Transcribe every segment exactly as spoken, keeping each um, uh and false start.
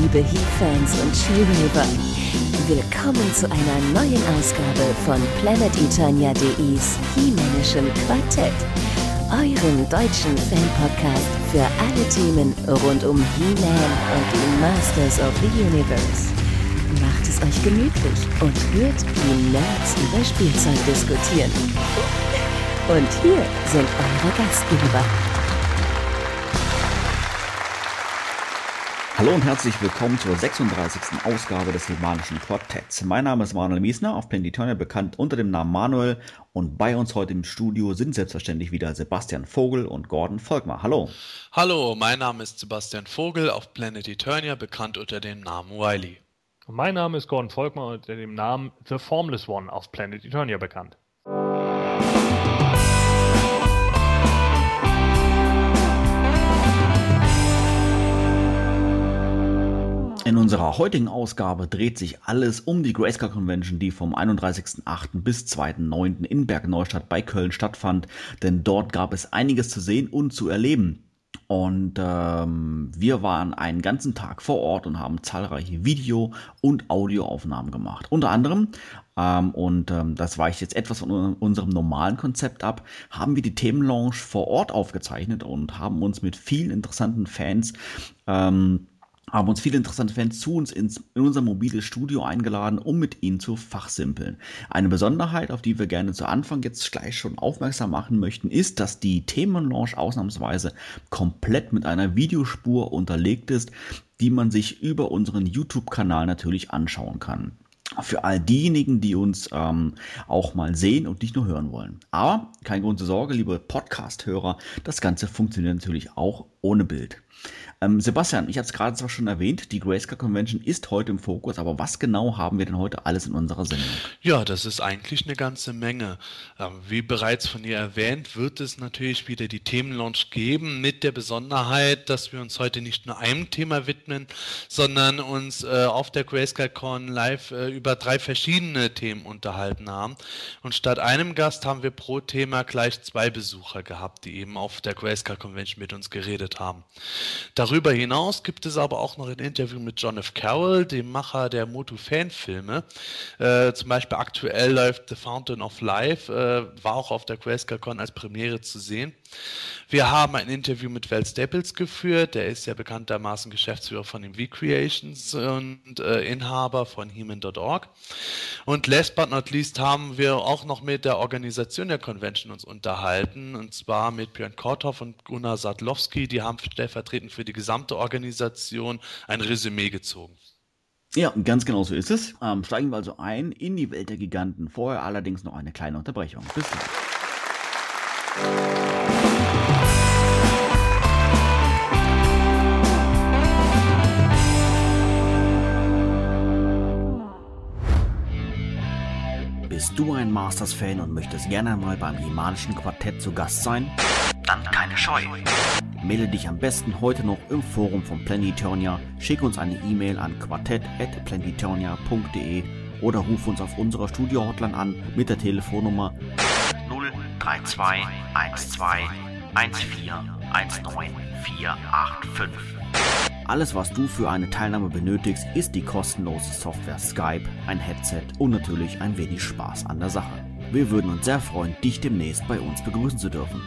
liebe He-Fans und She-Raver. Willkommen zu einer neuen Ausgabe von Planet Eternia punkt de's He-Manischen Quartett, eurem deutschen Fan-Podcast für alle Themen rund um He-Man und die Masters of the Universe. Macht es euch gemütlich und hört die Nerds über Spielzeug diskutieren. Und hier sind eure Gastgeber. Hallo und herzlich willkommen zur sechsunddreißigsten Ausgabe des He-Manischen Quartetts. Mein Name ist Manuel Miesner, auf Planet Eternia bekannt unter dem Namen Manuel, und bei uns heute im Studio sind selbstverständlich wieder Sebastian Vogel und Gordon Volkmar. Hallo. Hallo, mein Name ist Sebastian Vogel, auf Planet Eternia bekannt unter dem Namen Wiley. Mein Name ist Gordon Volkmar, unter dem Namen The Formless One auf Planet Eternia bekannt. In unserer heutigen Ausgabe dreht sich alles um die Grayskull Convention, die vom einunddreißigsten achten bis zweiten neunten in Bergneustadt bei Köln stattfand, denn dort gab es einiges zu sehen und zu erleben. Und ähm, wir waren einen ganzen Tag vor Ort und haben zahlreiche Video- und Audioaufnahmen gemacht. Unter anderem, ähm, und ähm, das weicht jetzt etwas von unserem normalen Konzept ab, haben wir die Themenlounge vor Ort aufgezeichnet und haben uns mit vielen interessanten Fans ähm, haben uns viele interessante Fans zu uns ins, in unser mobiles Studio eingeladen, um mit ihnen zu fachsimpeln. Eine Besonderheit, auf die wir gerne zu Anfang jetzt gleich schon aufmerksam machen möchten, ist, dass die Themenlaunch ausnahmsweise komplett mit einer Videospur unterlegt ist, die man sich über unseren YouTube-Kanal natürlich anschauen kann. Für all diejenigen, die uns ähm, auch mal sehen und nicht nur hören wollen. Aber keine Grund zur Sorge, liebe Podcast-Hörer, das Ganze funktioniert natürlich auch ohne Bild. Ähm, Sebastian, ich habe es gerade zwar schon erwähnt, die Grayskull Convention ist heute im Fokus, aber was genau haben wir denn heute alles in unserer Sendung? Ja, das ist eigentlich eine ganze Menge. Ähm, wie bereits von ihr erwähnt, wird es natürlich wieder die Themenlaunch geben, mit der Besonderheit, dass wir uns heute nicht nur einem Thema widmen, sondern uns äh, auf der GrayskullCon live äh, über drei verschiedene Themen unterhalten haben. Und statt einem Gast haben wir pro Thema gleich zwei Besucher gehabt, die eben auf der Grayskull Convention mit uns geredet haben. Darüber hinaus gibt es aber auch noch ein Interview mit John F. Carroll, dem Macher der Motu-Fan-Filme. Äh, zum Beispiel aktuell läuft The Fountain of Life, äh, war auch auf der GrayskullCon als Premiere zu sehen. Wir haben ein Interview mit Val Staples geführt, der ist ja bekanntermaßen Geschäftsführer von den V-Creations und äh, Inhaber von He-Man Punkt org. Und last but not least haben wir auch noch mit der Organisation der Convention uns unterhalten, und zwar mit Björn Korthoff und Gunnar Sadlowski, die haben stellvertretend für die gesamte Organisation ein Resümee gezogen. Ja, ganz genau so ist es. Ähm, steigen wir also ein in die Welt der Giganten. Vorher allerdings noch eine kleine Unterbrechung. Bis gleich. Bist du ein Masters-Fan und möchtest gerne mal beim He-Manischen Quartett zu Gast sein? Dann keine Scheu. Melde dich am besten heute noch im Forum von Planet Eternia, schick uns eine E-Mail an quartett at planet eternia punkt de oder ruf uns auf unserer Studio-Hotline an mit der Telefonnummer null drei zwei eins zwei eins vier eins neun vier acht fünf. Alles, was du für eine Teilnahme benötigst, ist die kostenlose Software Skype, ein Headset und natürlich ein wenig Spaß an der Sache. Wir würden uns sehr freuen, dich demnächst bei uns begrüßen zu dürfen.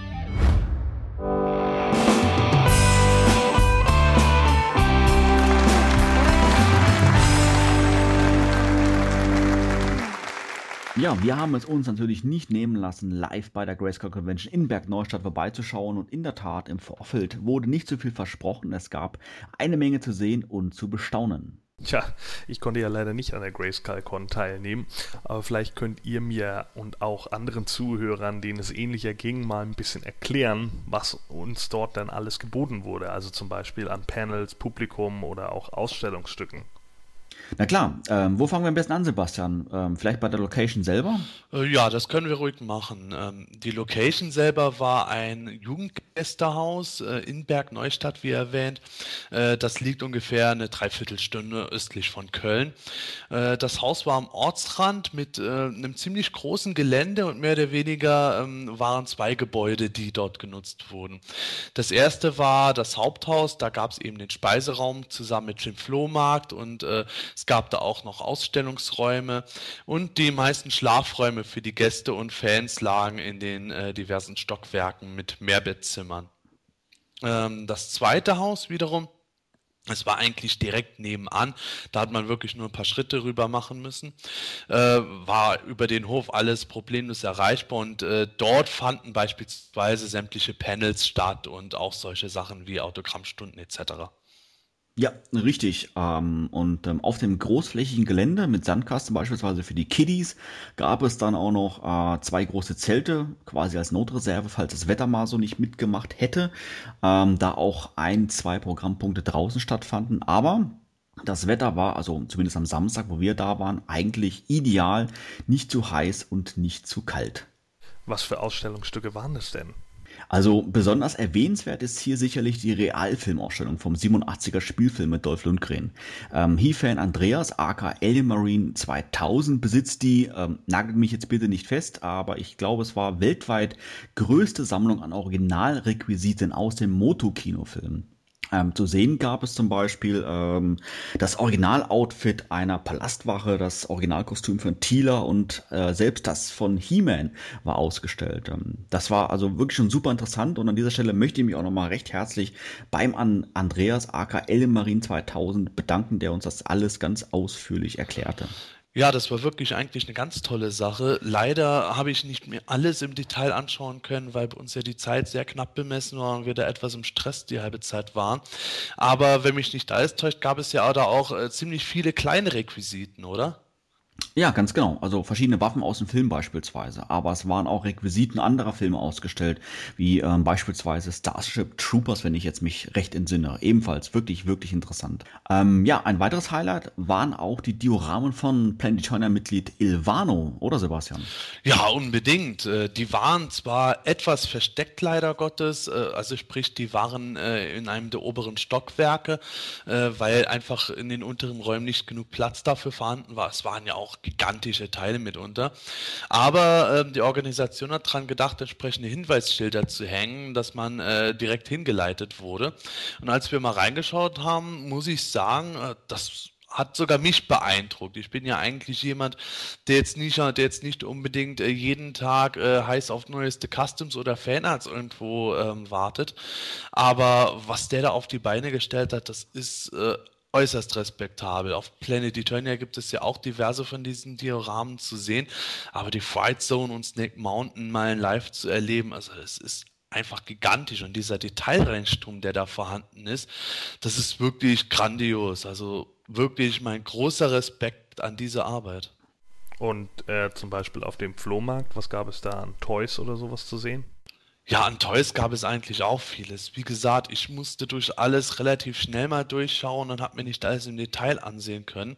Ja, wir haben es uns natürlich nicht nehmen lassen, live bei der Grayskull Convention in Bergneustadt vorbeizuschauen, und in der Tat, im Vorfeld wurde nicht so viel versprochen. Es gab eine Menge zu sehen und zu bestaunen. Tja, ich konnte ja leider nicht an der GrayskullCon teilnehmen, aber vielleicht könnt ihr mir und auch anderen Zuhörern, denen es ähnlicher ging, mal ein bisschen erklären, was uns dort dann alles geboten wurde, also zum Beispiel an Panels, Publikum oder auch Ausstellungsstücken. Na klar, ähm, wo fangen wir am besten an, Sebastian? Ähm, vielleicht bei der Location selber? Äh, Ja, das können wir ruhig machen. Ähm, Die Location selber war ein Jugendgästehaus äh, in Bergneustadt, wie erwähnt. Äh, Das liegt ungefähr eine Dreiviertelstunde östlich von Köln. Äh, Das Haus war am Ortsrand mit äh, einem ziemlich großen Gelände und mehr oder weniger ähm, waren zwei Gebäude, die dort genutzt wurden. Das erste war das Haupthaus, da gab es eben den Speiseraum zusammen mit dem Flohmarkt und äh, es gab da auch noch Ausstellungsräume und die meisten Schlafräume für die Gäste und Fans lagen in den äh, diversen Stockwerken mit Mehrbettzimmern. Ähm, das zweite Haus wiederum, es war eigentlich direkt nebenan, da hat man wirklich nur ein paar Schritte rüber machen müssen, äh, war über den Hof alles problemlos erreichbar und äh, dort fanden beispielsweise sämtliche Panels statt und auch solche Sachen wie Autogrammstunden et cetera. Ja, richtig. Ähm, und ähm, auf dem großflächigen Gelände mit Sandkasten beispielsweise für die Kiddies gab es dann auch noch äh, zwei große Zelte, quasi als Notreserve, falls das Wetter mal so nicht mitgemacht hätte, ähm, da auch ein, zwei Programmpunkte draußen stattfanden. Aber das Wetter war, also zumindest am Samstag, wo wir da waren, eigentlich ideal, nicht zu heiß und nicht zu kalt. Was für Ausstellungsstücke waren das denn? Also besonders erwähnenswert ist hier sicherlich die Realfilmausstellung vom siebenundachtziger Spielfilm mit Dolph Lundgren. Ähm, He-Fan Andreas, aka Alien Marine zweitausend, besitzt die, ähm, nagelt mich jetzt bitte nicht fest, aber ich glaube, es war weltweit größte Sammlung an Originalrequisiten aus dem Moto-Kinofilm. Ähm, zu sehen gab es zum Beispiel ähm, das Originaloutfit einer Palastwache, das Originalkostüm von Teela und äh, selbst das von He-Man war ausgestellt. Ähm, das war also wirklich schon super interessant und an dieser Stelle möchte ich mich auch nochmal recht herzlich beim An Andreas aka Ellenmarin zweitausend bedanken, der uns das alles ganz ausführlich erklärte. Ja, das war wirklich eigentlich eine ganz tolle Sache. Leider habe ich nicht mehr alles im Detail anschauen können, weil bei uns ja die Zeit sehr knapp bemessen war und wir da etwas im Stress die halbe Zeit waren. Aber wenn mich nicht alles täuscht, gab es ja da auch äh, ziemlich viele kleine Requisiten, oder? Ja, ganz genau. Also verschiedene Waffen aus dem Film beispielsweise. Aber es waren auch Requisiten anderer Filme ausgestellt, wie ähm, beispielsweise Starship Troopers, wenn ich jetzt mich recht entsinne. Ebenfalls wirklich, wirklich interessant. Ähm, ja, ein weiteres Highlight waren auch die Dioramen von Planetonia-Mitglied Ilvano, oder Sebastian? Ja, unbedingt. Äh, Die waren zwar etwas versteckt, leider Gottes, äh, also sprich, die waren äh, in einem der oberen Stockwerke, äh, weil einfach in den unteren Räumen nicht genug Platz dafür vorhanden war. Es waren ja auch gigantische Teile mitunter. Aber ähm, die Organisation hat daran gedacht, entsprechende Hinweisschilder zu hängen, dass man äh, direkt hingeleitet wurde. Und als wir mal reingeschaut haben, muss ich sagen, äh, das hat sogar mich beeindruckt. Ich bin ja eigentlich jemand, der jetzt nicht, der jetzt nicht unbedingt äh, jeden Tag äh, heiß auf neueste Customs oder Fanarts irgendwo ähm, wartet. Aber was der da auf die Beine gestellt hat, das ist äh, äußerst respektabel. Auf Planet Eternia gibt es ja auch diverse von diesen Dioramen zu sehen, aber die Fright Zone und Snake Mountain mal live zu erleben, also es ist einfach gigantisch und dieser Detailreichtum, der da vorhanden ist, das ist wirklich grandios. Also wirklich mein großer Respekt an diese Arbeit. Und äh, zum Beispiel auf dem Flohmarkt, was gab es da an Toys oder sowas zu sehen? Ja, an Toys gab es eigentlich auch vieles. Wie gesagt, ich musste durch alles relativ schnell mal durchschauen und habe mir nicht alles im Detail ansehen können.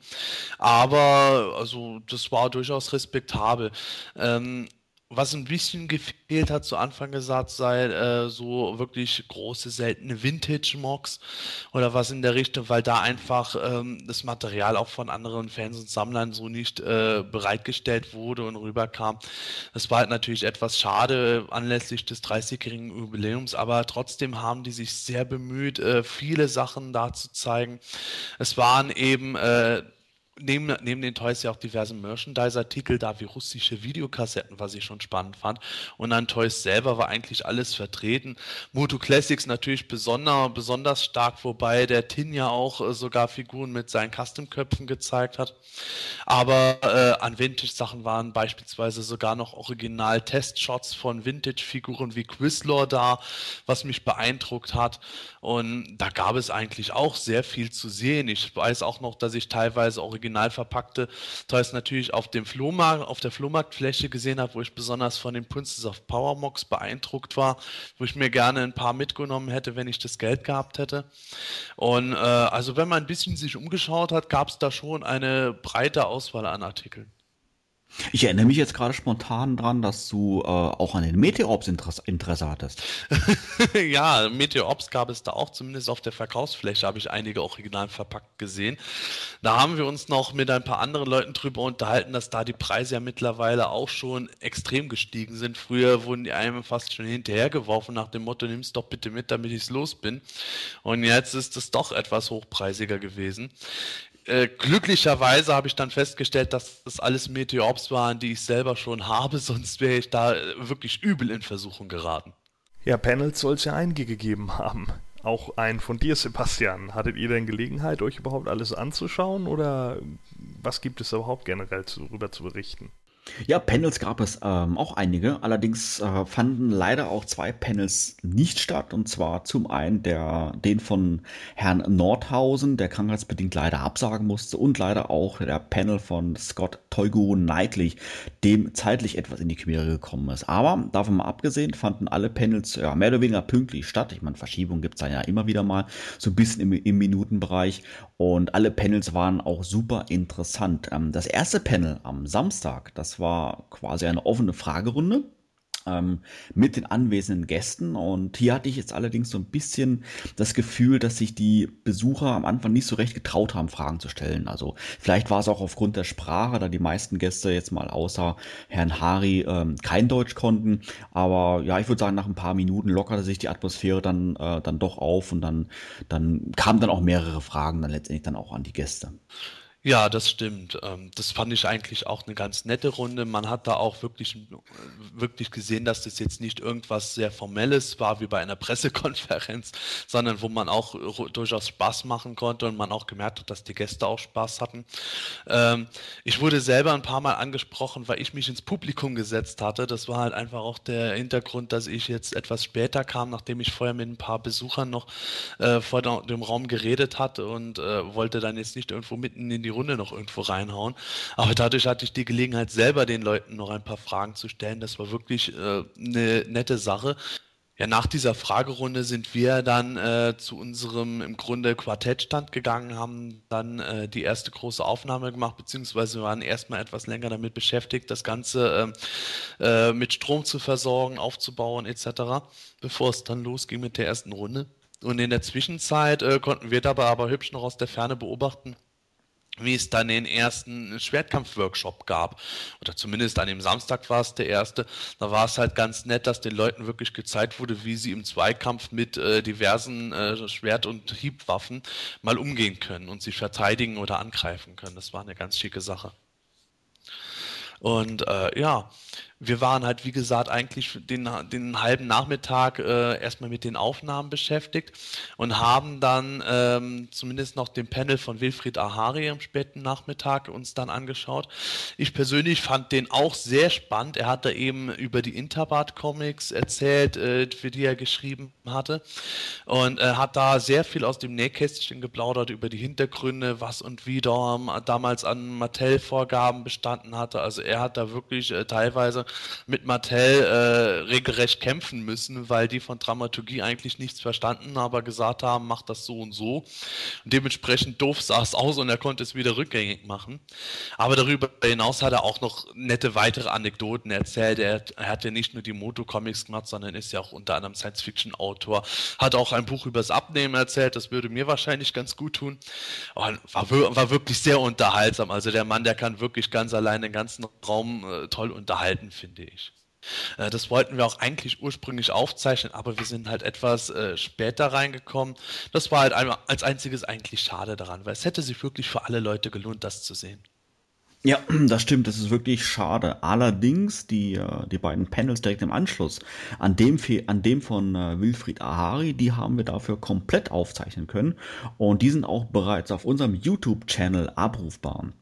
Aber also das war durchaus respektabel. Ähm, Was ein bisschen gefehlt hat, zu Anfang gesagt, sei äh, so wirklich große, seltene Vintage-Mocks oder was in der Richtung, weil da einfach ähm, das Material auch von anderen Fans und Sammlern so nicht äh, bereitgestellt wurde und rüberkam. Das war halt natürlich etwas schade äh, anlässlich des dreißigjährigen Jubiläums, aber trotzdem haben die sich sehr bemüht, äh, viele Sachen da zu zeigen. Es waren eben äh, Neben, neben den Toys ja auch diverse Merchandise-Artikel da, wie russische Videokassetten, was ich schon spannend fand. Und an Toys selber war eigentlich alles vertreten. Moto Classics natürlich besonder, besonders stark, wobei der Tin ja auch äh, sogar Figuren mit seinen Custom-Köpfen gezeigt hat. Aber äh, an Vintage-Sachen waren beispielsweise sogar noch Original-Testshots von Vintage-Figuren wie Quizlore da, was mich beeindruckt hat. Und da gab es eigentlich auch sehr viel zu sehen. Ich weiß auch noch, dass ich teilweise Original original verpackte Toys natürlich auf dem Flohmarkt, auf der Flohmarktfläche gesehen habe, wo ich besonders von den Princess of Power Mocs beeindruckt war, wo ich mir gerne ein paar mitgenommen hätte, wenn ich das Geld gehabt hätte. Und äh, also wenn man ein bisschen sich umgeschaut hat, gab es da schon eine breite Auswahl an Artikeln. Ich erinnere mich jetzt gerade spontan dran, dass du äh, auch an den Meteorops Interesse, Interesse hattest. Ja, Meteorops gab es da auch, zumindest auf der Verkaufsfläche habe ich einige original verpackt gesehen. Da haben wir uns noch mit ein paar anderen Leuten drüber unterhalten, dass da die Preise ja mittlerweile auch schon extrem gestiegen sind. Früher wurden die einem fast schon hinterhergeworfen nach dem Motto, nimm's doch bitte mit, damit ich's los bin. Und jetzt ist es doch etwas hochpreisiger gewesen. Äh, glücklicherweise habe ich dann festgestellt, dass das alles Meteorops waren, die ich selber schon habe, sonst wäre ich da wirklich übel in Versuchung geraten. Ja, Panels soll es ja einige gegeben haben. Auch einen von dir, Sebastian. Hattet ihr denn Gelegenheit, euch überhaupt alles anzuschauen oder was gibt es überhaupt generell darüber zu berichten? Ja, Panels gab es ähm, auch einige, allerdings äh, fanden leider auch zwei Panels nicht statt, und zwar zum einen der, den von Herrn Nordhausen, der krankheitsbedingt leider absagen musste, und leider auch der Panel von Scott Toyguru Knightley, dem zeitlich etwas in die Quere gekommen ist. Aber davon mal abgesehen, fanden alle Panels ja, mehr oder weniger pünktlich statt. Ich meine, Verschiebung gibt es da ja immer wieder mal, so ein bisschen im, im Minutenbereich, und alle Panels waren auch super interessant. Ähm, das erste Panel am Samstag, das war quasi eine offene Fragerunde ähm, mit den anwesenden Gästen, und hier hatte ich jetzt allerdings so ein bisschen das Gefühl, dass sich die Besucher am Anfang nicht so recht getraut haben, Fragen zu stellen. Also vielleicht war es auch aufgrund der Sprache, da die meisten Gäste jetzt mal außer Herrn Hari ähm, kein Deutsch konnten, aber ja, ich würde sagen, nach ein paar Minuten lockerte sich die Atmosphäre dann, äh, dann doch auf, und dann, dann kamen dann auch mehrere Fragen dann letztendlich dann auch an die Gäste. Ja, das stimmt. Das fand ich eigentlich auch eine ganz nette Runde. Man hat da auch wirklich, wirklich gesehen, dass das jetzt nicht irgendwas sehr Formelles war, wie bei einer Pressekonferenz, sondern wo man auch durchaus Spaß machen konnte und man auch gemerkt hat, dass die Gäste auch Spaß hatten. Ich wurde selber ein paar Mal angesprochen, weil ich mich ins Publikum gesetzt hatte. Das war halt einfach auch der Hintergrund, dass ich jetzt etwas später kam, nachdem ich vorher mit ein paar Besuchern noch vor dem Raum geredet hatte, und wollte dann jetzt nicht irgendwo mitten in die Runde noch irgendwo reinhauen. Aber dadurch hatte ich die Gelegenheit, selber den Leuten noch ein paar Fragen zu stellen. Das war wirklich äh, eine nette Sache. Ja, nach dieser Fragerunde sind wir dann äh, zu unserem im Grunde Quartettstand gegangen, haben dann äh, die erste große Aufnahme gemacht, beziehungsweise waren erstmal etwas länger damit beschäftigt, das Ganze äh, äh, mit Strom zu versorgen, aufzubauen et cetera, bevor es dann losging mit der ersten Runde. Und in der Zwischenzeit äh, konnten wir dabei aber hübsch noch aus der Ferne beobachten, wie es dann den ersten Schwertkampf-Workshop gab. Oder zumindest an dem Samstag war es der erste. Da war es halt ganz nett, dass den Leuten wirklich gezeigt wurde, wie sie im Zweikampf mit äh, diversen äh, Schwert- und Hiebwaffen mal umgehen können und sich verteidigen oder angreifen können. Das war eine ganz schicke Sache. Und äh, ja, wir waren halt, wie gesagt, eigentlich den, den halben Nachmittag äh, erstmal mit den Aufnahmen beschäftigt und haben dann ähm, zumindest noch den Panel von Wilfried Ahari am späten Nachmittag uns dann angeschaut. Ich persönlich fand den auch sehr spannend. Er hat da eben über die Interbart Comics erzählt, äh, für die er geschrieben hatte, und er äh, hat da sehr viel aus dem Nähkästchen geplaudert über die Hintergründe, was und wie da, damals an Mattel-Vorgaben bestanden hatte. Also er hat da wirklich äh, teilweise mit Mattel äh, regelrecht kämpfen müssen, weil die von Dramaturgie eigentlich nichts verstanden, aber gesagt haben, mach das so und so. Und dementsprechend doof sah es aus, und er konnte es wieder rückgängig machen. Aber darüber hinaus hat er auch noch nette weitere Anekdoten erzählt. Er, er hat ja nicht nur die Moto-Comics gemacht, sondern ist ja auch unter anderem Science-Fiction-Autor. Hat auch ein Buch über das Abnehmen erzählt, das würde mir wahrscheinlich ganz gut tun. Und war, war wirklich sehr unterhaltsam. Also der Mann, der kann wirklich ganz allein den ganzen Raum äh, toll unterhalten, finde ich. Äh, das wollten wir auch eigentlich ursprünglich aufzeichnen, aber wir sind halt etwas äh, später reingekommen. Das war halt einmal als einziges eigentlich schade daran, weil es hätte sich wirklich für alle Leute gelohnt, das zu sehen. Ja, das stimmt, das ist wirklich schade. Allerdings, die, die beiden Panels direkt im Anschluss an dem, an dem von äh, Wilfried Ahari, die haben wir dafür komplett aufzeichnen können, und die sind auch bereits auf unserem YouTube-Channel abrufbar.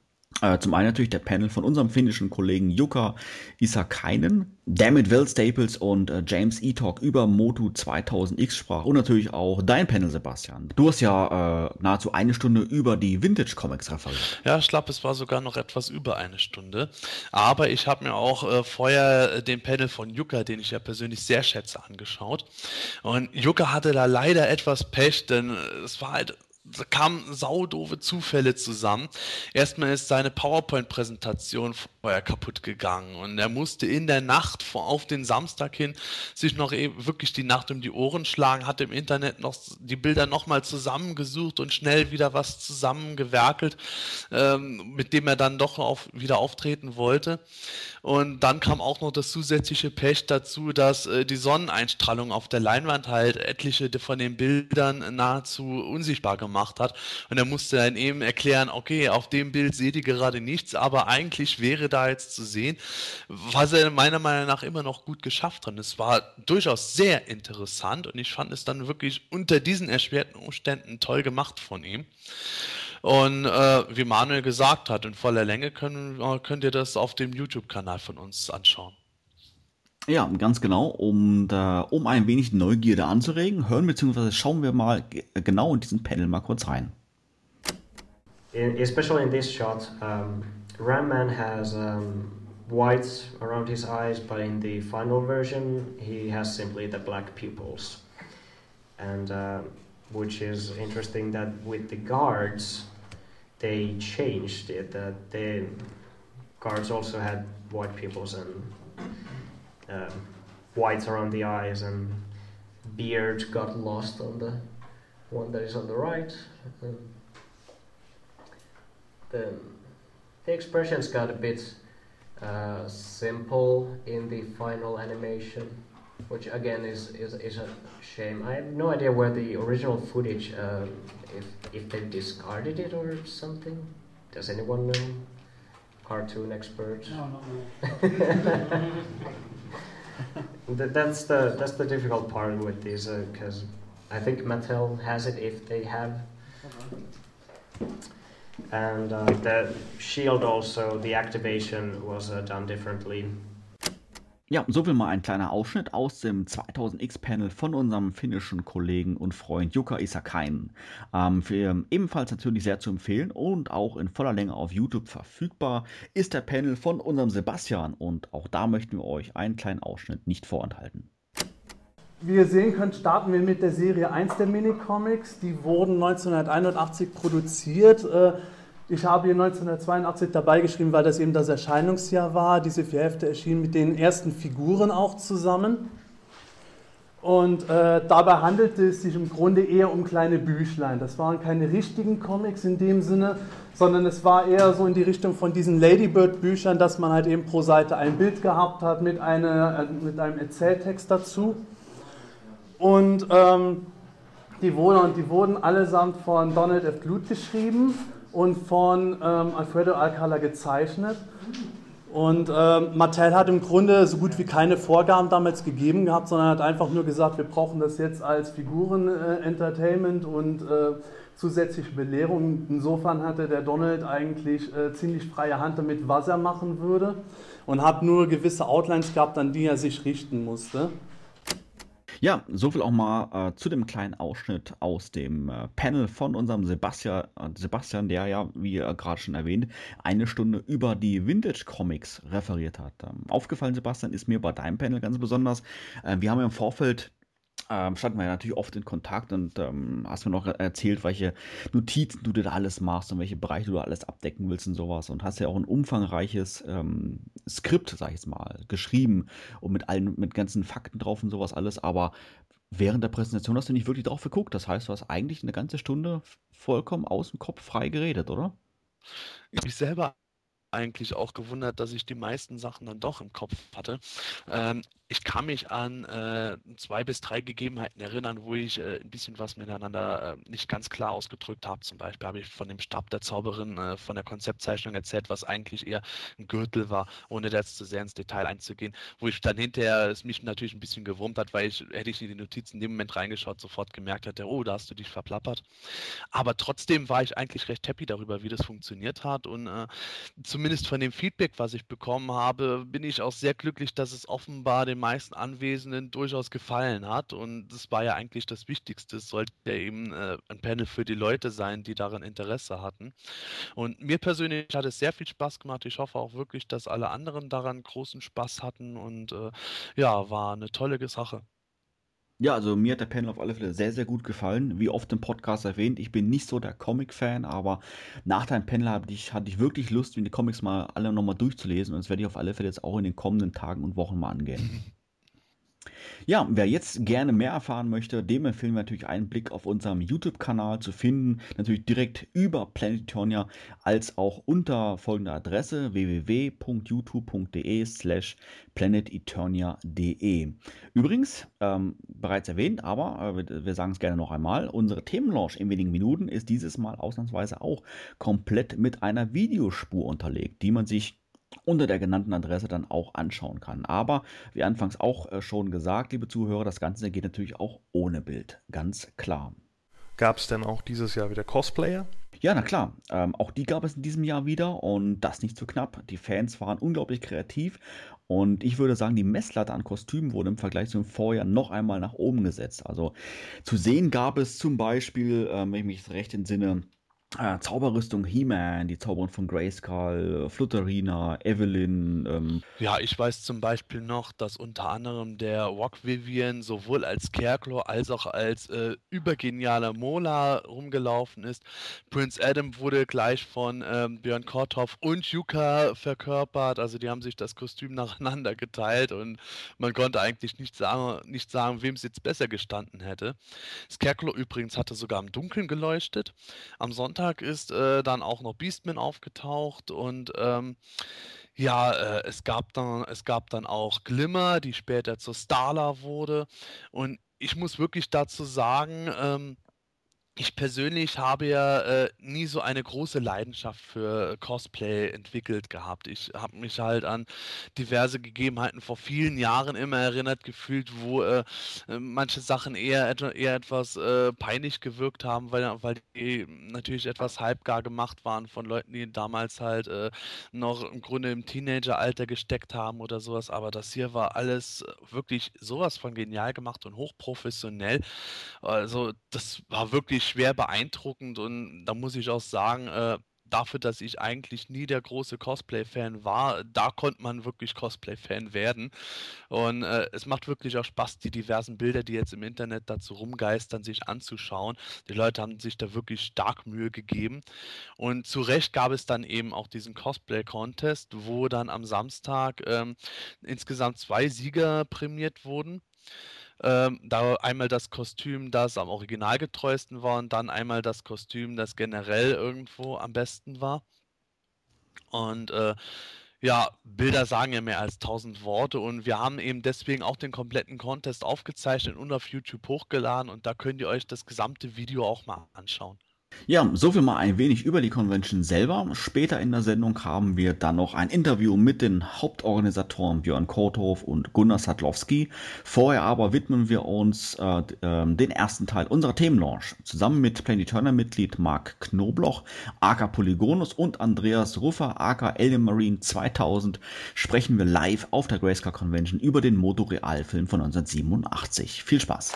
Äh, zum einen natürlich der Panel von unserem finnischen Kollegen Jukka Isakainen, der mit Will Staples und äh, James E-Talk über Motu zweitausend X sprach und natürlich auch dein Panel, Sebastian. Du hast ja äh, nahezu eine Stunde über die Vintage-Comics referiert. Ja, ich glaube, es war sogar noch etwas über eine Stunde. Aber ich habe mir auch äh, vorher äh, den Panel von Jukka, den ich ja persönlich sehr schätze, angeschaut. Und Jukka hatte da leider etwas Pech, denn äh, es war halt... Da kamen saudoofe Zufälle zusammen. Erstmal ist seine PowerPoint-Präsentation vorher kaputt gegangen und er musste in der Nacht vor, auf den Samstag hin sich noch eben wirklich die Nacht um die Ohren schlagen, hat im Internet noch die Bilder nochmal zusammengesucht und schnell wieder was zusammengewerkelt, ähm, mit dem er dann doch auf, wieder auftreten wollte. Und dann kam auch noch das zusätzliche Pech dazu, dass äh, die Sonneneinstrahlung auf der Leinwand halt etliche von den Bildern nahezu unsichtbar gemacht hat. Und er musste dann eben erklären, okay, auf dem Bild seht ihr gerade nichts, aber eigentlich wäre da jetzt zu sehen, was er meiner Meinung nach immer noch gut geschafft hat. Es war durchaus sehr interessant und ich fand es dann wirklich unter diesen erschwerten Umständen toll gemacht von ihm. Und äh, wie Manuel gesagt hat, in voller Länge können, äh, könnt ihr das auf dem YouTube-Kanal von uns anschauen. Ja, ganz genau. Und äh, um ein wenig Neugierde anzuregen, hören bzw. schauen wir mal g- genau in diesen Panel mal kurz rein. In, especially in this shot, um, Ram Man has um, white around his eyes, but in the final version he has simply the black pupils. And uh, which is interesting that with the guards, they changed it, that the guards also had white pupils and um, whites around the eyes, and beard got lost on the one that is on the right. Um, the, the expressions got a bit uh, simple in the final animation, which again is, is, is a shame. I have no idea where the original footage, uh, if, if they discarded it or something. Does anyone know? Cartoon expert? No, not really. That, that's the that's the difficult part with these, because uh, I think Mattel has it if they have. And uh, the shield also, the activation was uh, done differently. Ja, so viel mal ein kleiner Ausschnitt aus dem zweitausend X Panel von unserem finnischen Kollegen und Freund Jukka Isakainen. Ähm, für ebenfalls natürlich sehr zu empfehlen und auch in voller Länge auf YouTube verfügbar ist der Panel von unserem Sebastian und auch da möchten wir euch einen kleinen Ausschnitt nicht vorenthalten. Wie ihr sehen könnt, starten wir mit der Serie eins der Minicomics. Die wurden neunzehnhunderteinundachtzig produziert. Ich habe hier neunzehnhundertzweiundachtzig dabei geschrieben, weil das eben das Erscheinungsjahr war. Diese vier Hefte erschienen mit den ersten Figuren auch zusammen. Und äh, dabei handelte es sich im Grunde eher um kleine Büchlein. Das waren keine richtigen Comics in dem Sinne, sondern es war eher so in die Richtung von diesen Ladybird-Büchern, dass man halt eben pro Seite ein Bild gehabt hat mit, eine, mit einem Erzähltext dazu. Und ähm, die, wurden, die wurden allesamt von Donald F. Glut geschrieben und von ähm, Alfredo Alcala gezeichnet. Und ähm, Mattel hat im Grunde so gut wie keine Vorgaben damals gegeben gehabt, sondern hat einfach nur gesagt, wir brauchen das jetzt als Figuren-Entertainment äh, und äh, zusätzliche Belehrung. Insofern hatte der Donald eigentlich äh, ziemlich freie Hand damit, was er machen würde, und hat nur gewisse Outlines gehabt, an die er sich richten musste. Ja, soviel auch mal äh, zu dem kleinen Ausschnitt aus dem äh, Panel von unserem Sebastian, äh, Sebastian, der ja, wie äh, gerade schon erwähnt, eine Stunde über die Vintage-Comics referiert hat. Ähm, aufgefallen, Sebastian, ist mir bei deinem Panel ganz besonders. Äh, wir haben ja im Vorfeld Ähm, standen wir ja natürlich oft in Kontakt und ähm, hast mir noch erzählt, welche Notizen du dir da alles machst und welche Bereiche du da alles abdecken willst und sowas, und hast ja auch ein umfangreiches ähm, Skript, sag ich jetzt mal, geschrieben und mit allen, mit ganzen Fakten drauf und sowas alles, aber während der Präsentation hast du nicht wirklich drauf geguckt. Das heißt, du hast eigentlich eine ganze Stunde vollkommen aus dem Kopf frei geredet, oder? Ich habe mich selber eigentlich auch gewundert, dass ich die meisten Sachen dann doch im Kopf hatte. Ähm, ich kann mich an äh, zwei bis drei Gegebenheiten erinnern, wo ich äh, ein bisschen was miteinander äh, nicht ganz klar ausgedrückt habe. Zum Beispiel habe ich von dem Stab der Zauberin, äh, von der Konzeptzeichnung erzählt, was eigentlich eher ein Gürtel war, ohne jetzt zu sehr ins Detail einzugehen, wo ich dann hinterher, es mich natürlich ein bisschen gewurmt hat, weil ich, hätte ich in die Notizen in dem Moment reingeschaut, sofort gemerkt hätte, oh, da hast du dich verplappert. Aber trotzdem war ich eigentlich recht happy darüber, wie das funktioniert hat und äh, zumindest von dem Feedback, was ich bekommen habe, bin ich auch sehr glücklich, dass es offenbar den meisten Anwesenden durchaus gefallen hat und das war ja eigentlich das Wichtigste. Es sollte ja eben äh, ein Panel für die Leute sein, die daran Interesse hatten. Und mir persönlich hat es sehr viel Spaß gemacht. Ich hoffe auch wirklich, dass alle anderen daran großen Spaß hatten und äh, ja, war eine tolle Sache. Ja, also mir hat der Panel auf alle Fälle sehr, sehr gut gefallen. Wie oft im Podcast erwähnt, ich bin nicht so der Comic-Fan, aber nach deinem Panel hatte ich, hatte ich wirklich Lust, mir die Comics mal alle nochmal durchzulesen und das werde ich auf alle Fälle jetzt auch in den kommenden Tagen und Wochen mal angehen. Ja, wer jetzt gerne mehr erfahren möchte, dem empfehlen wir natürlich einen Blick auf unserem YouTube-Kanal zu finden. Natürlich direkt über Planet Eternia, als auch unter folgender Adresse w w w punkt youtube punkt de slash planeteternia.de. Übrigens, ähm, bereits erwähnt, aber äh, wir, wir sagen es gerne noch einmal, unsere Themenlaunch in wenigen Minuten ist dieses Mal ausnahmsweise auch komplett mit einer Videospur unterlegt, die man sich unter der genannten Adresse dann auch anschauen kann. Aber wie anfangs auch äh, schon gesagt, liebe Zuhörer, das Ganze geht natürlich auch ohne Bild, ganz klar. Gab es denn auch dieses Jahr wieder Cosplayer? Ja, na klar, ähm, auch die gab es in diesem Jahr wieder und das nicht zu knapp. Die Fans waren unglaublich kreativ und ich würde sagen, die Messlatte an Kostümen wurde im Vergleich zum Vorjahr noch einmal nach oben gesetzt. Also zu sehen gab es zum Beispiel, äh, wenn ich mich recht entsinne, Äh, Zauberrüstung He-Man, die Zauberin von Grayskull, Flutterina, Evelyn. Ähm. Ja, ich weiß zum Beispiel noch, dass unter anderem der Rock Vivian sowohl als Scarecrow als auch als äh, übergenialer Mola rumgelaufen ist. Prince Adam wurde gleich von ähm, Björn Korthoff und Yuka verkörpert, also die haben sich das Kostüm nacheinander geteilt und man konnte eigentlich nicht sagen, nicht sagen, wem es jetzt besser gestanden hätte. Scarecrow übrigens hatte sogar im Dunkeln geleuchtet. Am Sonntag ist äh, dann auch noch Beastman aufgetaucht und ähm, ja, äh, es gab dann, es gab dann auch Glimmer, die später zur Starla wurde und ich muss wirklich dazu sagen, ähm, ich persönlich habe ja äh, nie so eine große Leidenschaft für Cosplay entwickelt gehabt. Ich habe mich halt an diverse Gegebenheiten vor vielen Jahren immer erinnert gefühlt, wo äh, äh, manche Sachen eher, et- eher etwas äh, peinlich gewirkt haben, weil, weil die natürlich etwas halbgar gemacht waren von Leuten, die damals halt äh, noch im Grunde im Teenageralter gesteckt haben oder sowas. Aber das hier war alles wirklich sowas von genial gemacht und hochprofessionell. Also das war wirklich schwer beeindruckend und da muss ich auch sagen, äh, dafür, dass ich eigentlich nie der große Cosplay-Fan war, da konnte man wirklich Cosplay-Fan werden. Und äh, es macht wirklich auch Spaß, die diversen Bilder, die jetzt im Internet dazu rumgeistern, sich anzuschauen. Die Leute haben sich da wirklich stark Mühe gegeben. Und zu Recht gab es dann eben auch diesen Cosplay-Contest, wo dann am Samstag ähm, insgesamt zwei Sieger prämiert wurden. Ähm, da einmal das Kostüm, das am originalgetreuesten war und dann einmal das Kostüm, das generell irgendwo am besten war. Und äh, ja, Bilder sagen ja mehr als tausend Worte und wir haben eben deswegen auch den kompletten Contest aufgezeichnet und auf YouTube hochgeladen und da könnt ihr euch das gesamte Video auch mal anschauen. Ja, soviel mal ein wenig über die Convention selber. Später in der Sendung haben wir dann noch ein Interview mit den Hauptorganisatoren Björn Korthoff und Gunnar Sadlowski. Vorher aber widmen wir uns äh, äh, den ersten Teil unserer Themenlaunch. Zusammen mit Planet Eternia-Mitglied Mark Knobloch, aka Polygonus und Andreas Ruffer, aka Alien Marine zweitausend, sprechen wir live auf der Grayskull Convention über den Moto-Real-Film von neunzehnhundertsiebenundachtzig. Viel Spaß!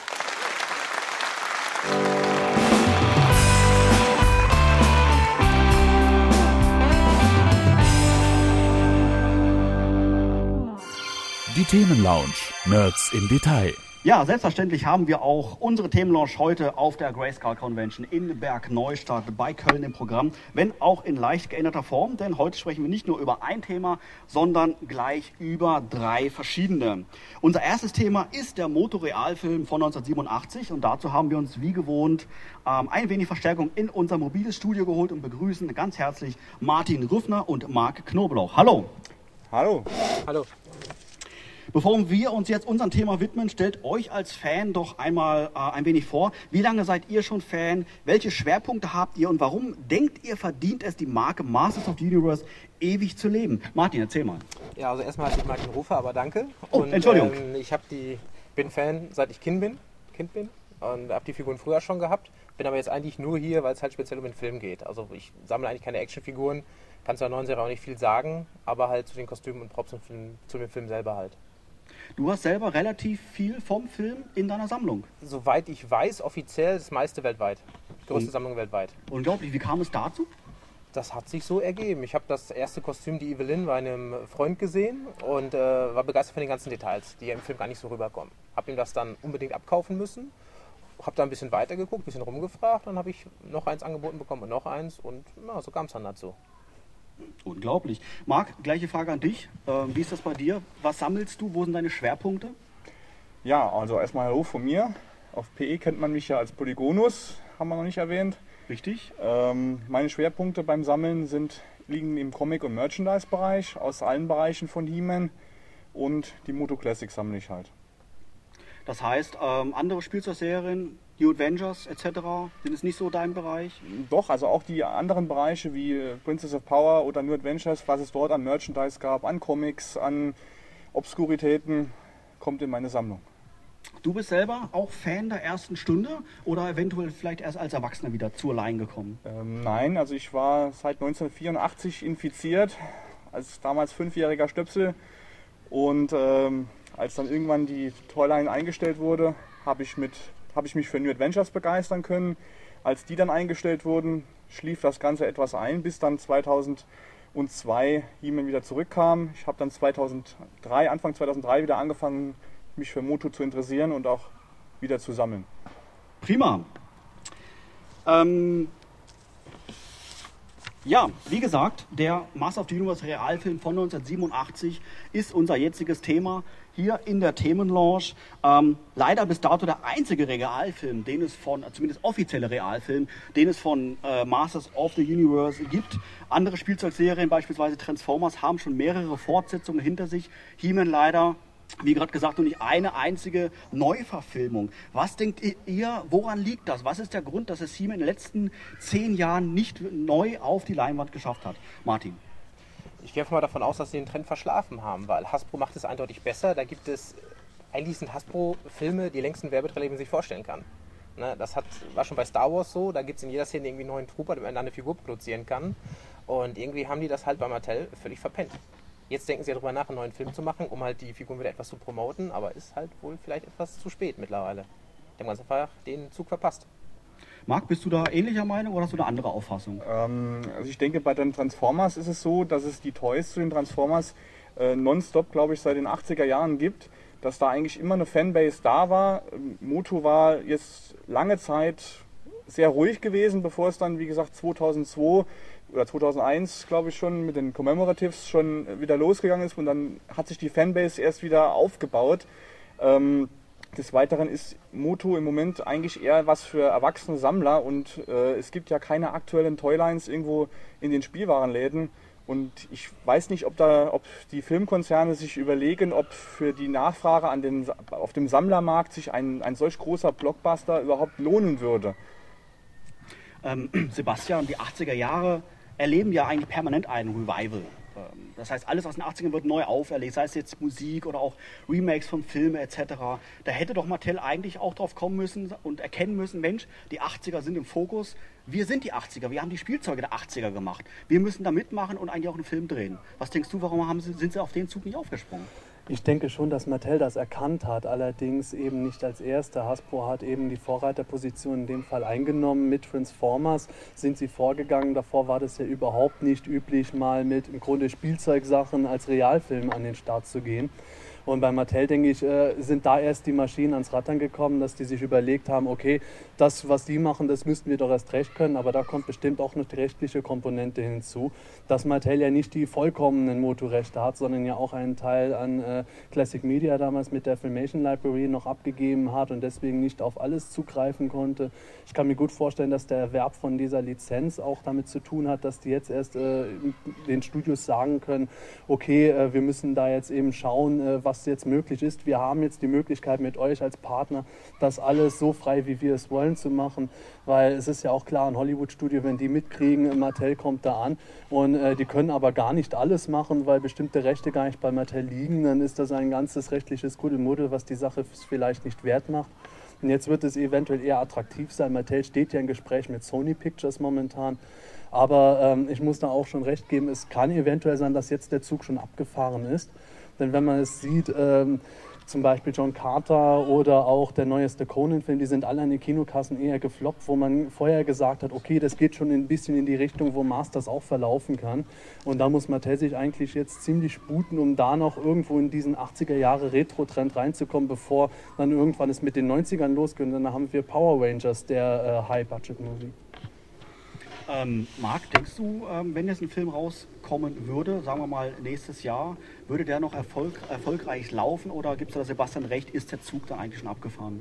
Die Themenlounge. Nerds im Detail. Ja, selbstverständlich haben wir auch unsere Themenlaunch heute auf der Grayskull Convention in Bergneustadt bei Köln im Programm, wenn auch in leicht geänderter Form, denn heute sprechen wir nicht nur über ein Thema, sondern gleich über drei verschiedene. Unser erstes Thema ist der Moto-Real-Film von neunzehnhundertsiebenundachtzig und dazu haben wir uns wie gewohnt ähm, ein wenig Verstärkung in unser mobiles Studio geholt und begrüßen ganz herzlich Martin Rüffner und Mark Knobloch. Hallo! Hallo! Hallo! Bevor wir uns jetzt unserem Thema widmen, stellt euch als Fan doch einmal äh, ein wenig vor. Wie lange seid ihr schon Fan? Welche Schwerpunkte habt ihr und warum denkt ihr, verdient es die Marke Masters of the Universe ewig zu leben? Martin, erzähl mal. Ja, also erstmal heiße ich Martin Rufer, aber danke. Oh, und, Entschuldigung. Ähm, ich hab die, bin Fan, seit ich Kind bin, kind bin und habe die Figuren früher schon gehabt. Bin aber jetzt eigentlich nur hier, weil es halt speziell um den Film geht. Also ich sammle eigentlich keine Actionfiguren, kann zur neuen Serie auch nicht viel sagen, aber halt zu den Kostümen und Props und Film, zu dem Film selber halt. Du hast selber relativ viel vom Film in deiner Sammlung. Soweit ich weiß, offiziell das meiste weltweit. Die größte Und, Sammlung weltweit. Unglaublich, wie kam es dazu? Das hat sich so ergeben. Ich habe das erste Kostüm, die Evelyn, bei einem Freund gesehen und äh, war begeistert von den ganzen Details, die ja im Film gar nicht so rüberkommen. Habe ihm das dann unbedingt abkaufen müssen, habe da ein bisschen weitergeguckt, ein bisschen rumgefragt, dann habe ich noch eins angeboten bekommen und noch eins und ja, so kam es dann dazu. Unglaublich. Marc, gleiche Frage an dich. Ähm, wie ist das bei dir? Was sammelst du? Wo sind deine Schwerpunkte? Ja, also erstmal Hallo von mir. Auf P E kennt man mich ja als Polygonus, haben wir noch nicht erwähnt. Richtig. Ähm, meine Schwerpunkte beim Sammeln sind, liegen im Comic- und Merchandise-Bereich, aus allen Bereichen von He-Man, und die Moto Classics sammle ich halt. Das heißt, ähm, andere Spielzeugserien, New Avengers et cetera, sind es nicht so dein Bereich? Doch, also auch die anderen Bereiche wie Princess of Power oder New Adventures, was es dort an Merchandise gab, an Comics, an Obskuritäten, kommt in meine Sammlung. Du bist selber auch Fan der ersten Stunde oder eventuell vielleicht erst als Erwachsener wieder zur Line gekommen? Ähm, nein, also ich war seit neunzehnhundertvierundachtzig infiziert, als damals fünfjähriger Stöpsel, und ähm, als dann irgendwann die Toyline eingestellt wurde, habe ich, mit, hab ich mich für New Adventures begeistern können. Als die dann eingestellt wurden, schlief das Ganze etwas ein, bis dann zweitausendzwei He-Man wieder zurückkam. Ich habe dann zweitausenddrei, Anfang zweitausenddrei wieder angefangen, mich für Moto zu interessieren und auch wieder zu sammeln. Prima. Ähm, ja, wie gesagt, der Master of the Universe Realfilm von neunzehnhundertsiebenundachtzig ist unser jetziges Thema hier in der Themenlounge. Ähm, leider bis dato der einzige Realfilm, den es von, zumindest offizielle Realfilm, den es von äh, Masters of the Universe gibt. Andere Spielzeugserien, beispielsweise Transformers, haben schon mehrere Fortsetzungen hinter sich. He-Man leider, wie gerade gesagt, noch nicht eine einzige Neuverfilmung. Was denkt ihr, woran liegt das? Was ist der Grund, dass es He-Man in den letzten zehn Jahren nicht neu auf die Leinwand geschafft hat? Martin. Ich gehe einfach mal davon aus, dass sie den Trend verschlafen haben, weil Hasbro macht es eindeutig besser. Da gibt es, eigentlich sind Hasbro-Filme die längsten Werbetrailer, die man sich vorstellen kann. Ne, das hat, war schon bei Star Wars so, da gibt es in jeder Szene irgendwie einen neuen Trooper, damit man eine Figur produzieren kann. Und irgendwie haben die das halt bei Mattel völlig verpennt. Jetzt denken sie ja darüber nach, einen neuen Film zu machen, um halt die Figuren wieder etwas zu promoten, aber ist halt wohl vielleicht etwas zu spät mittlerweile. Die haben ganz einfach den Zug verpasst. Marc, bist du da ähnlicher Meinung oder hast du eine andere Auffassung? Ähm, also ich denke, bei den Transformers ist es so, dass es die Toys zu den Transformers äh, nonstop, glaube ich, seit den achtziger Jahren gibt, dass da eigentlich immer eine Fanbase da war. Moto war jetzt lange Zeit sehr ruhig gewesen, bevor es dann, wie gesagt, zweitausendzwei oder zweitausendeins, glaube ich, schon mit den Commemoratives schon wieder losgegangen ist, und dann hat sich die Fanbase erst wieder aufgebaut. Ähm, Des Weiteren ist Moto im Moment eigentlich eher was für erwachsene Sammler, und äh, es gibt ja keine aktuellen Toylines irgendwo in den Spielwarenläden, und ich weiß nicht, ob, da, ob die Filmkonzerne sich überlegen, ob für die Nachfrage an den, auf dem Sammlermarkt sich ein, ein solch großer Blockbuster überhaupt lohnen würde. Ähm, Sebastian, die achtziger Jahre erleben ja eigentlich permanent ein Revival. Das heißt, alles aus den achtzigern wird neu auferlegt, sei es jetzt Musik oder auch Remakes von Filmen et cetera. Da hätte doch Mattel eigentlich auch drauf kommen müssen und erkennen müssen, Mensch, die achtziger sind im Fokus. Wir sind die achtziger, wir haben die Spielzeuge der achtziger gemacht. Wir müssen da mitmachen und eigentlich auch einen Film drehen. Was denkst du, warum haben sie, sind sie auf den Zug nicht aufgesprungen? Ich denke schon, dass Mattel das erkannt hat, allerdings eben nicht als erster. Hasbro hat eben die Vorreiterposition in dem Fall eingenommen. Mit Transformers sind sie vorgegangen. Davor war das ja überhaupt nicht üblich, mal mit im Grunde Spielzeugsachen als Realfilm an den Start zu gehen. Und bei Mattel, denke ich, sind da erst die Maschinen ans Rattern gekommen, dass die sich überlegt haben, okay, das, was die machen, das müssten wir doch erst recht können, aber da kommt bestimmt auch eine rechtliche Komponente hinzu, dass Mattel ja nicht die vollkommenen Motorechte hat, sondern ja auch einen Teil an äh, Classic Media damals mit der Filmation Library noch abgegeben hat und deswegen nicht auf alles zugreifen konnte. Ich kann mir gut vorstellen, dass der Erwerb von dieser Lizenz auch damit zu tun hat, dass die jetzt erst äh, den Studios sagen können, okay, äh, wir müssen da jetzt eben schauen, äh, was was jetzt möglich ist. Wir haben jetzt die Möglichkeit mit euch als Partner, das alles so frei, wie wir es wollen, zu machen, weil es ist ja auch klar, ein Hollywood-Studio, wenn die mitkriegen, Mattel kommt da an und äh, die können aber gar nicht alles machen, weil bestimmte Rechte gar nicht bei Mattel liegen, dann ist das ein ganzes rechtliches Kuddelmuddel, was die Sache vielleicht nicht wert macht. Und jetzt wird es eventuell eher attraktiv sein. Mattel steht ja im Gespräch mit Sony Pictures momentan. Aber ähm, ich muss da auch schon recht geben, es kann eventuell sein, dass jetzt der Zug schon abgefahren ist. Denn wenn man es sieht, ähm, zum Beispiel John Carter oder auch der neueste Conan-Film, die sind alle an den Kinokassen eher gefloppt, wo man vorher gesagt hat, okay, das geht schon ein bisschen in die Richtung, wo Masters auch verlaufen kann. Und da muss Mattel sich eigentlich jetzt ziemlich sputen, um da noch irgendwo in diesen achtziger-Jahre-Retro-Trend reinzukommen, bevor dann irgendwann es mit den neunzigern losgeht. Und dann haben wir Power Rangers, der äh, High-Budget-Movie. Ähm, Marc, denkst du, ähm, wenn jetzt ein Film rauskommen würde, sagen wir mal nächstes Jahr, würde der noch Erfolg, erfolgreich laufen oder gibt es da Sebastian recht, ist der Zug da eigentlich schon abgefahren?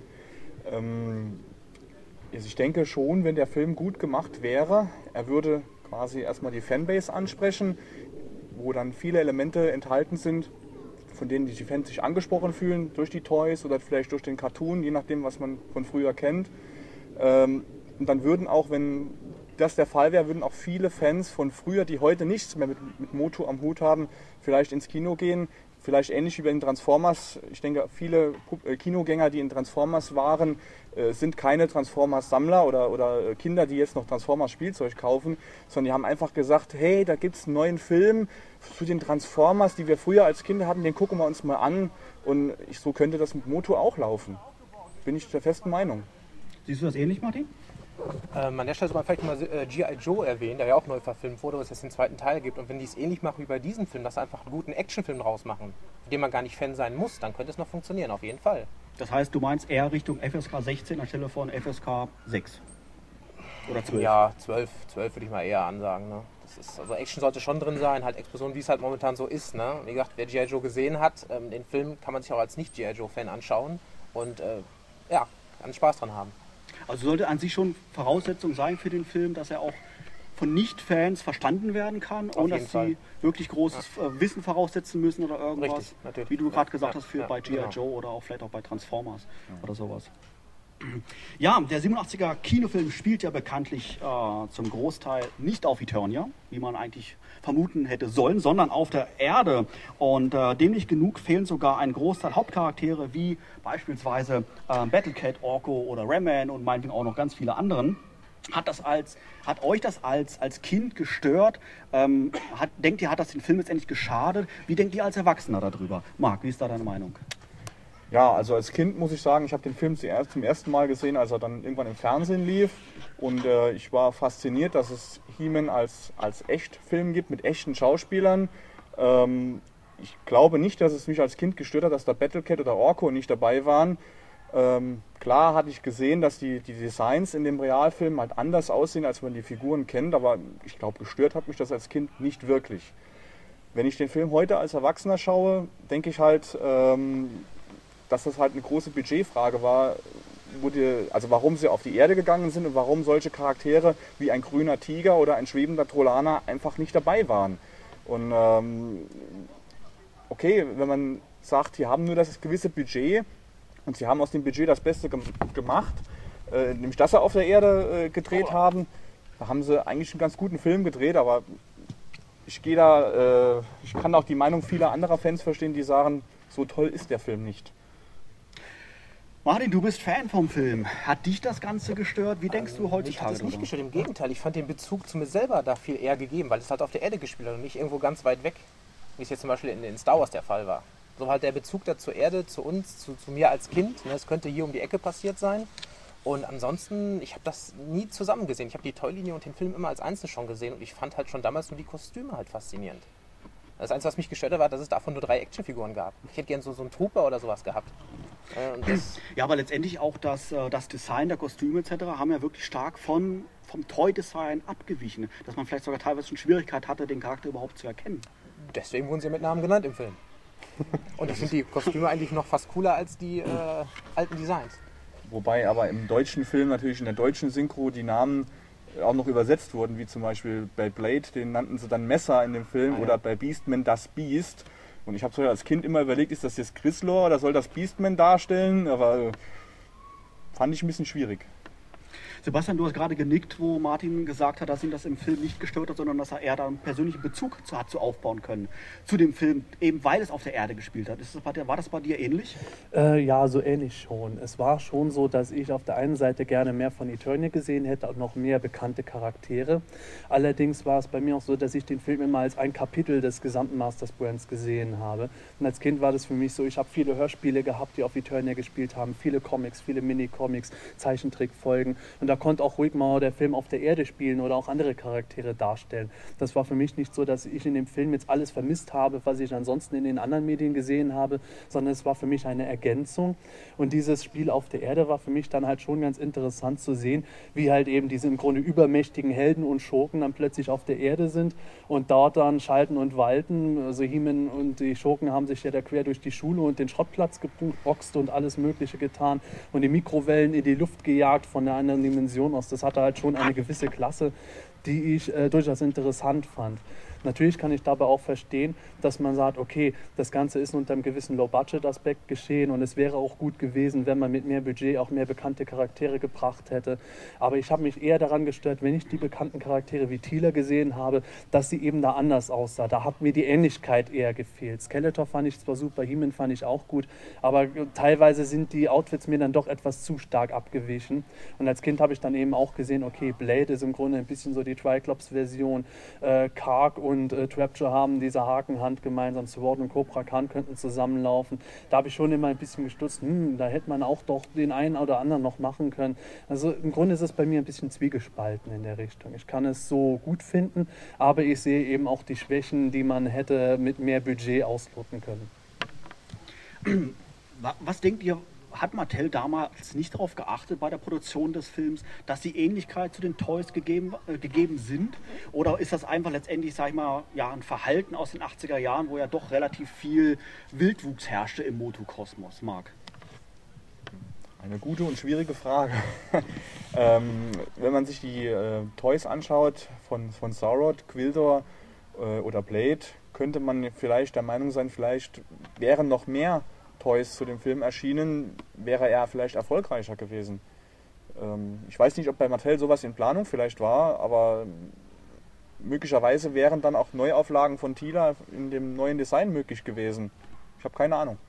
Ähm, also ich denke schon, wenn der Film gut gemacht wäre, er würde quasi erstmal die Fanbase ansprechen, wo dann viele Elemente enthalten sind, von denen die Fans sich angesprochen fühlen, durch die Toys oder vielleicht durch den Cartoon, je nachdem, was man von früher kennt. Ähm, und dann würden auch, wenn das der Fall wäre, würden auch viele Fans von früher, die heute nichts mehr mit, mit Moto am Hut haben, vielleicht ins Kino gehen. Vielleicht ähnlich wie bei den Transformers. Ich denke, viele Kinogänger, die in Transformers waren, sind keine Transformers-Sammler oder, oder Kinder, die jetzt noch Transformers-Spielzeug kaufen, sondern die haben einfach gesagt, hey, da gibt es einen neuen Film zu den Transformers, die wir früher als Kinder hatten, den gucken wir uns mal an. Und ich, so könnte das mit Moto auch laufen. Bin ich der festen Meinung. Siehst du das ähnlich, Martin? Ähm, an der Stelle soll man vielleicht mal äh, G I. Joe erwähnen, der ja auch neu verfilmt wurde, wo es jetzt den zweiten Teil gibt. Und wenn die es ähnlich machen wie bei diesem Film, dass sie einfach einen guten Actionfilm draus machen, für den man gar nicht Fan sein muss, dann könnte es noch funktionieren, auf jeden Fall. Das heißt, du meinst eher Richtung F S K sechzehn anstelle von F S K sechs? Oder zwölf? Ja, zwölf, zwölf würde ich mal eher ansagen. Ne? Das ist, also Action sollte schon drin sein, halt Explosion, wie es halt momentan so ist. Ne? Wie gesagt, wer G I. Joe gesehen hat, ähm, den Film kann man sich auch als Nicht-G I. Joe-Fan anschauen und äh, ja, kann Spaß dran haben. Also sollte an sich schon Voraussetzung sein für den Film, dass er auch von Nicht-Fans verstanden werden kann, Auf ohne jeden dass Fall. sie wirklich großes ja. Wissen voraussetzen müssen oder irgendwas. Richtig, natürlich. Wie du gerade gesagt ja, hast, für ja, bei G I. genau. Joe oder auch vielleicht auch bei Transformers ja. oder sowas. Ja, der siebenundachtziger Kinofilm spielt ja bekanntlich äh, zum Großteil nicht auf Eternia, wie man eigentlich vermuten hätte sollen, sondern auf der Erde. Und äh, dem nicht genug fehlen sogar ein Großteil Hauptcharaktere, wie beispielsweise äh, Battlecat, Orko oder Ram-Man und meinetwegen auch noch ganz viele anderen. Hat, das als, hat euch das als, als Kind gestört? Ähm, hat, denkt ihr, hat das den Film letztendlich geschadet? Wie denkt ihr als Erwachsener darüber? Marc, wie ist da deine Meinung? Ja, also als Kind muss ich sagen, ich habe den Film zum ersten Mal gesehen, als er dann irgendwann im Fernsehen lief. Und äh, ich war fasziniert, dass es He-Man als, als Echtfilm gibt, mit echten Schauspielern. Ähm, ich glaube nicht, dass es mich als Kind gestört hat, dass da Battlecat oder Orko nicht dabei waren. Ähm, klar hatte ich gesehen, dass die, die Designs in dem Realfilm halt anders aussehen, als man die Figuren kennt. Aber ich glaube, gestört hat mich das als Kind nicht wirklich. Wenn ich den Film heute als Erwachsener schaue, denke ich halt... Ähm, dass das halt eine große Budgetfrage war, wo die, also warum sie auf die Erde gegangen sind und warum solche Charaktere wie ein grüner Tiger oder ein schwebender Trollaner einfach nicht dabei waren. Und ähm, okay, wenn man sagt, die haben nur das gewisse Budget und sie haben aus dem Budget das Beste gem- gemacht, äh, nämlich dass sie auf der Erde äh, gedreht haben, da haben sie eigentlich einen ganz guten Film gedreht, aber ich gehe da, äh, ich kann auch die Meinung vieler anderer Fans verstehen, die sagen, so toll ist der Film nicht. Martin, du bist Fan vom Film. Hat dich das Ganze gestört? Wie denkst du heutzutage? Mich hat es nicht darüber? gestört, im Gegenteil. Ich fand den Bezug zu mir selber da viel eher gegeben, weil es halt auf der Erde gespielt hat und nicht irgendwo ganz weit weg, wie es jetzt zum Beispiel in, in Star Wars der Fall war. So halt der Bezug da zur Erde, zu uns, zu, zu mir als Kind. Ne, es könnte hier um die Ecke passiert sein. Und ansonsten, ich habe das nie zusammen gesehen. Ich habe die Toy-Linie und den Film immer als Einzelne schon gesehen und ich fand halt schon damals nur die Kostüme halt faszinierend. Das Einzige, was mich gestört hat, war, dass es davon nur drei Actionfiguren gab. Ich hätte gern so, so einen Trooper oder sowas gehabt. Und das ja, aber letztendlich auch das, das Design der Kostüme et cetera haben ja wirklich stark von, vom Toy-Design abgewichen. Dass man vielleicht sogar teilweise schon Schwierigkeit hatte, den Charakter überhaupt zu erkennen. Deswegen wurden sie mit Namen genannt im Film. Und ich finde die Kostüme eigentlich noch fast cooler als die äh, alten Designs. Wobei aber im deutschen Film natürlich in der deutschen Synchro die Namen auch noch übersetzt wurden, wie zum Beispiel bei Blade, den nannten sie dann Messer in dem Film, ah, ja. oder bei Beastman das Beast. Und ich habe so als Kind immer überlegt, ist das jetzt Grislor oder soll das Beastman darstellen? Aber fand ich ein bisschen schwierig. Sebastian, du hast gerade genickt, wo Martin gesagt hat, dass ihn das im Film nicht gestört hat, sondern dass er eher da einen persönlichen Bezug zu, hat zu aufbauen können zu dem Film, eben weil es auf der Erde gespielt hat. Ist das bei dir, war das bei dir ähnlich? Äh, ja, so ähnlich schon. Es war schon so, dass ich auf der einen Seite gerne mehr von Eternia gesehen hätte und noch mehr bekannte Charaktere. Allerdings war es bei mir auch so, dass ich den Film immer als ein Kapitel des gesamten Masters Brands gesehen habe. Und als Kind war das für mich so, ich habe viele Hörspiele gehabt, die auf Eternia gespielt haben, viele Comics, viele Mini-Comics, Zeichentrickfolgen. Und da konnte auch ruhig mal der Film auf der Erde spielen oder auch andere Charaktere darstellen. Das war für mich nicht so, dass ich in dem Film jetzt alles vermisst habe, was ich ansonsten in den anderen Medien gesehen habe, sondern es war für mich eine Ergänzung. Und dieses Spiel auf der Erde war für mich dann halt schon ganz interessant zu sehen, wie halt eben diese im Grunde übermächtigen Helden und Schurken dann plötzlich auf der Erde sind und dort dann schalten und walten. Also He-Man und die Schurken haben sich ja da quer durch die Schule und den Schrottplatz geboxt und alles Mögliche getan und die Mikrowellen in die Luft gejagt von einer anderen Dimension aus. Das hatte halt schon eine gewisse Klasse, die ich äh, durchaus interessant fand. Natürlich kann ich dabei auch verstehen, dass man sagt, okay, das Ganze ist unter einem gewissen Low-Budget-Aspekt geschehen und es wäre auch gut gewesen, wenn man mit mehr Budget auch mehr bekannte Charaktere gebracht hätte. Aber ich habe mich eher daran gestört, wenn ich die bekannten Charaktere wie Teela gesehen habe, dass sie eben da anders aussah. Da hat mir die Ähnlichkeit eher gefehlt. Skeletor fand ich zwar super, He-Man fand ich auch gut, aber teilweise sind die Outfits mir dann doch etwas zu stark abgewichen. Und als Kind habe ich dann eben auch gesehen, okay, Blade ist im Grunde ein bisschen so die Triclops-Version, äh, Karg und und äh, Trapjaw haben diese Hakenhand gemeinsam, Sword und Cobra Khan könnten zusammenlaufen. Da habe ich schon immer ein bisschen gestutzt, hm, da hätte man auch doch den einen oder anderen noch machen können. Also im Grunde ist es bei mir ein bisschen zwiegespalten in der Richtung. Ich kann es so gut finden, aber ich sehe eben auch die Schwächen, die man hätte mit mehr Budget ausloten können. Was denkt ihr, hat Mattel damals nicht darauf geachtet bei der Produktion des Films, dass die Ähnlichkeit zu den Toys gegeben, äh, gegeben sind? Oder ist das einfach letztendlich, sag ich mal, ja, ein Verhalten aus den achtziger Jahren, wo ja doch relativ viel Wildwuchs herrschte im Motu-Kosmos? Marc? Eine gute und schwierige Frage. ähm, wenn man sich die äh, Toys anschaut von, von Saurod, Gwildor äh, oder Blade, könnte man vielleicht der Meinung sein, vielleicht wären noch mehr Toys zu dem Film erschienen, wäre er vielleicht erfolgreicher gewesen. Ähm, ich weiß nicht, ob bei Mattel sowas in Planung vielleicht war, aber möglicherweise wären dann auch Neuauflagen von Teela in dem neuen Design möglich gewesen. Ich habe keine Ahnung.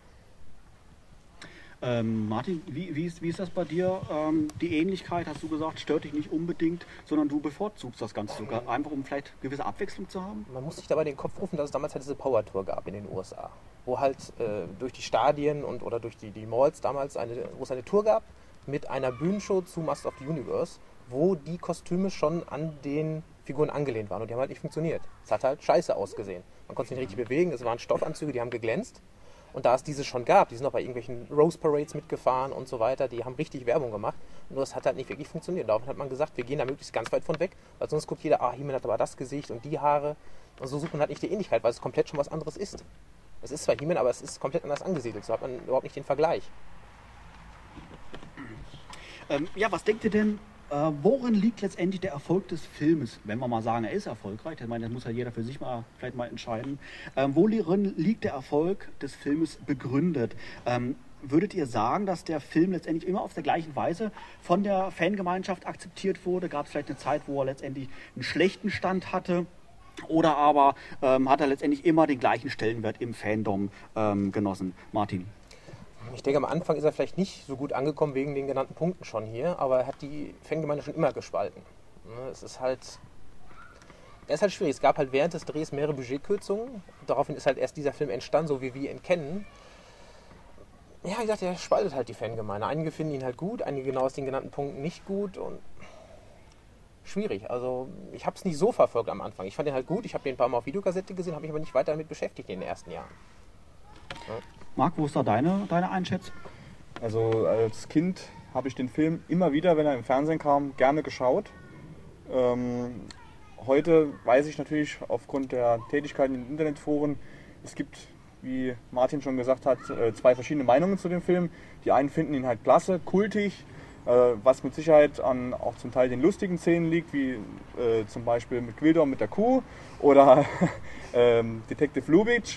Ähm, Martin, wie, wie, ist, wie ist das bei dir? Ähm, die Ähnlichkeit, hast du gesagt, stört dich nicht unbedingt, sondern du bevorzugst das Ganze sogar, einfach um vielleicht gewisse Abwechslung zu haben? Man muss sich dabei den Kopf rufen, dass es damals halt diese Power Tour gab in den U S A, wo halt äh, durch die Stadien und oder durch die, die Malls damals eine, wo es eine Tour gab mit einer Bühnenshow zu Master of the Universe, wo die Kostüme schon an den Figuren angelehnt waren und die haben halt nicht funktioniert. Es hat halt scheiße ausgesehen. Man konnte sich nicht richtig bewegen, es waren Stoffanzüge, die haben geglänzt. Und da es diese schon gab, die sind auch bei irgendwelchen Rose Parades mitgefahren und so weiter, die haben richtig Werbung gemacht. Nur das hat halt nicht wirklich funktioniert. Daraufhin hat man gesagt, wir gehen da möglichst ganz weit von weg, weil sonst guckt jeder, ah, He-Man hat aber das Gesicht und die Haare. Und so sucht man halt nicht die Ähnlichkeit, weil es komplett schon was anderes ist. Es ist zwar He-Man, aber es ist komplett anders angesiedelt. So hat man überhaupt nicht den Vergleich. Ähm, ja, was denkt ihr denn, äh, worin liegt letztendlich der Erfolg des Filmes? Wenn wir mal sagen, er ist erfolgreich, ich meine, das muss ja jeder für sich mal vielleicht mal entscheiden. Ähm, worin liegt der Erfolg des Filmes begründet? Ähm, würdet ihr sagen, dass der Film letztendlich immer auf der gleichen Weise von der Fangemeinschaft akzeptiert wurde? Gab es vielleicht eine Zeit, wo er letztendlich einen schlechten Stand hatte? Oder aber ähm, hat er letztendlich immer den gleichen Stellenwert im Fandom ähm, genossen? Martin? Ich denke, am Anfang ist er vielleicht nicht so gut angekommen wegen den genannten Punkten schon hier, aber er hat die Fangemeinde schon immer gespalten. Es ist halt, er ist halt schwierig. Es gab halt während des Drehs mehrere Budgetkürzungen. Daraufhin ist halt erst dieser Film entstanden, so wie wir ihn kennen. Ja, wie gesagt, er spaltet halt die Fangemeinde. Einige finden ihn halt gut, einige genau aus den genannten Punkten nicht gut und schwierig. Also ich habe es nicht so verfolgt am Anfang. Ich fand ihn halt gut, ich habe den ein paar Mal auf Videokassette gesehen, habe mich aber nicht weiter damit beschäftigt in den ersten Jahren. Ja. Marc, wo ist da deine, deine Einschätzung? Also als Kind habe ich den Film immer wieder, wenn er im Fernsehen kam, gerne geschaut. Ähm, heute weiß ich natürlich aufgrund der Tätigkeit in den Internetforen, es gibt, wie Martin schon gesagt hat, zwei verschiedene Meinungen zu dem Film. Die einen finden ihn halt klasse, kultig, äh, was mit Sicherheit an auch zum Teil den lustigen Szenen liegt, wie äh, zum Beispiel mit Gwildor mit der Kuh oder ähm, Detective Lubitsch.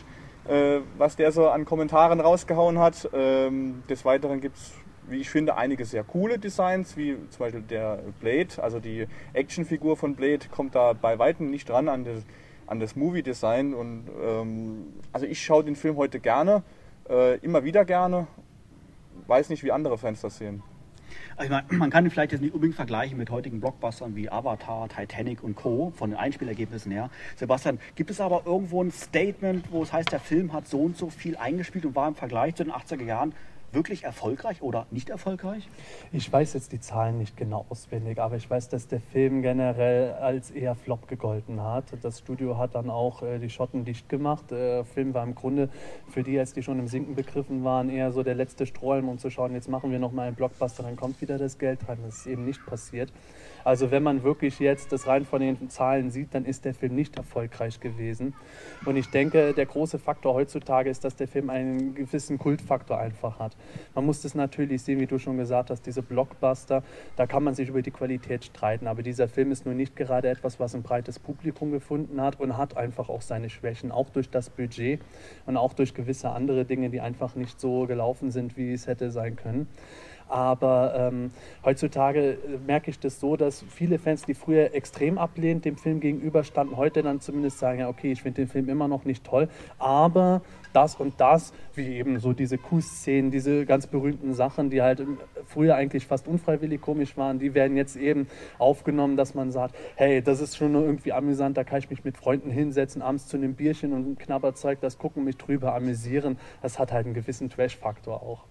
äh, was der so an Kommentaren rausgehauen hat. Ähm, des Weiteren gibt es, wie ich finde, einige sehr coole Designs, wie zum Beispiel der Blade, also die Actionfigur von Blade kommt da bei weitem nicht dran an das, an das Movie-Design. Und ähm, also ich schaue den Film heute gerne, äh, immer wieder gerne. Weiß nicht, wie andere Fans das sehen. Also ich meine, man kann ihn vielleicht jetzt nicht unbedingt vergleichen mit heutigen Blockbustern wie Avatar, Titanic und Co. von den Einspielergebnissen her. Sebastian, gibt es aber irgendwo ein Statement, wo es heißt, der Film hat so und so viel eingespielt und war im Vergleich zu den achtziger Jahren wirklich erfolgreich oder nicht erfolgreich? Ich weiß jetzt die Zahlen nicht genau auswendig, aber ich weiß, dass der Film generell als eher Flop gegolten hat. Das Studio hat dann auch äh, die Schotten dicht gemacht. Der Film war im Grunde für die, als die schon im Sinken begriffen waren, eher so der letzte Strohhalm, um zu schauen, jetzt machen wir nochmal einen Blockbuster, dann kommt wieder das Geld rein. Das ist eben nicht passiert. Also wenn man wirklich jetzt das rein von den Zahlen sieht, dann ist der Film nicht erfolgreich gewesen. Und ich denke, der große Faktor heutzutage ist, dass der Film einen gewissen Kultfaktor einfach hat. Man muss das natürlich sehen, wie du schon gesagt hast, diese Blockbuster, da kann man sich über die Qualität streiten. Aber dieser Film ist nur nicht gerade etwas, was ein breites Publikum gefunden hat und hat einfach auch seine Schwächen, auch durch das Budget und auch durch gewisse andere Dinge, die einfach nicht so gelaufen sind, wie es hätte sein können. Aber ähm, heutzutage merke ich das so, dass viele Fans, die früher extrem ablehnend dem Film gegenüberstanden, heute dann zumindest sagen, ja okay, ich finde den Film immer noch nicht toll, aber das und das, wie eben so diese Kussszenen, diese ganz berühmten Sachen, die halt früher eigentlich fast unfreiwillig komisch waren, die werden jetzt eben aufgenommen, dass man sagt, hey, das ist schon irgendwie amüsant, da kann ich mich mit Freunden hinsetzen, abends zu einem Bierchen und ein Knabberzeug, das gucken, mich drüber amüsieren. Das hat halt einen gewissen Trash-Faktor auch.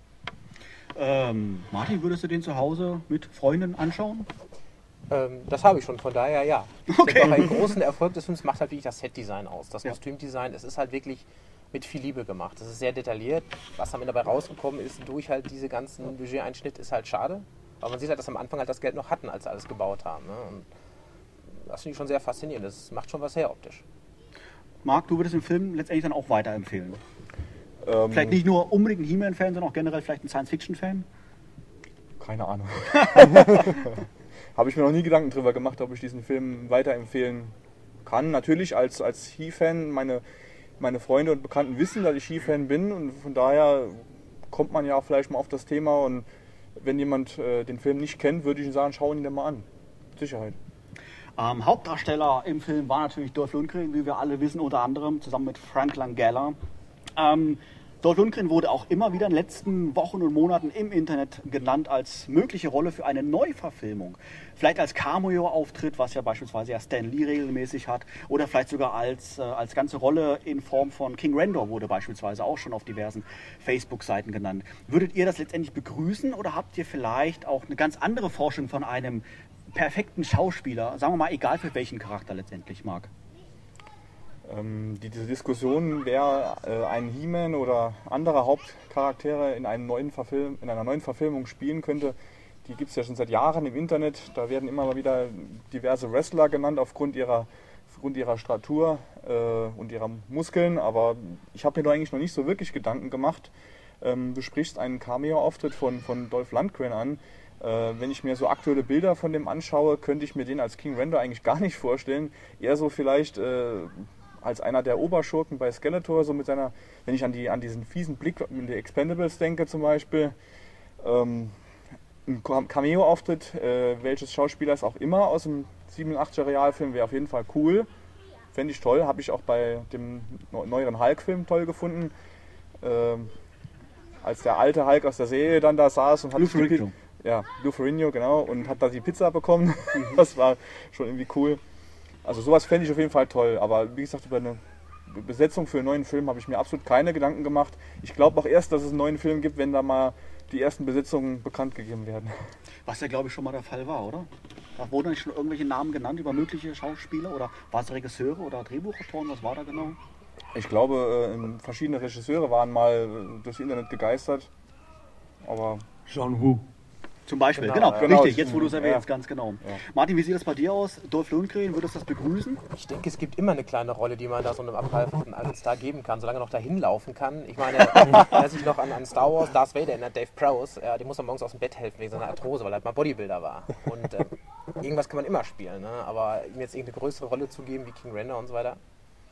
Ähm, Martin, würdest du den zu Hause mit Freunden anschauen? Ähm, das habe ich schon, von daher ja. Okay. Auch einen großen Erfolg des Films macht halt wirklich das Set-Design aus. Das Ja. Kostümdesign, es ist halt wirklich mit viel Liebe gemacht. Es ist sehr detailliert. Was am Ende dabei rausgekommen ist, durch halt diese ganzen Budgeteinschnitt, ist halt schade. Aber man sieht halt, dass am Anfang halt das Geld noch hatten, als sie alles gebaut haben. Ne? Und das finde ich schon sehr faszinierend. Das macht schon was her optisch. Marc, du würdest den Film letztendlich dann auch weiterempfehlen? Ähm, Vielleicht nicht nur unbedingt ein He-Man-Fan, sondern auch generell vielleicht ein Science-Fiction-Fan? Keine Ahnung. Habe ich mir noch nie Gedanken drüber gemacht, ob ich diesen Film weiterempfehlen kann. Natürlich als, als He-Fan, meine, meine Freunde und Bekannten wissen, dass ich He-Fan bin und von daher kommt man ja auch vielleicht mal auf das Thema und wenn jemand äh, den Film nicht kennt, würde ich ihn sagen, schau ihn dir mal an. Mit Sicherheit. Ähm, Hauptdarsteller im Film war natürlich Dolph Lundgren, wie wir alle wissen, unter anderem zusammen mit Frank Langella. Ähm, Dolph Lundgren wurde auch immer wieder in den letzten Wochen und Monaten im Internet genannt als mögliche Rolle für eine Neuverfilmung. Vielleicht als Cameo-Auftritt, was ja beispielsweise ja Stan Lee regelmäßig hat, oder vielleicht sogar als, äh, als ganze Rolle in Form von King Randor wurde beispielsweise auch schon auf diversen Facebook-Seiten genannt. Würdet ihr das letztendlich begrüßen oder habt ihr vielleicht auch eine ganz andere Forschung von einem perfekten Schauspieler, sagen wir mal, egal für welchen Charakter letztendlich, Marc? Ähm, die, diese Diskussion, wer äh, einen He-Man oder andere Hauptcharaktere in, einem neuen Verfilm, in einer neuen Verfilmung spielen könnte, die gibt es ja schon seit Jahren im Internet. Da werden immer mal wieder diverse Wrestler genannt aufgrund ihrer, aufgrund ihrer Statur äh, und ihrer Muskeln. Aber ich habe mir da eigentlich noch nicht so wirklich Gedanken gemacht. Ähm, du sprichst einen Cameo-Auftritt von, von Dolph Lundgren an. Äh, wenn ich mir so aktuelle Bilder von dem anschaue, könnte ich mir den als King Randor eigentlich gar nicht vorstellen. Eher so vielleicht äh, als einer der Oberschurken bei Skeletor, so mit seiner, wenn ich an, die, an diesen fiesen Blick in die Expendables denke zum Beispiel. Ähm, ein Cameo-Auftritt, äh, welches Schauspielers auch immer aus dem siebenundachtziger Realfilm, wäre auf jeden Fall cool. Fände ich toll, habe ich auch bei dem neueren Hulk-Film toll gefunden. Ähm, als der alte Hulk aus der Serie dann da saß und hat... Lou Ferrigno. Ja, Lou Ferrigno, genau, und hat da die Pizza bekommen. Das war schon irgendwie cool. Also sowas fände ich auf jeden Fall toll, aber wie gesagt, über eine Besetzung für einen neuen Film habe ich mir absolut keine Gedanken gemacht. Ich glaube auch erst, dass es einen neuen Film gibt, wenn da mal die ersten Besetzungen bekannt gegeben werden. Was ja, glaube ich, schon mal der Fall war, oder? Da wurden nicht schon irgendwelche Namen genannt über mögliche Schauspieler oder war es Regisseure oder Drehbuchautoren, was war da genau? Ich glaube, äh, verschiedene Regisseure waren mal durchs Internet gegeistert, aber... John Woo. Zum Beispiel, Genau, genau, genau. richtig, jetzt wo du es erwähnst, Ja. ganz genau. Ja. Martin, wie sieht das bei dir aus? Dolph Lundgren, würdest du das begrüßen? Ich denke, es gibt immer eine kleine Rolle, die man da so einem abgehalften alten Star geben kann, solange er noch dahin laufen kann. Ich meine, wer sich noch an, an Star Wars, Darth Vader erinnert, Dave Prowse, äh, dem muss man morgens aus dem Bett helfen wegen seiner Arthrose, weil er halt mal Bodybuilder war. Und äh, irgendwas kann man immer spielen, ne? Aber ihm jetzt irgendeine größere Rolle zu geben wie King Randor und so weiter,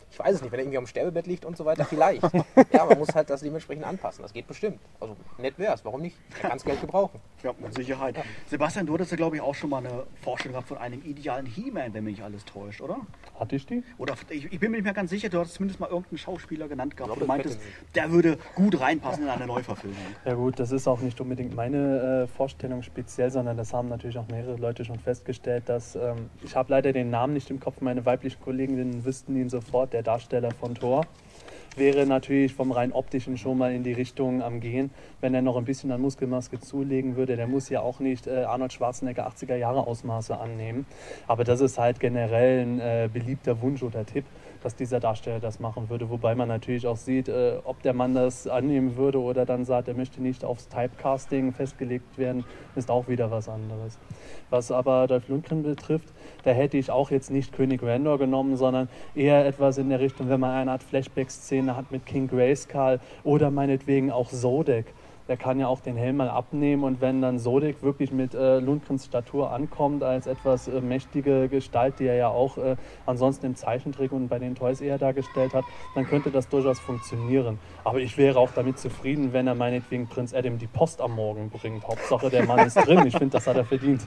Ich weiß es nicht, wenn er irgendwie am Sterbebett liegt und so weiter, vielleicht. Ja, man muss halt das dementsprechend anpassen. Das geht bestimmt. Also nett wäre es, warum nicht? Er kann das Geld gebrauchen. Ja, mit Sicherheit. Ja. Sebastian, du hattest ja, glaube ich, auch schon mal eine Vorstellung gehabt von einem idealen He-Man, wenn mich nicht alles täuscht, oder? Hatte ich die? Oder ich, ich bin mir nicht mehr ganz sicher, du hast zumindest mal irgendeinen Schauspieler genannt gehabt. Du meintest, der würde gut reinpassen in eine Neuverfilmung. Ja gut, das ist auch nicht unbedingt meine äh, Vorstellung speziell, sondern das haben natürlich auch mehrere Leute schon festgestellt, dass ähm, ich habe leider den Namen nicht im Kopf, meine weiblichen Kolleginnen wüssten ihn sofort, der Darsteller von Thor. Wäre natürlich vom rein optischen schon mal in die Richtung am Gehen, wenn er noch ein bisschen an Muskelmaske zulegen würde. Der muss ja auch nicht äh, Arnold Schwarzenegger achtziger Jahre Ausmaße annehmen. Aber das ist halt generell ein äh, beliebter Wunsch oder Tipp, dass dieser Darsteller das machen würde. Wobei man natürlich auch sieht, äh, ob der Mann das annehmen würde oder dann sagt, er möchte nicht aufs Typecasting festgelegt werden, ist auch wieder was anderes. Was aber Dolph Lundgren betrifft, da hätte ich auch jetzt nicht König Randor genommen, sondern eher etwas in der Richtung, wenn man eine Art Flashback-Szene hat mit King Grayskull oder meinetwegen auch Zodek. Der kann ja auch den Helm mal abnehmen und wenn dann Zodek wirklich mit äh, Lundgrens Statur ankommt, als etwas äh, mächtige Gestalt, die er ja auch äh, ansonsten im Zeichentrick und bei den Toys eher dargestellt hat, dann könnte das durchaus funktionieren. Aber ich wäre auch damit zufrieden, wenn er meinetwegen Prinz Adam die Post am Morgen bringt. Hauptsache der Mann ist drin, ich finde, das hat er verdient.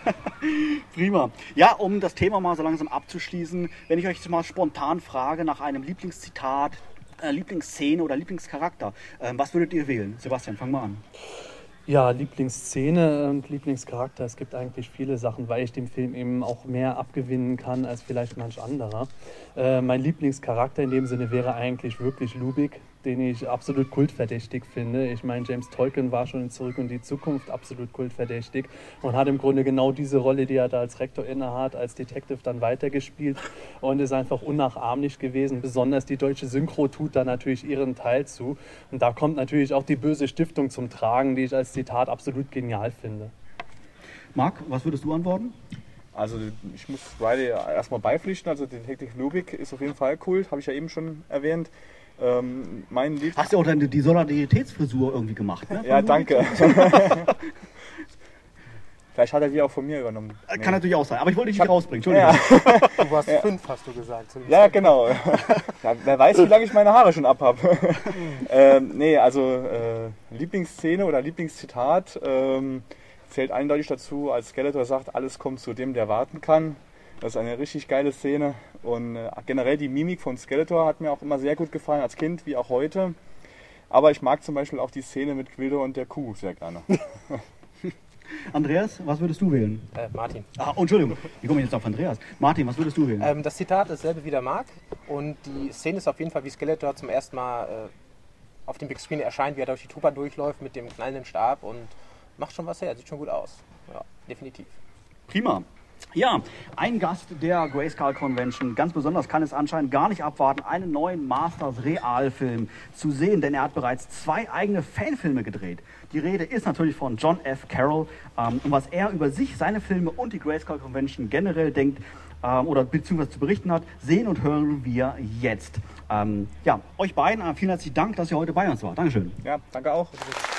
Prima. Ja, um das Thema mal so langsam abzuschließen, wenn ich euch jetzt mal spontan frage nach einem Lieblingszitat, Lieblingsszene oder Lieblingscharakter. Ähm, was würdet ihr wählen? Sebastian, fang mal an. Ja, Lieblingsszene und Lieblingscharakter. Es gibt eigentlich viele Sachen, weil ich dem Film eben auch mehr abgewinnen kann als vielleicht manch anderer. Äh, mein Lieblingscharakter in dem Sinne wäre eigentlich wirklich Lubick, den ich absolut kultverdächtig finde. Ich meine, James Tolkien war schon in Zurück in die Zukunft absolut kultverdächtig und hat im Grunde genau diese Rolle, die er da als Rektor innehat, als Detective dann weitergespielt und ist einfach unnachahmlich gewesen. Besonders die deutsche Synchro tut da natürlich ihren Teil zu. Und da kommt natürlich auch die böse Stiftung zum Tragen, die ich als Zitat absolut genial finde. Marc, was würdest du antworten? Also ich muss Riley erstmal beipflichten, also Detective Lubick ist auf jeden Fall cool, habe ich ja eben schon erwähnt. Ähm, mein Lied Hast du auch dann die Solidaritätsfrisur irgendwie gemacht, ne? Ja, danke. Vielleicht hat er die auch von mir übernommen. Kann nee. natürlich auch sein, aber ich wollte dich nicht rausbringen, Entschuldigung. Ja. Du warst ja. fünf, hast du gesagt. Ja, genau. Ja, wer weiß, wie lange ich meine Haare schon abhab. ähm, nee, also äh, Lieblingsszene oder Lieblingszitat ähm, zählt eindeutig dazu, als Skeletor sagt, alles kommt zu dem, der warten kann. Das ist eine richtig geile Szene und äh, generell die Mimik von Skeletor hat mir auch immer sehr gut gefallen, als Kind wie auch heute. Aber ich mag zum Beispiel auch die Szene mit Quildo und der Kuh sehr gerne. Andreas, was würdest du wählen? Äh, Martin. Ah, oh, Entschuldigung, wie komme ich jetzt auf Andreas? Martin, was würdest du wählen? Ähm, das Zitat ist dasselbe wie der Marc und die Szene ist auf jeden Fall, wie Skeletor zum ersten Mal äh, auf dem Big Screen erscheint, wie er durch die Tuba durchläuft mit dem knallenden Stab und macht schon was her, sieht schon gut aus. Ja, definitiv. Prima. Ja, ein Gast der Grayskull Convention, ganz besonders kann es anscheinend gar nicht abwarten, einen neuen Masters Realfilm zu sehen, denn er hat bereits zwei eigene Fanfilme gedreht. Die Rede ist natürlich von John F. Carroll ähm, und was er über sich, seine Filme und die Grayskull Convention generell denkt ähm, oder beziehungsweise zu berichten hat, sehen und hören wir jetzt. Ähm, ja, euch beiden äh, vielen herzlichen Dank, dass ihr heute bei uns wart. Dankeschön. Ja, danke auch.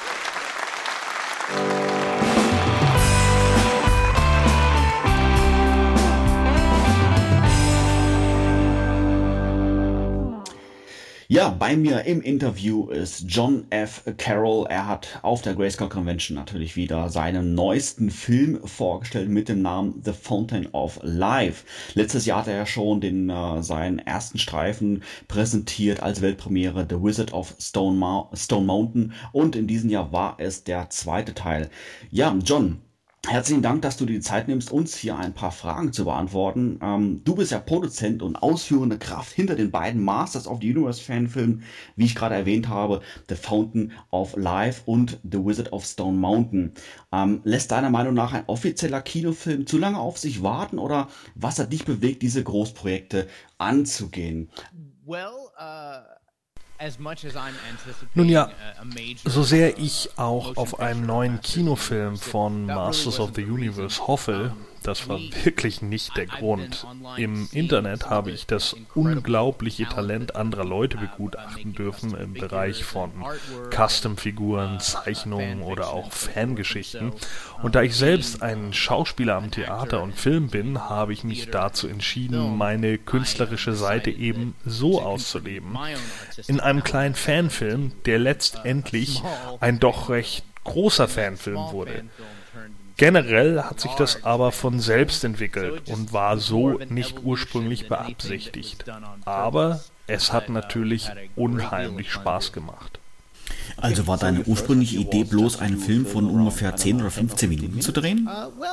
Ja, bei mir im Interview ist John F. Carroll. Er hat auf der Grayskull Convention natürlich wieder seinen neuesten Film vorgestellt mit dem Namen The Fountain of Life. Letztes Jahr hat er ja schon den, äh, seinen ersten Streifen präsentiert als Weltpremiere, The Wizard of Stone, Ma- Stone Mountain, und in diesem Jahr war es der zweite Teil. Ja, John, herzlichen Dank, dass du dir die Zeit nimmst, uns hier ein paar Fragen zu beantworten. Ähm, du bist ja Produzent und ausführende Kraft hinter den beiden Masters of the Universe Fanfilmen, wie ich gerade erwähnt habe, The Fountain of Life und The Wizard of Stone Mountain. Ähm, lässt deiner Meinung nach ein offizieller Kinofilm zu lange auf sich warten oder was hat dich bewegt, diese Großprojekte anzugehen? Well, uh Nun ja, so sehr ich auch auf einen neuen Kinofilm von Masters of the Universe hoffe, das war wirklich nicht der Grund. Im Internet habe ich das unglaubliche Talent anderer Leute begutachten dürfen im Bereich von Custom-Figuren, Zeichnungen oder auch Fangeschichten. Und da ich selbst ein Schauspieler am Theater und Film bin, habe ich mich dazu entschieden, meine künstlerische Seite eben so auszuleben. In einem kleinen Fanfilm, der letztendlich ein doch recht großer Fanfilm wurde. Generell hat sich das aber von selbst entwickelt und war so nicht ursprünglich beabsichtigt. Aber es hat natürlich unheimlich Spaß gemacht. Also war deine ursprüngliche Idee bloß, einen Film von ungefähr zehn oder fünfzehn Minuten zu drehen?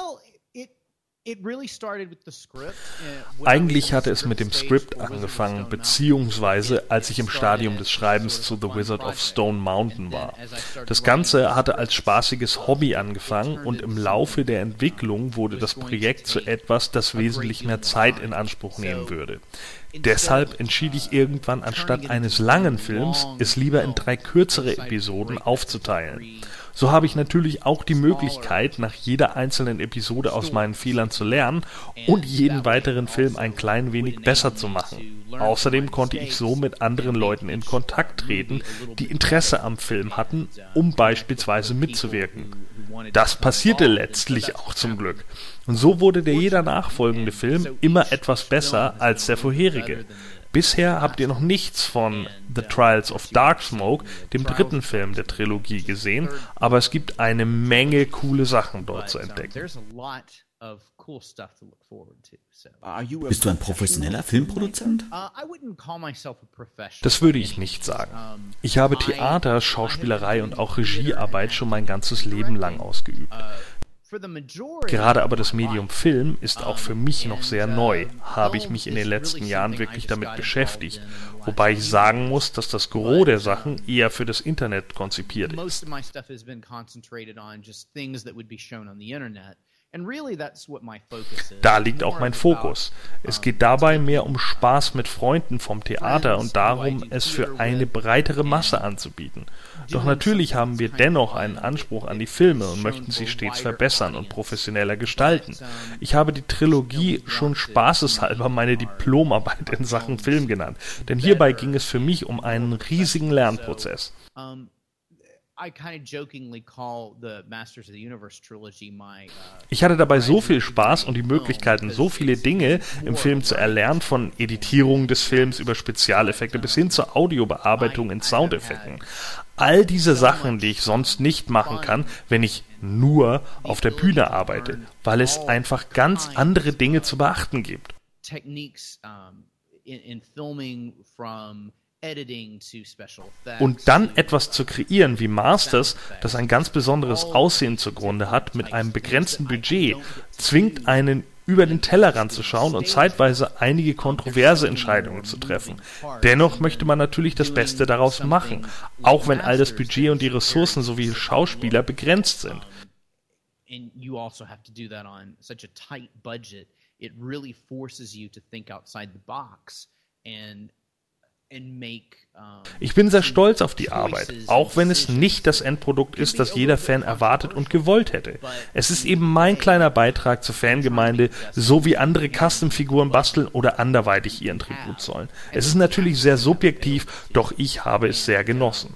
Eigentlich hatte es mit dem Skript angefangen, beziehungsweise als ich im Stadium des Schreibens zu The Wizard of Stone Mountain war. Das Ganze hatte als spaßiges Hobby angefangen und im Laufe der Entwicklung wurde das Projekt zu etwas, das wesentlich mehr Zeit in Anspruch nehmen würde. Deshalb entschied ich irgendwann, anstatt eines langen Films, es lieber in drei kürzere Episoden aufzuteilen. So habe ich natürlich auch die Möglichkeit, nach jeder einzelnen Episode aus meinen Fehlern zu lernen und jeden weiteren Film ein klein wenig besser zu machen. Außerdem konnte ich so mit anderen Leuten in Kontakt treten, die Interesse am Film hatten, um beispielsweise mitzuwirken. Das passierte letztlich auch zum Glück. Und so wurde der jeder nachfolgende Film immer etwas besser als der vorherige. Bisher habt ihr noch nichts von The Trials of Darksmoke, dem dritten Film der Trilogie, gesehen, aber es gibt eine Menge coole Sachen dort zu entdecken. Bist du ein professioneller Filmproduzent? Das würde ich nicht sagen. Ich habe Theater, Schauspielerei und auch Regiearbeit schon mein ganzes Leben lang ausgeübt. Gerade aber das Medium Film ist auch für mich noch sehr neu, habe ich mich in den letzten Jahren wirklich damit beschäftigt, wobei ich sagen muss, dass das Gros der Sachen eher für das Internet konzipiert ist. Da liegt auch mein Fokus. Es geht dabei mehr um Spaß mit Freunden vom Theater und darum, es für eine breitere Masse anzubieten. Doch natürlich haben wir dennoch einen Anspruch an die Filme und möchten sie stets verbessern und professioneller gestalten. Ich habe die Trilogie schon spaßeshalber meine Diplomarbeit in Sachen Film genannt, denn hierbei ging es für mich um einen riesigen Lernprozess. Ich hatte dabei so viel Spaß und die Möglichkeiten, so viele Dinge im Film zu erlernen, von Editierung des Films über Spezialeffekte bis hin zur Audiobearbeitung in Soundeffekten. All diese Sachen, die ich sonst nicht machen kann, wenn ich nur auf der Bühne arbeite, weil es einfach ganz andere Dinge zu beachten gibt. Und dann etwas zu kreieren wie Masters, das ein ganz besonderes Aussehen zugrunde hat, mit einem begrenzten Budget, zwingt einen über den Tellerrand zu schauen und zeitweise einige kontroverse Entscheidungen zu treffen. Dennoch möchte man natürlich das Beste daraus machen, auch wenn all das Budget und die Ressourcen sowie Schauspieler begrenzt sind. Ich bin sehr stolz auf die Arbeit, auch wenn es nicht das Endprodukt ist, das jeder Fan erwartet und gewollt hätte. Es ist eben mein kleiner Beitrag zur Fangemeinde, so wie andere Custom-Figuren basteln oder anderweitig ihren Tribut zollen. Es ist natürlich sehr subjektiv, doch ich habe es sehr genossen.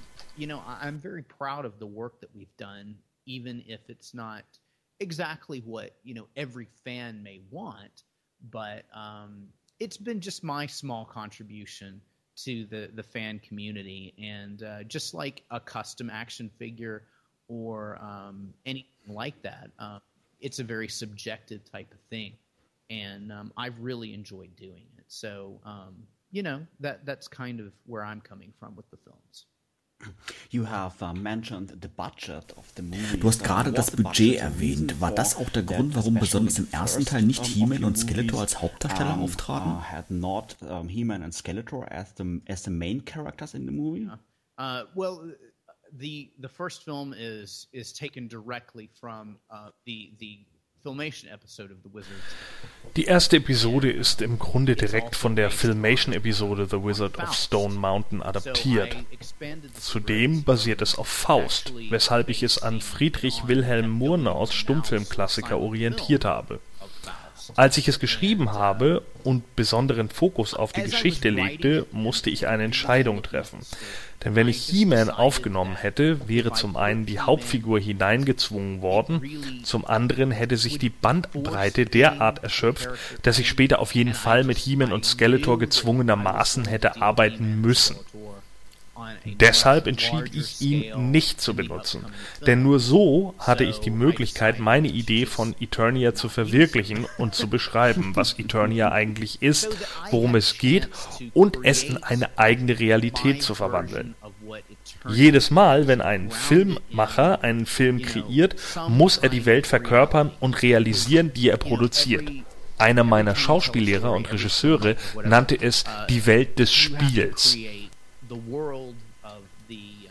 It's been just my small contribution to the, the fan community, and uh, just like a custom action figure or um, anything like that, uh, it's a very subjective type of thing, and um, I've really enjoyed doing it. So, um, you know, that that's kind of where I'm coming from with the films. You have uh, mentioned the budget of the movie. Du hast gerade das Budget erwähnt. War das auch der Grund, warum besonders im ersten Teil nicht He-Man und Skeletor als Hauptdarsteller auftraten? Had not um, He-Man and Skeletor as the as the main characters in the movie? Uh, well, the the first film is is taken directly from uh, the the Filmation episode of The Wizard. Die erste Episode ist im Grunde direkt von der Filmation-Episode The Wizard of Stone Mountain adaptiert. Zudem basiert es auf Faust, weshalb ich es an Friedrich Wilhelm Murnaus Stummfilmklassiker orientiert habe. Als ich es geschrieben habe und besonderen Fokus auf die Geschichte legte, musste ich eine Entscheidung treffen. Denn wenn ich He-Man aufgenommen hätte, wäre zum einen die Hauptfigur hineingezwungen worden, zum anderen hätte sich die Bandbreite derart erschöpft, dass ich später auf jeden Fall mit He-Man und Skeletor gezwungenermaßen hätte arbeiten müssen. Deshalb entschied ich, ihn nicht zu benutzen, denn nur so hatte ich die Möglichkeit, meine Idee von Eternia zu verwirklichen und zu beschreiben, was Eternia eigentlich ist, worum es geht und es in eine eigene Realität zu verwandeln. Jedes Mal, wenn ein Filmmacher einen Film kreiert, muss er die Welt verkörpern und realisieren, die er produziert. Einer meiner Schauspiellehrer und Regisseure nannte es die Welt des Spiels. The world of the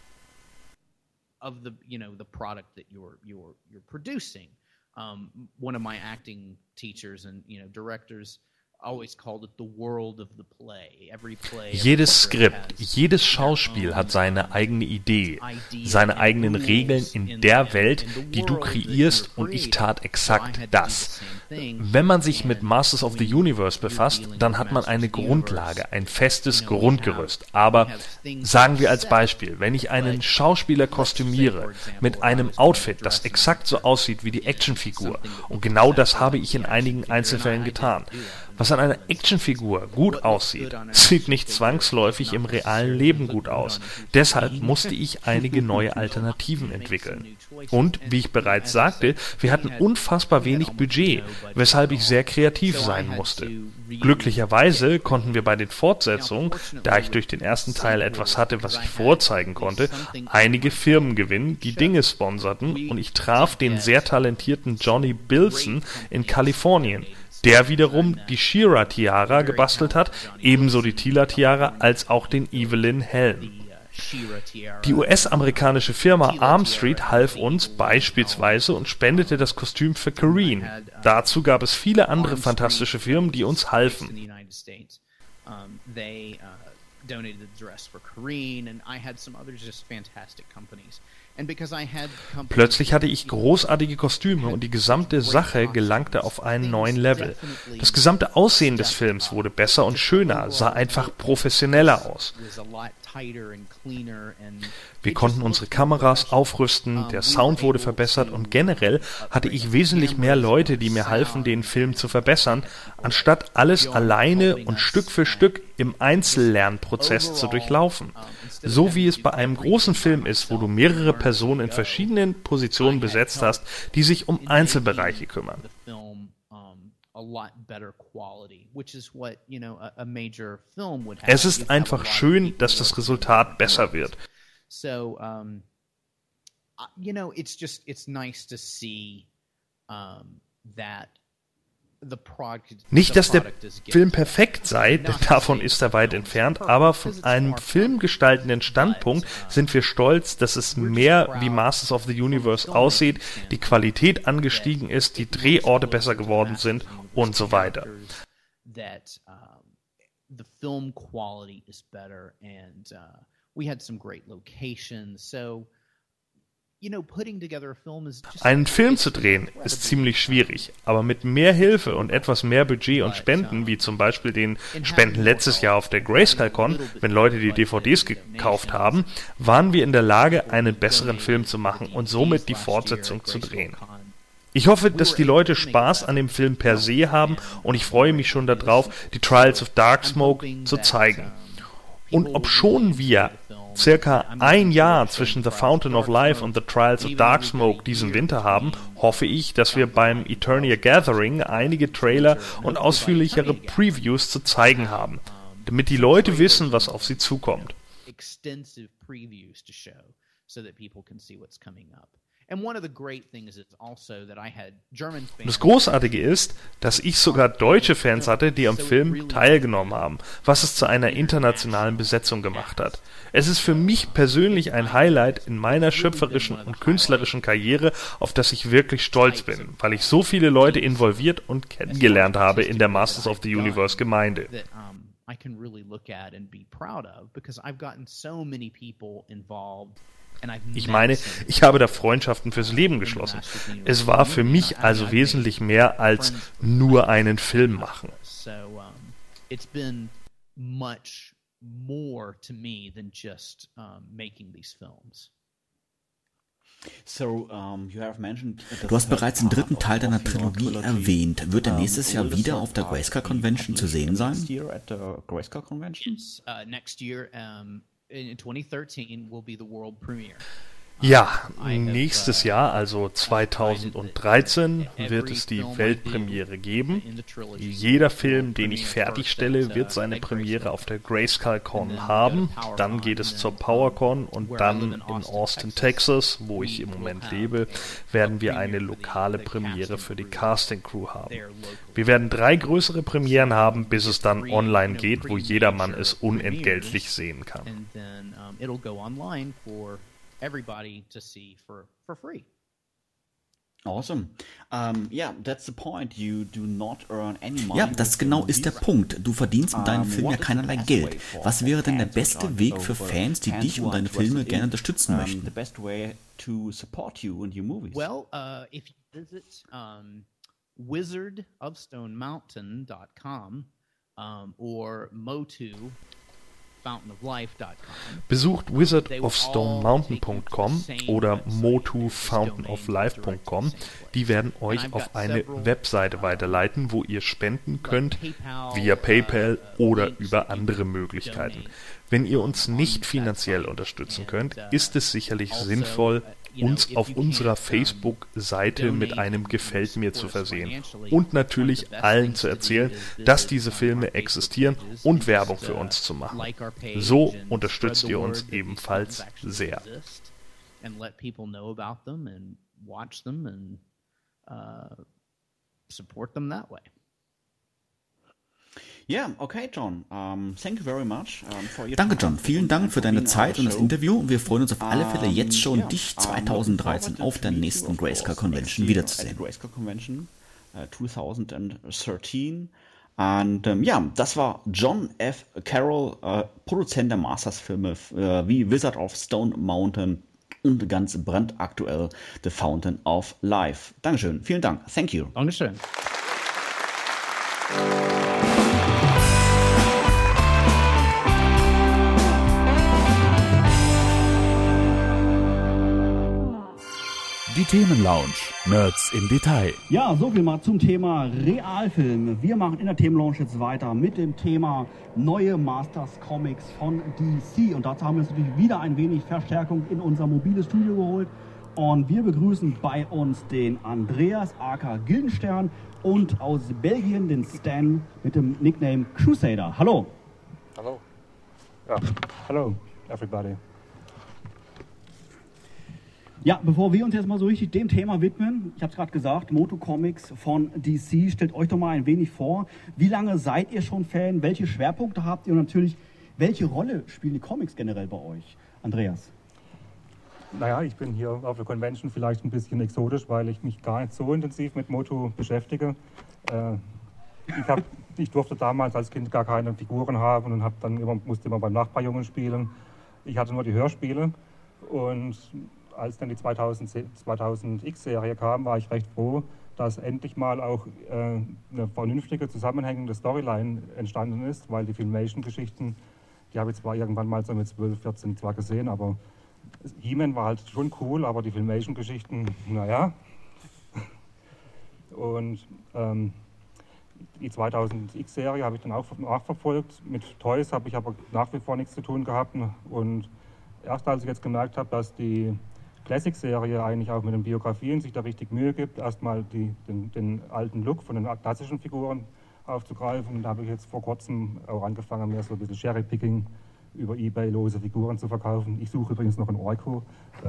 um, of the you know the product that you're you're you're producing. Um, one of my acting teachers and you know directors always called it the world of the play. Every play. Jedes Skript, jedes Schauspiel hat seine eigene Idee, seine eigenen Regeln in der Welt, die du kreierst, und ich tat exakt das. Wenn man sich mit Masters of the Universe befasst, dann hat man eine Grundlage, ein festes Grundgerüst. Aber sagen wir als Beispiel, wenn ich einen Schauspieler kostümiere mit einem Outfit, das exakt so aussieht wie die Actionfigur, und genau das habe ich in einigen Einzelfällen getan. Was an einer Actionfigur gut aussieht, sieht nicht zwangsläufig im realen Leben gut aus. Deshalb musste ich einige neue Alternativen entwickeln. Und, wie ich bereits sagte, wir hatten unfassbar wenig Budget, weshalb ich sehr kreativ sein musste. Glücklicherweise konnten wir bei den Fortsetzungen, da ich durch den ersten Teil etwas hatte, was ich vorzeigen konnte, einige Firmen gewinnen, die Dinge sponserten, und ich traf den sehr talentierten Johnny Bilson in Kalifornien, der wiederum die She-Ra-Tiara gebastelt hat, ebenso die Teela-Tiara als auch den Evelyn-Helm. Die U S-amerikanische Firma Arm Street half uns beispielsweise und spendete das Kostüm für Kareen. Dazu gab es viele andere fantastische Firmen, die uns halfen. Plötzlich hatte ich großartige Kostüme und die gesamte Sache gelangte auf einen neuen Level. Das gesamte Aussehen des Films wurde besser und schöner, sah einfach professioneller aus. Wir konnten unsere Kameras aufrüsten, der Sound wurde verbessert und generell hatte ich wesentlich mehr Leute, die mir halfen, den Film zu verbessern, anstatt alles alleine und Stück für Stück im Einzellernprozess zu durchlaufen. So wie es bei einem großen Film ist, wo du mehrere Personen in verschiedenen Positionen besetzt hast, die sich um Einzelbereiche kümmern. Es ist einfach schön, dass das Resultat besser wird. So, um, you know, it's just it's nice to see um, that the product. Nicht, dass der Film perfekt sei, denn davon ist er weit entfernt, aber von einem filmgestaltenden Standpunkt sind wir stolz, dass es mehr wie Masters of the Universe aussieht, die Qualität angestiegen ist, die Drehorte besser geworden sind und so weiter. That um, the film quality is better and uh, we had some great locations. So, you know, putting together a film is just Einen Film zu drehen ist ziemlich schwierig, aber mit mehr Hilfe und etwas mehr Budget und Spenden, wie zum Beispiel den Spenden letztes Jahr auf der Grayscale-Con, wenn Leute die D V Ds gekauft haben, waren wir in der Lage, einen besseren Film zu machen und somit die Fortsetzung zu drehen. Ich hoffe, dass die Leute Spaß an dem Film per se haben und ich freue mich schon darauf, die Trials of Darksmoke zu zeigen. Und obschon wir circa ein Jahr zwischen The Fountain of Life und The Trials of Darksmoke diesen Winter haben, hoffe ich, dass wir beim Eternia Gathering einige Trailer und ausführlichere Previews zu zeigen haben, damit die Leute wissen, was auf sie zukommt. Und das Großartige ist, dass ich sogar deutsche Fans hatte, die am Film teilgenommen haben, was es zu einer internationalen Besetzung gemacht hat. Es ist für mich persönlich ein Highlight in meiner schöpferischen und künstlerischen Karriere, auf das ich wirklich stolz bin, weil ich so viele Leute involviert und kennengelernt habe in der Masters of the Universe Gemeinde. I can really look at and be proud of because I've gotten so many people involved Ich meine, ich habe da Freundschaften fürs Leben geschlossen. Es war für mich also wesentlich mehr als nur einen Film machen. It's been much more to me than just um, making these films. So, um, you have mentioned, du hast bereits den dritten Teil deiner Trilogie erwähnt. Wird er nächstes Jahr wieder auf der Grayscale Convention zu sehen sein? Yes, uh, next year, um, in twenty thirteen, will be the world premiere. Ja, nächstes Jahr, also zweitausenddreizehn, wird es die Weltpremiere geben. Jeder Film, den ich fertigstelle, wird seine Premiere auf der Grayscale Con haben. Dann geht es zur PowerCon und dann in Austin, Texas, wo ich im Moment lebe, werden wir eine lokale Premiere für die Casting Crew haben. Wir werden drei größere Premieren haben, bis es dann online geht, wo jedermann es unentgeltlich sehen kann. Everybody to see for, for free. Awesome. Um, yeah, that's the point. You do not earn any money. Ja, das genau ist der Punkt. Du verdienst mit deinem um, Film ja keinerlei Geld. Was wäre denn der beste Weg für Fans, die dich und deine Filme gerne unterstützen um, möchten? The best way to support you and your movies. Well, uh, if you visit um, wizard of stone mountain dot com um, or Motu Besucht wizard of stone mountain dot com oder motu fountain of life dot com. Die werden euch auf eine Webseite weiterleiten, wo ihr spenden könnt, via PayPal oder über andere Möglichkeiten. Wenn ihr uns nicht finanziell unterstützen könnt, ist es sicherlich sinnvoll, uns auf unserer Facebook-Seite mit einem Gefällt mir zu versehen und natürlich allen zu erzählen, dass diese Filme existieren und Werbung für uns zu machen. So unterstützt ihr uns ebenfalls sehr. Ja, okay, John. Um, thank you very much um, for your Danke, John. Vielen Dank für deine Zeit und das Interview. Wir freuen uns auf alle Fälle jetzt schon, um, dich zweitausenddreizehn auf der nächsten Grayscale Convention wiederzusehen. Grayscale Convention uh, zwanzig dreizehn. Und um, ja, das war John F. Carroll, uh, Produzent der Masters-Filme uh, wie Wizard of Stone Mountain und ganz brandaktuell The Fountain of Life. Dankeschön. Vielen Dank. Thank you. Dankeschön. Die Themenlounge. Nerds im Detail. Ja, so viel mal zum Thema Realfilm. Wir machen in der Themenlounge jetzt weiter mit dem Thema neue Masters Comics von D C. Und dazu haben wir uns natürlich wieder ein wenig Verstärkung in unser mobiles Studio geholt. Und wir begrüßen bei uns den Andreas aka Gildenstern und aus Belgien den Stan mit dem Nickname Crusader. Hallo. Hallo. Ja, hallo everybody. Ja, bevor wir uns jetzt mal so richtig dem Thema widmen, ich habe es gerade gesagt, Motu Comics von D C, stellt euch doch mal ein wenig vor, wie lange seid ihr schon Fan, welche Schwerpunkte habt ihr und natürlich, welche Rolle spielen die Comics generell bei euch? Andreas? Naja, ich bin hier auf der Convention vielleicht ein bisschen exotisch, weil ich mich gar nicht so intensiv mit Motu beschäftige. Äh, ich, hab, ich durfte damals als Kind gar keine Figuren haben und hab dann immer, musste immer beim Nachbarjungen spielen. Ich hatte nur die Hörspiele und als dann die zweitausend X-Serie kam, war ich recht froh, dass endlich mal auch äh, eine vernünftige, zusammenhängende Storyline entstanden ist, weil die Filmation-Geschichten, die habe ich zwar irgendwann mal so mit zwölf, vierzehn zwar gesehen, aber He-Man war halt schon cool, aber die Filmation-Geschichten, naja. Und ähm, die zweitausend X-Serie habe ich dann auch nachverfolgt. Mit Toys habe ich aber nach wie vor nichts zu tun gehabt. Und erst als ich jetzt gemerkt habe, dass die Classic-Serie eigentlich auch mit den Biografien sich da richtig Mühe gibt, erstmal die, den, den alten Look von den klassischen Figuren aufzugreifen. Und da habe ich jetzt vor kurzem auch angefangen, mir so ein bisschen Cherry-Picking über eBay lose Figuren zu verkaufen. Ich suche übrigens noch einen Orko.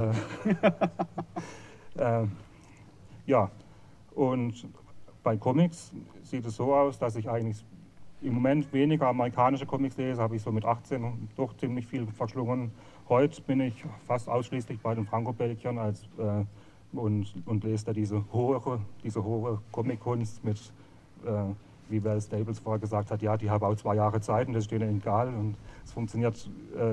äh, äh, ja, und bei Comics sieht es so aus, dass ich eigentlich im Moment weniger amerikanische Comics lese, habe ich so mit achtzehn doch ziemlich viel verschlungen. Heute bin ich fast ausschließlich bei den Franco-Belgiern als, äh, und, und lese da diese hohe, diese hohe Comic-Kunst mit, äh, wie Val Staples vorher gesagt hat, ja, die haben auch zwei Jahre Zeit und das ist denen egal und es funktioniert äh,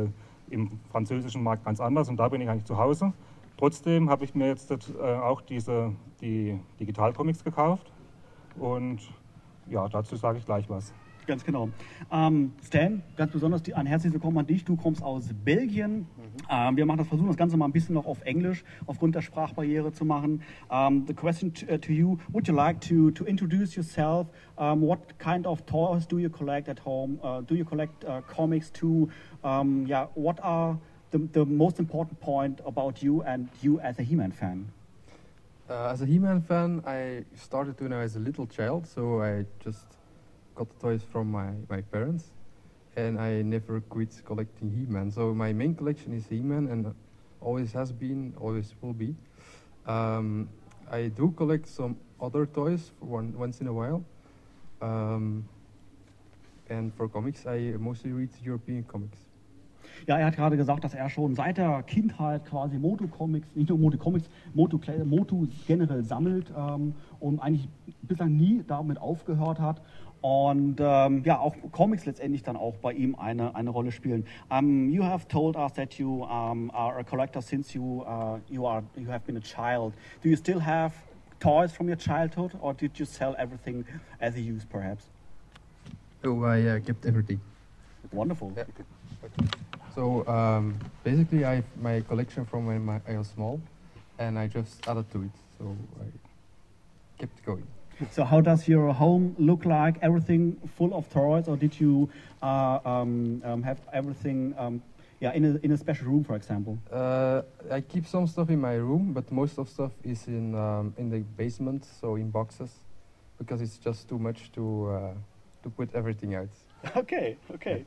im französischen Markt ganz anders und da bin ich eigentlich zu Hause. Trotzdem habe ich mir jetzt äh, auch diese, die Digitalcomics gekauft und ja, dazu sage ich gleich was. Ganz genau. Ähm, Stan, ganz besonders die, ein herzliches Willkommen an dich. Du kommst aus Belgien. Mhm. Ähm, wir machen das, versuchen das Ganze mal ein bisschen noch auf Englisch aufgrund der Sprachbarriere zu machen. Um, the question to, uh, to you, would you like to, to introduce yourself? Um, what kind of toys do you collect at home? Uh, do you collect uh, comics too? Um, yeah, what are the, the most important point about you and you as a He-Man fan? Uh, as a He-Man fan, I started when I was a little child, so I just got the toys from my, my parents, and I never quit collecting He-Man. So my main collection is He-Man, and always has been, always will be. Um, I do collect some other toys for one, once in a while. Um, and for comics, I mostly read European comics. Ja, er hat gerade gesagt, dass er schon seit der Kindheit quasi Moto-Comics, nicht nur Moto-Comics, Moto, Moto generell sammelt ähm, und eigentlich bislang nie damit aufgehört hat. Und ähm, ja, auch Comics letztendlich dann auch bei ihm eine, eine Rolle spielen. Um, you have told us that you um, are a collector since you uh, you are you have been a child. Do you still have toys from your childhood, or did you sell everything as a use, perhaps? Oh, I uh, kept everything. Wonderful. Yeah. So um, basically, I have my collection from when my, I was small, and I just added to it. So I kept going. So how does your home look like? Everything full of toys, or did you uh, um, um, have everything um, yeah, in, a, in a special room, for example? Uh, I keep some stuff in my room, but most of stuff is in um, in the basement, so in boxes, because it's just too much to uh, to put everything out. Okay, okay.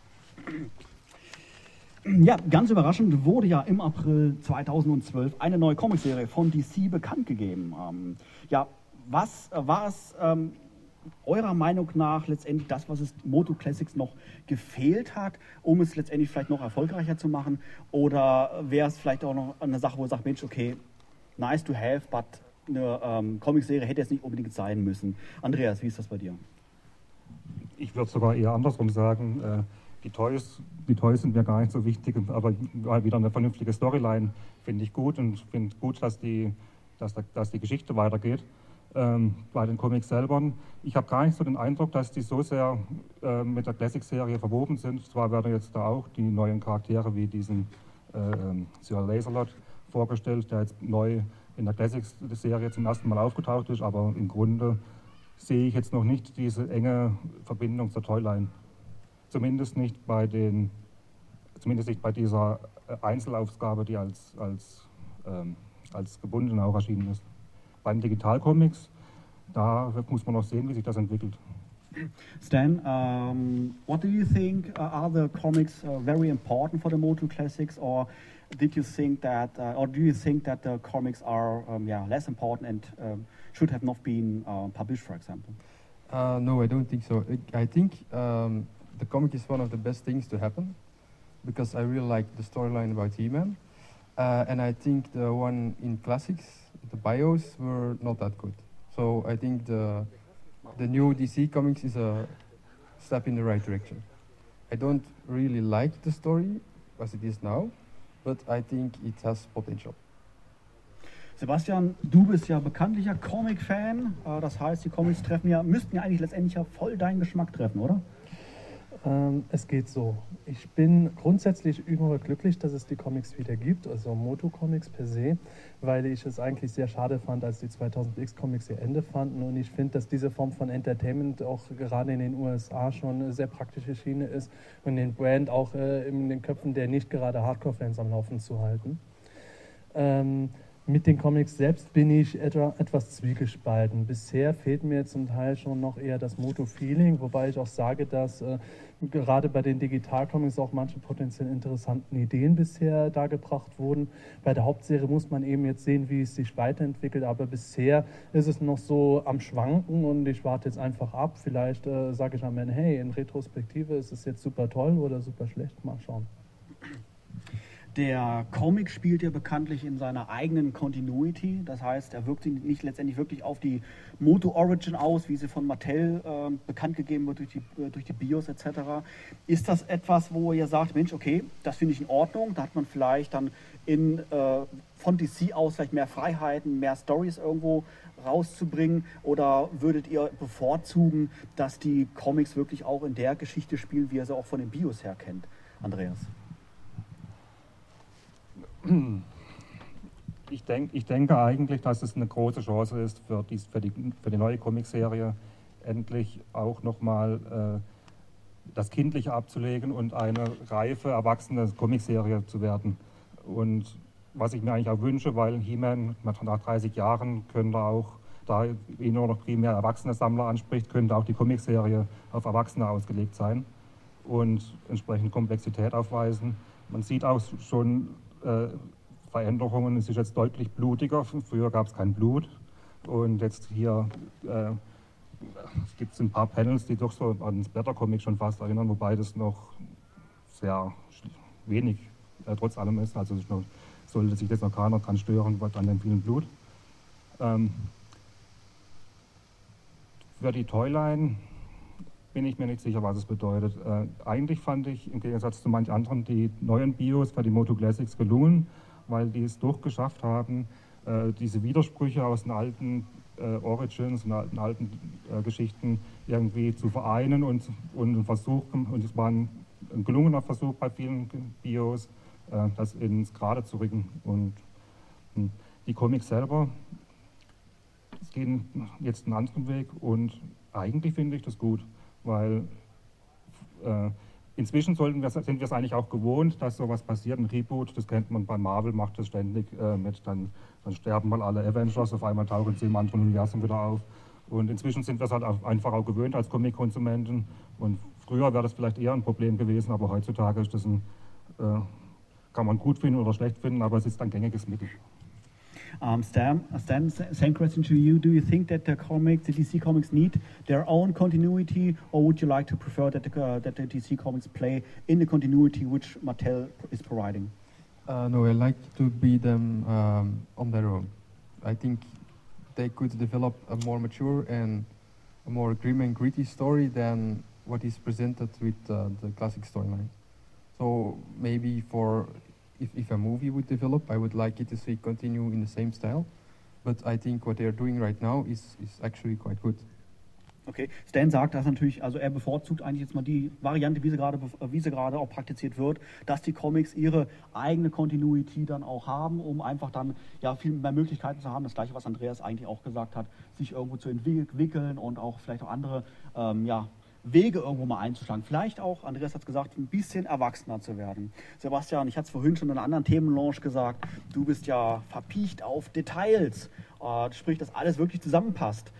Ja, ganz überraschend wurde ja im April zweitausendzwölf eine neue Comicserie von D C bekannt gegeben. Ähm, ja, was äh, war es ähm, eurer Meinung nach letztendlich das, was es Moto Classics noch gefehlt hat, um es letztendlich vielleicht noch erfolgreicher zu machen? Oder wäre es vielleicht auch noch eine Sache, wo ihr sagt, Mensch, okay, nice to have, but eine ähm, Comicserie hätte jetzt nicht unbedingt sein müssen. Andreas, wie ist das bei dir? Ich würde sogar eher andersrum sagen, äh, Die Toys, die Toys sind mir gar nicht so wichtig, aber wieder eine vernünftige Storyline finde ich gut und finde gut, dass die, dass, dass die Geschichte weitergeht. Ähm, bei den Comics selber. Ich habe gar nicht so den Eindruck, dass die so sehr äh, mit der Classic-Serie verwoben sind. Zwar werden jetzt da auch die neuen Charaktere wie diesen äh, Sir Laserlot vorgestellt, der jetzt neu in der Classic-Serie zum ersten Mal aufgetaucht ist, aber im Grunde sehe ich jetzt noch nicht diese enge Verbindung zur Toyline. Zumindest nicht bei den, zumindest nicht bei dieser Einzelausgabe, die als, als, ähm, als gebunden auch erschienen ist. Bei den Digitalcomics, da muss man noch sehen, wie sich das entwickelt. Stan, um, what do you think? Uh, are the comics uh, very important for the Moto Classics, or did you think that, uh, or do you think that the comics are um, yeah, less important and um, should have not been uh, published, for example? Uh, no, I don't think so. I think um, the comic is one of the best things to happen because I really like the storyline about He-Man, uh, and I think the one in classics, the bios were not that good. So I think the the new D C comics is a step in the right direction. I don't really like the story as it is now, but I think it has potential. Sebastian, du bist ja bekanntlicher Comic-Fan, das heißt, die Comics treffen ja, müssten ja eigentlich letztendlich ja voll deinen Geschmack treffen, oder? Ähm, es geht so. Ich bin grundsätzlich überglücklich, dass es die Comics wieder gibt, also Moto-Comics per se, weil ich es eigentlich sehr schade fand, als die zweitausend X Comics ihr Ende fanden, und ich finde, dass diese Form von Entertainment auch gerade in den U S A schon eine sehr praktische Schiene ist und den Brand auch äh, in den Köpfen der nicht gerade Hardcore-Fans am Laufen zu halten. Ähm, Mit den Comics selbst bin ich etwa, etwas zwiegespalten. Bisher fehlt mir zum Teil schon noch eher das Moto-Feeling, wobei ich auch sage, dass äh, gerade bei den Digital-Comics auch manche potenziell interessanten Ideen bisher dargebracht wurden. Bei der Hauptserie muss man eben jetzt sehen, wie es sich weiterentwickelt, aber bisher ist es noch so am Schwanken und ich warte jetzt einfach ab. Vielleicht äh, sage ich am Ende, hey, in Retrospektive ist es jetzt super toll oder super schlecht, mal schauen. Der Comic spielt ja bekanntlich in seiner eigenen Continuity, das heißt, er wirkt sich nicht letztendlich wirklich auf die Moto-Origin aus, wie sie von Mattel äh, bekannt gegeben wird durch die, äh, durch die Bios et cetera. Ist das etwas, wo ihr sagt, Mensch, okay, das finde ich in Ordnung, da hat man vielleicht dann in, äh, von D C aus vielleicht mehr Freiheiten, mehr Stories irgendwo rauszubringen, oder würdet ihr bevorzugen, dass die Comics wirklich auch in der Geschichte spielen, wie ihr sie auch von den Bios her kennt? Andreas? Ich, denk, ich denke eigentlich, dass es eine große Chance ist für die, für die, für die neue Comicserie, endlich auch nochmal äh, das Kindliche abzulegen und eine reife, erwachsene Comicserie zu werden. Und was ich mir eigentlich auch wünsche, weil He-Man nach dreißig Jahren könnte auch, da ihn nur noch primär erwachsene Sammler anspricht, könnte auch die Comicserie auf Erwachsene ausgelegt sein und entsprechend Komplexität aufweisen. Man sieht auch schon äh, Veränderungen, es ist jetzt deutlich blutiger, früher gab es kein Blut und jetzt hier äh, gibt es ein paar Panels, die doch so an Splatter-Comic schon fast erinnern, wobei das noch sehr wenig äh, trotz allem ist, also es ist noch, sollte sich das noch keiner dran stören an dem vielen Blut. Ähm, für die Toyline bin ich mir nicht sicher, was es bedeutet. Äh, eigentlich fand ich im Gegensatz zu manch anderen die neuen Bios für die Moto Classics gelungen, weil die es durchgeschafft haben, äh, diese Widersprüche aus den alten äh, Origins und alten, alten äh, Geschichten irgendwie zu vereinen und, und ein Versuch, und es war ein, ein gelungener Versuch bei vielen Bios, äh, das ins Gerade zu rücken. Und mh, die Comics selber, es gehen jetzt einen anderen Weg und eigentlich finde ich das gut. Weil äh, inzwischen sollten wir, sind wir es eigentlich auch gewohnt, dass sowas passiert, ein Reboot, das kennt man bei Marvel, macht das ständig äh, mit, dann, dann sterben mal alle Avengers, auf einmal tauchen sie im anderen Universum wieder auf. Und inzwischen sind wir es halt auch einfach auch gewöhnt als Comic-Konsumenten. Und früher wäre das vielleicht eher ein Problem gewesen, aber heutzutage ist das ein, äh, kann man gut finden oder schlecht finden, aber es ist ein gängiges Mittel. Um, Stan, Stan, same question to you. Do you think that the comics, the D C comics, need their own continuity, or would you like to prefer that the, uh, that the D C comics play in the continuity which Mattel is providing? Uh, no, I like to be them um, on their own. I think they could develop a more mature and a more grim and gritty story than what is presented with uh, the classic storyline. So maybe for If, if a movie would develop, I would like it to see continue in the same style. But I think what they're doing right now is, is actually quite good. Okay, Stan sagt das natürlich, also er bevorzugt eigentlich jetzt mal die Variante, wie sie gerade, wie sie gerade auch praktiziert wird, dass die Comics ihre eigene Continuity dann auch haben, um einfach dann ja viel mehr Möglichkeiten zu haben. Das gleiche, was Andreas eigentlich auch gesagt hat, sich irgendwo zu entwickeln und auch vielleicht auch andere ähm, ja, Wege irgendwo mal einzuschlagen. Vielleicht auch, Andreas hat es gesagt, ein bisschen erwachsener zu werden. Sebastian, ich hatte es vorhin schon in einer anderen Themenlaunch gesagt, du bist ja verpicht auf Details, äh, sprich, dass alles wirklich zusammenpasst.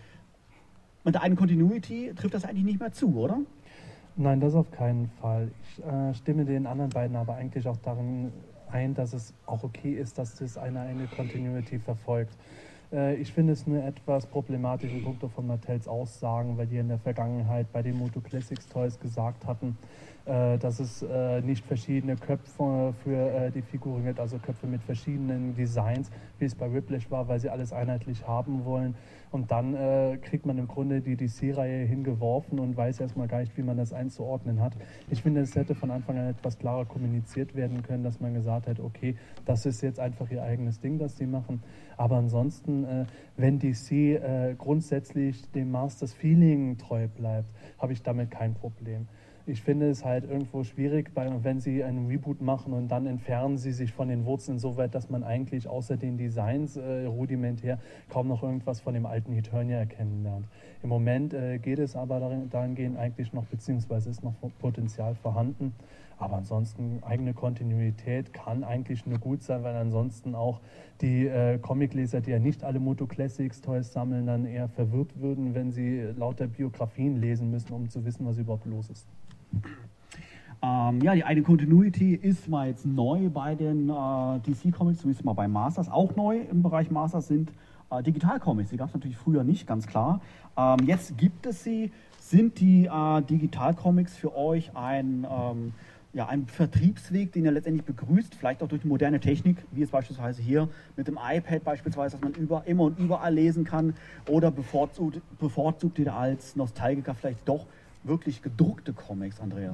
Mit der einen Continuity trifft das eigentlich nicht mehr zu, oder? Nein, das auf keinen Fall. Ich äh, stimme den anderen beiden aber eigentlich auch darin ein, dass es auch okay ist, dass das eine eine Continuity verfolgt. Ich finde es nur etwas problematisch in puncto von Mattels Aussagen, weil die in der Vergangenheit bei den Moto Classics Toys gesagt hatten, dass es nicht verschiedene Köpfe für die Figuren gibt, also Köpfe mit verschiedenen Designs, wie es bei Whiplash war, weil sie alles einheitlich haben wollen. Und dann äh, kriegt man im Grunde die D C-Reihe hingeworfen und weiß erstmal gar nicht, wie man das einzuordnen hat. Ich finde, es hätte von Anfang an etwas klarer kommuniziert werden können, dass man gesagt hat, okay, das ist jetzt einfach ihr eigenes Ding, das sie machen. Aber ansonsten, äh, wenn D C äh, grundsätzlich dem Masters Feeling treu bleibt, habe ich damit kein Problem. Ich finde es halt irgendwo schwierig, wenn sie einen Reboot machen und dann entfernen sie sich von den Wurzeln so weit, dass man eigentlich außer den Designs äh, rudimentär kaum noch irgendwas von dem alten Eternia erkennen lernt. Im Moment äh, geht es aber darin, dahingehend eigentlich noch, beziehungsweise ist noch Potenzial vorhanden. Aber ansonsten eigene Kontinuität kann eigentlich nur gut sein, weil ansonsten auch die äh, Comicleser, die ja nicht alle Moto Classics Toys sammeln, dann eher verwirrt würden, wenn sie lauter Biografien lesen müssen, um zu wissen, was überhaupt los ist. Ähm, ja, die eine Continuity ist mal jetzt neu bei den äh, D C-Comics, zumindest mal bei Masters. Auch neu im Bereich Masters sind äh, Digital-Comics. Die gab es natürlich früher nicht, ganz klar. Ähm, jetzt gibt es sie. Sind die äh, Digital-Comics für euch ein, ähm, ja, ein Vertriebsweg, den er letztendlich begrüßt, vielleicht auch durch die moderne Technik, wie es beispielsweise hier mit dem iPad beispielsweise, dass man über, immer und überall lesen kann, oder bevorzugt, bevorzugt ihr als Nostalgiker vielleicht doch wirklich gedruckte Comics, Andreas?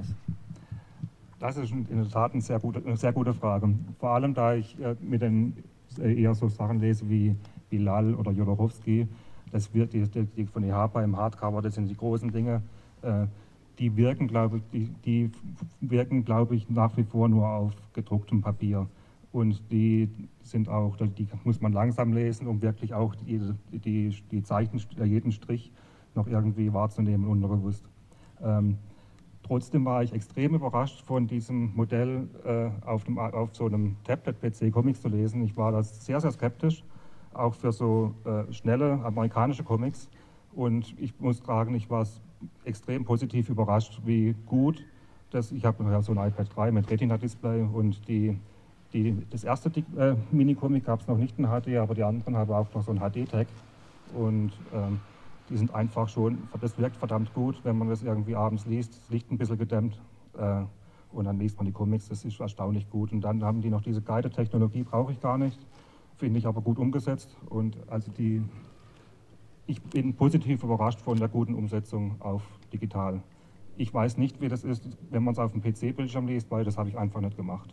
Das ist in der Tat eine sehr gute, eine sehr gute Frage. Vor allem, da ich äh, mit den äh, eher so Sachen lese wie, wie Lal oder Jodorowsky, das wird die, die von E H P im Hardcover, das sind die großen Dinge, äh, die wirken, glaube ich, die, die wirken, glaube ich, nach wie vor nur auf gedrucktem Papier. Und die sind auch, die muss man langsam lesen, um wirklich auch die, die, die Zeichen, jeden Strich noch irgendwie wahrzunehmen, unterbewusst. Ähm, trotzdem war ich extrem überrascht von diesem Modell, äh, auf, dem, auf so einem Tablet-P C Comics zu lesen. Ich war da sehr, sehr skeptisch, auch für so äh, schnelle amerikanische Comics. Und ich muss sagen, ich war extrem positiv überrascht, wie gut das, ich habe ja so ein iPad drei mit Retina-Display und die, die, das erste äh, Mini-Comic gab es noch nicht in H D, aber die anderen haben auch noch so ein H D-Tag und ähm, die sind einfach schon, das wirkt verdammt gut, wenn man das irgendwie abends liest, das Licht ein bisschen gedämmt äh, und dann liest man die Comics, das ist erstaunlich gut. Und dann haben die noch diese Guided-Technologie, brauche ich gar nicht, finde ich aber gut umgesetzt und also die Ich bin positiv überrascht von der guten Umsetzung auf digital. Ich weiß nicht, wie das ist, wenn man es auf dem P C-Bildschirm liest, weil das habe ich einfach nicht gemacht.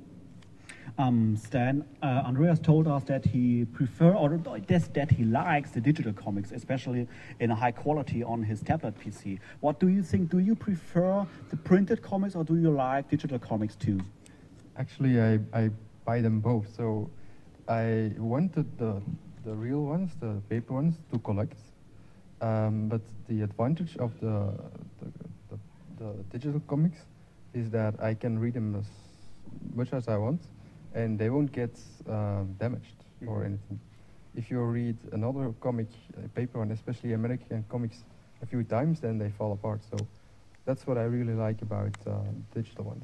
Um, Stan, uh, Andreas told us that he prefer or that, that he likes the digital comics, especially in a high quality on his tablet P C. What do you think? Do you prefer the printed comics or do you like digital comics too? Actually, I, I buy them both. So I wanted the the real ones, the paper ones, to collect. Um, but the advantage of the the, the the digital comics is that I can read them as much as I want, and they won't get uh, damaged mm-hmm. or anything. If you read another comic, a paper one, especially American comics, a few times, then they fall apart. So that's what I really like about uh, digital ones.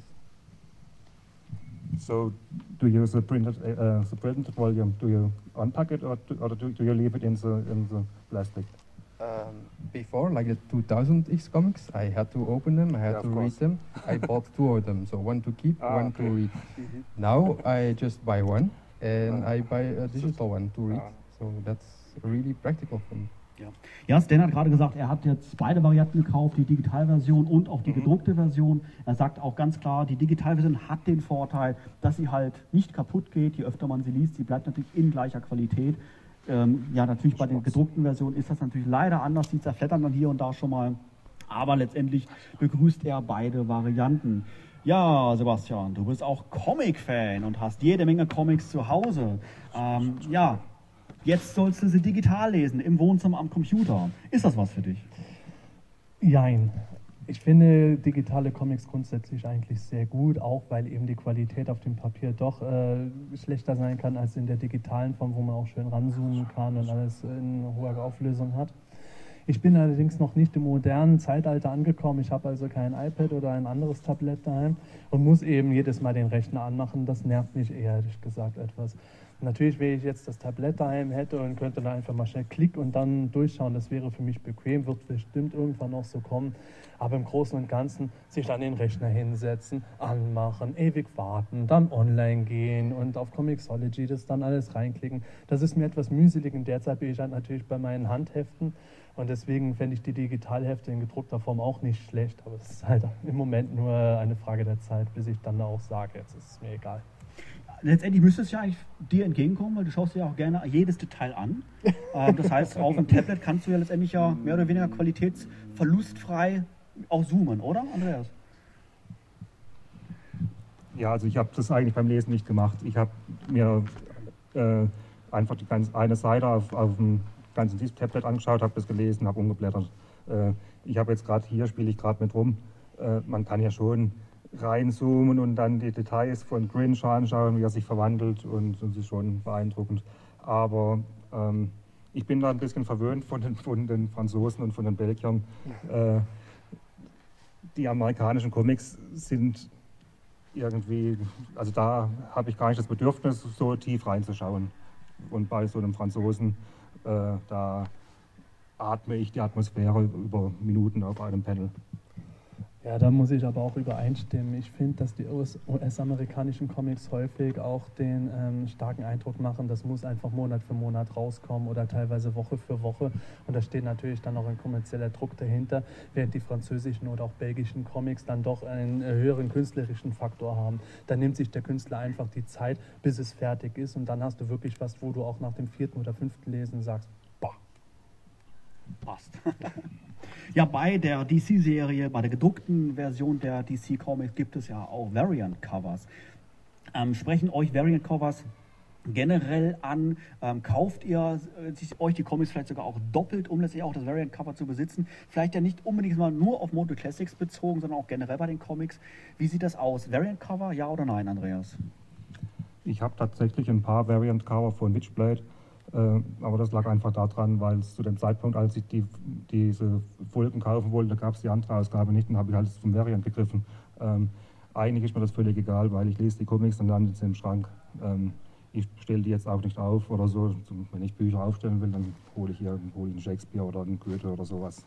So, do you use the printed, uh, the printed volume? Do you unpack it, or do, or do, do you leave it in the in the plastic? Um, before, like the two thousand X comics, I had to open them, I had yeah, to course. read them. I bought two of them, so one to keep, ah, one okay. to read. Mm-hmm. Now I just buy one, and ah. I buy a digital one to read. Ah. So that's really practical for me. Ja. ja, Stan hat gerade gesagt, er hat jetzt beide Varianten gekauft, die Digitalversion und auch die mhm. gedruckte Version. Er sagt auch ganz klar, die Digitalversion hat den Vorteil, dass sie halt nicht kaputt geht. Je öfter man sie liest, sie bleibt natürlich in gleicher Qualität. Ähm, ja, natürlich bei den gedruckten Versionen ist das natürlich leider anders. Sie zerflettern dann hier und da schon mal. Aber letztendlich begrüßt er beide Varianten. Ja, Sebastian, du bist auch Comic-Fan und hast jede Menge Comics zu Hause. Ähm, ja, jetzt sollst du sie digital lesen, im Wohnzimmer am Computer. Ist das was für dich? Jein. Ich finde digitale Comics grundsätzlich eigentlich sehr gut, auch weil eben die Qualität auf dem Papier doch äh, schlechter sein kann als in der digitalen Form, wo man auch schön ranzoomen kann und alles in hoher Auflösung hat. Ich bin allerdings noch nicht im modernen Zeitalter angekommen. Ich habe also kein iPad oder ein anderes Tablet daheim und muss eben jedes Mal den Rechner anmachen. Das nervt mich ehrlich gesagt etwas. Natürlich, wenn ich jetzt das Tablet daheim hätte und könnte da einfach mal schnell klicken und dann durchschauen, das wäre für mich bequem, wird bestimmt irgendwann noch so kommen. Aber im Großen und Ganzen sich an den Rechner hinsetzen, anmachen, ewig warten, dann online gehen und auf Comixology das dann alles reinklicken. Das ist mir etwas mühselig und derzeit bin ich halt natürlich bei meinen Handheften. Und deswegen fände ich die Digitalhefte in gedruckter Form auch nicht schlecht. Aber es ist halt im Moment nur eine Frage der Zeit, bis ich dann auch sage, jetzt ist es mir egal. Letztendlich müsste es ja eigentlich dir entgegenkommen, weil du schaust dir ja auch gerne jedes Detail an. ähm, das heißt, auf dem Tablet kannst du ja letztendlich ja mehr oder weniger qualitätsverlustfrei auch zoomen, oder, Andreas? Ja, also ich habe das eigentlich beim Lesen nicht gemacht. Ich habe mir äh, einfach die ganze eine Seite auf, auf dem ganzen Tablet angeschaut, habe das gelesen, habe umgeblättert. Äh, ich habe jetzt gerade hier, spiele ich gerade mit rum. Äh, man kann ja schon reinzoomen und dann die Details von Grinch anschauen, wie er sich verwandelt, und das ist schon beeindruckend. Aber ähm, ich bin da ein bisschen verwöhnt von den, von den Franzosen und von den Belgiern. Äh, die amerikanischen Comics sind irgendwie, also da habe ich gar nicht das Bedürfnis, so tief reinzuschauen. Und bei so einem Franzosen, äh, da atme ich die Atmosphäre über Minuten auf einem Panel. Ja, da muss ich aber auch übereinstimmen. Ich finde, dass die U S-amerikanischen Comics häufig auch den ähm, starken Eindruck machen, das muss einfach Monat für Monat rauskommen oder teilweise Woche für Woche. Und da steht natürlich dann auch ein kommerzieller Druck dahinter, während die französischen oder auch belgischen Comics dann doch einen äh, höheren künstlerischen Faktor haben. Da nimmt sich der Künstler einfach die Zeit, bis es fertig ist. Und dann hast du wirklich was, wo du auch nach dem vierten oder fünften Lesen sagst, boah. Passt. Ja, bei der D C-Serie, bei der gedruckten Version der D C-Comics gibt es ja auch Variant-Covers. Ähm, sprechen euch Variant-Covers generell an? Ähm, kauft ihr äh, sich, euch die Comics vielleicht sogar auch doppelt, um letztlich auch das Variant-Cover zu besitzen? Vielleicht ja nicht unbedingt mal nur auf Moto Classics bezogen, sondern auch generell bei den Comics. Wie sieht das aus? Variant-Cover, ja oder nein, Andreas? Ich habe tatsächlich ein paar Variant-Cover von Witchblade. Aber das lag einfach daran, weil es zu dem Zeitpunkt, als ich die, diese Folgen kaufen wollte, da gab es die andere Ausgabe nicht und habe ich halt zum Variant gegriffen. Ähm, eigentlich ist mir das völlig egal, weil ich lese die Comics, dann landet sie im Schrank. Ähm, ich stelle die jetzt auch nicht auf oder so. Wenn ich Bücher aufstellen will, dann hole ich hier hole ich einen Shakespeare oder einen Goethe oder sowas.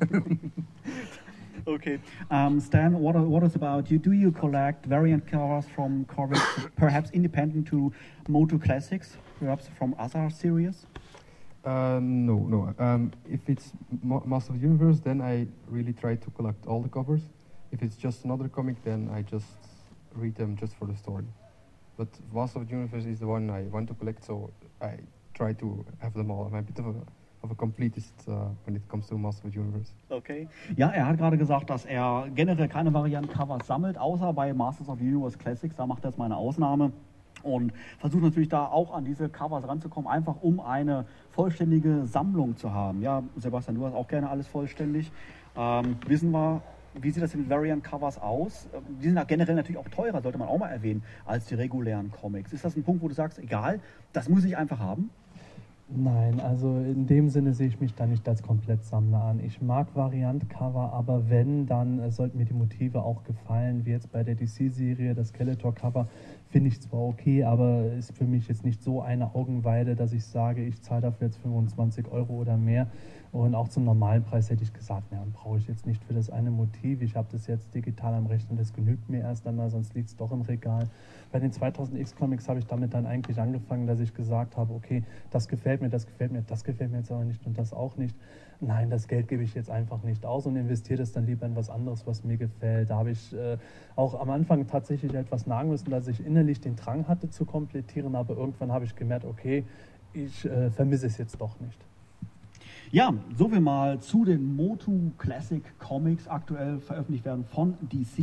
Okay. Um, Stan, what, what is about you? Do you collect variant covers from comics, perhaps independent to Moto Classics, perhaps from other series? Uh, no, no. Um, if it's Mo Master of the Universe, then I really try to collect all the covers. If it's just another comic, then I just read them just for the story. But Master of the Universe is the one I want to collect, so I try to have them all. I'm a bit of a of a completist uh, when it comes to Master of the Universe. Okay. Ja, er hat gerade gesagt, dass er generell keine Variant-Covers sammelt, außer bei Masters of the Universe Classics. Da macht er jetzt mal eine Ausnahme und versucht natürlich da auch an diese Covers ranzukommen, einfach um eine vollständige Sammlung zu haben. Ja, Sebastian, du hast auch gerne alles vollständig. Ähm, wissen wir, wie sieht das mit Variant-Covers aus? Die sind ja generell natürlich auch teurer, sollte man auch mal erwähnen, als die regulären Comics. Ist das ein Punkt, wo du sagst, egal, das muss ich einfach haben? Nein, also in dem Sinne sehe ich mich da nicht als Komplettsammler an. Ich mag Variant-Cover, aber wenn, dann äh, sollten mir die Motive auch gefallen, wie jetzt bei der D C-Serie, das Skeletor-Cover finde ich zwar okay, aber ist für mich jetzt nicht so eine Augenweide, dass ich sage, ich zahle dafür jetzt fünfundzwanzig Euro oder mehr. Und auch zum normalen Preis hätte ich gesagt, na, brauche ich jetzt nicht für das eine Motiv. Ich habe das jetzt digital am Rechner, das genügt mir erst einmal, sonst liegt es doch im Regal. Bei den zweitausend X Comics habe ich damit dann eigentlich angefangen, dass ich gesagt habe, okay, das gefällt mir, das gefällt mir, das gefällt mir jetzt aber nicht und das auch nicht. Nein, das Geld gebe ich jetzt einfach nicht aus und investiere das dann lieber in was anderes, was mir gefällt. Da habe ich äh, auch am Anfang tatsächlich etwas nagen müssen, dass ich innerlich den Drang hatte zu komplettieren, aber irgendwann habe ich gemerkt, okay, ich äh, vermisse es jetzt doch nicht. Ja, so viel mal zu den Motu Classic Comics, aktuell veröffentlicht werden von D C.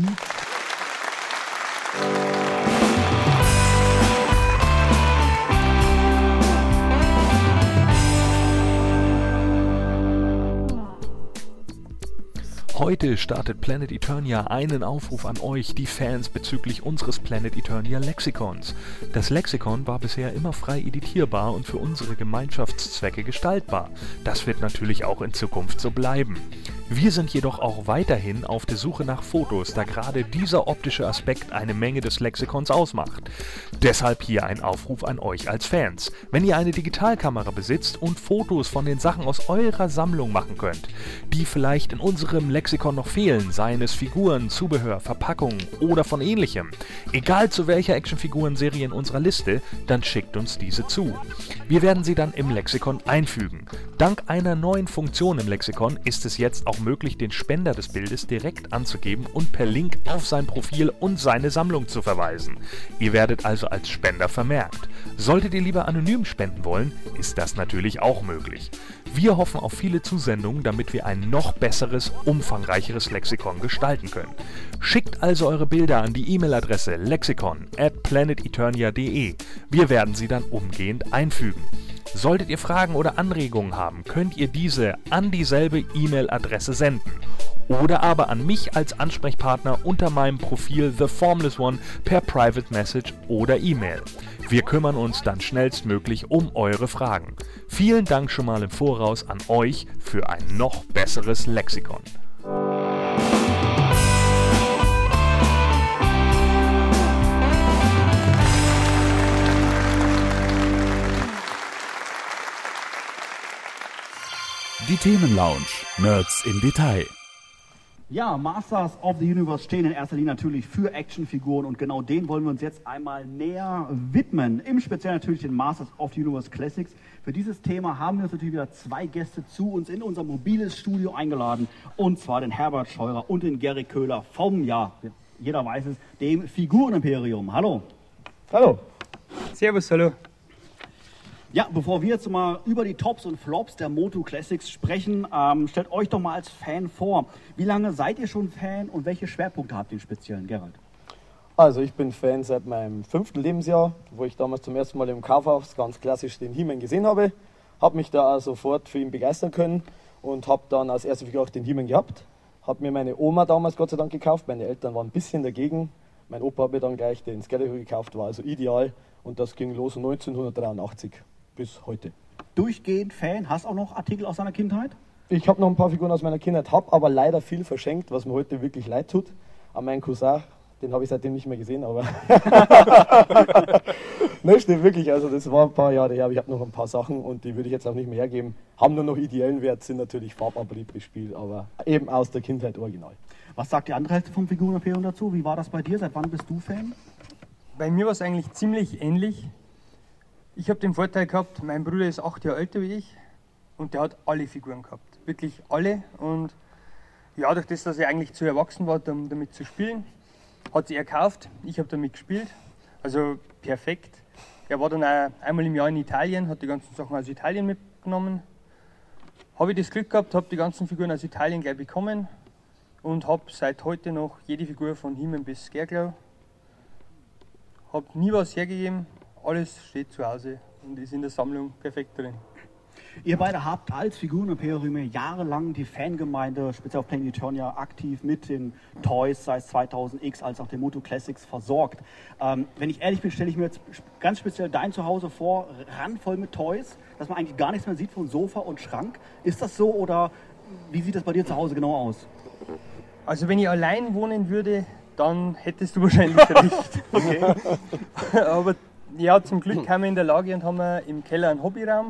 Heute startet Planet Eternia einen Aufruf an euch, die Fans, bezüglich unseres Planet Eternia Lexikons. Das Lexikon war bisher immer frei editierbar und für unsere Gemeinschaftszwecke gestaltbar. Das wird natürlich auch in Zukunft so bleiben. Wir sind jedoch auch weiterhin auf der Suche nach Fotos, da gerade dieser optische Aspekt eine Menge des Lexikons ausmacht. Deshalb hier ein Aufruf an euch als Fans. Wenn ihr eine Digitalkamera besitzt und Fotos von den Sachen aus eurer Sammlung machen könnt, die vielleicht in unserem Lexikon noch fehlen, seien es Figuren, Zubehör, Verpackungen oder von ähnlichem, egal zu welcher Actionfiguren-Serie in unserer Liste, dann schickt uns diese zu. Wir werden sie dann im Lexikon einfügen. Dank einer neuen Funktion im Lexikon ist es jetzt auch möglich, den Spender des Bildes direkt anzugeben und per Link auf sein Profil und seine Sammlung zu verweisen. Ihr werdet also als Spender vermerkt. Solltet ihr lieber anonym spenden wollen, ist das natürlich auch möglich. Wir hoffen auf viele Zusendungen, damit wir ein noch besseres, umfangreicheres Lexikon gestalten können. Schickt also eure Bilder an die E-Mail-Adresse lexikon at planeteternia punkt de. Wir werden sie dann umgehend einfügen. Solltet ihr Fragen oder Anregungen haben, könnt ihr diese an dieselbe E-Mail-Adresse senden. Oder aber an mich als Ansprechpartner unter meinem Profil The Formless One per Private Message oder E-Mail. Wir kümmern uns dann schnellstmöglich um eure Fragen. Vielen Dank schon mal im Voraus an euch für ein noch besseres Lexikon. Die Themenlounge. Nerds im Detail. Ja, Masters of the Universe stehen in erster Linie natürlich für Actionfiguren und genau denen wollen wir uns jetzt einmal näher widmen. Im Speziellen natürlich den Masters of the Universe Classics. Für dieses Thema haben wir uns natürlich wieder zwei Gäste zu uns in unser mobiles Studio eingeladen. Und zwar den Herbert Scheurer und den Gary Köhler vom, ja, jeder weiß es, dem Figurenimperium. Hallo. Hallo. Servus, hallo. Ja, bevor wir jetzt mal über die Tops und Flops der Moto Classics sprechen, ähm, stellt euch doch mal als Fan vor. Wie lange seid ihr schon Fan und welche Schwerpunkte habt ihr im Speziellen, Gerald? Also ich bin Fan seit meinem fünften Lebensjahr, wo ich damals zum ersten Mal im Kaufhaus ganz klassisch den He-Man gesehen habe. Habe mich da auch sofort für ihn begeistern können und habe dann als erste Figur auch den He-Man gehabt. Hat mir meine Oma damals Gott sei Dank gekauft, meine Eltern waren ein bisschen dagegen. Mein Opa hat mir dann gleich den Skeletor gekauft, war also ideal und das ging los neunzehnhundertdreiundachtzig. Bis heute. Durchgehend Fan, hast auch noch Artikel aus deiner Kindheit? Ich habe noch ein paar Figuren aus meiner Kindheit, habe aber leider viel verschenkt, was mir heute wirklich leid tut. An meinen Cousin, den habe ich seitdem nicht mehr gesehen, aber ne, stimmt wirklich, also das war ein paar Jahre her, aber ich habe noch ein paar Sachen und die würde ich jetzt auch nicht mehr hergeben. Haben nur noch ideellen Wert, sind natürlich Farbabrieb gespielt, aber eben aus der Kindheit original. Was sagt die andere Hälfte vom Figurenimperium dazu? Wie war das bei dir? Seit wann bist du Fan? Bei mir war es eigentlich ziemlich ähnlich. Ich habe den Vorteil gehabt, mein Bruder ist acht Jahre älter wie ich und der hat alle Figuren gehabt, wirklich alle. Und ja, durch das, dass er eigentlich zu erwachsen war, um damit zu spielen, hat sie er gekauft, ich habe damit gespielt, also perfekt. Er war dann auch einmal im Jahr in Italien, hat die ganzen Sachen aus Italien mitgenommen. Habe ich das Glück gehabt, habe die ganzen Figuren aus Italien gleich bekommen und habe seit heute noch jede Figur von He-Man bis Scarecrow. Habe nie was hergegeben. Alles steht zu Hause und ist in der Sammlung perfekt drin. Ihr beide habt als Figurenimperium jahrelang die Fangemeinde, speziell auf Planet Eternia, aktiv mit den Toys, sei es zweitausend X als auch den Moto Classics, versorgt. Ähm, wenn ich ehrlich bin, stelle ich mir jetzt ganz speziell dein Zuhause vor, randvoll mit Toys, dass man eigentlich gar nichts mehr sieht von Sofa und Schrank. Ist das so oder wie sieht das bei dir zu Hause genau aus? Also wenn ich allein wohnen würde, dann hättest du wahrscheinlich recht. Okay. Aber ja, zum Glück haben wir in der Lage und haben wir im Keller einen Hobbyraum,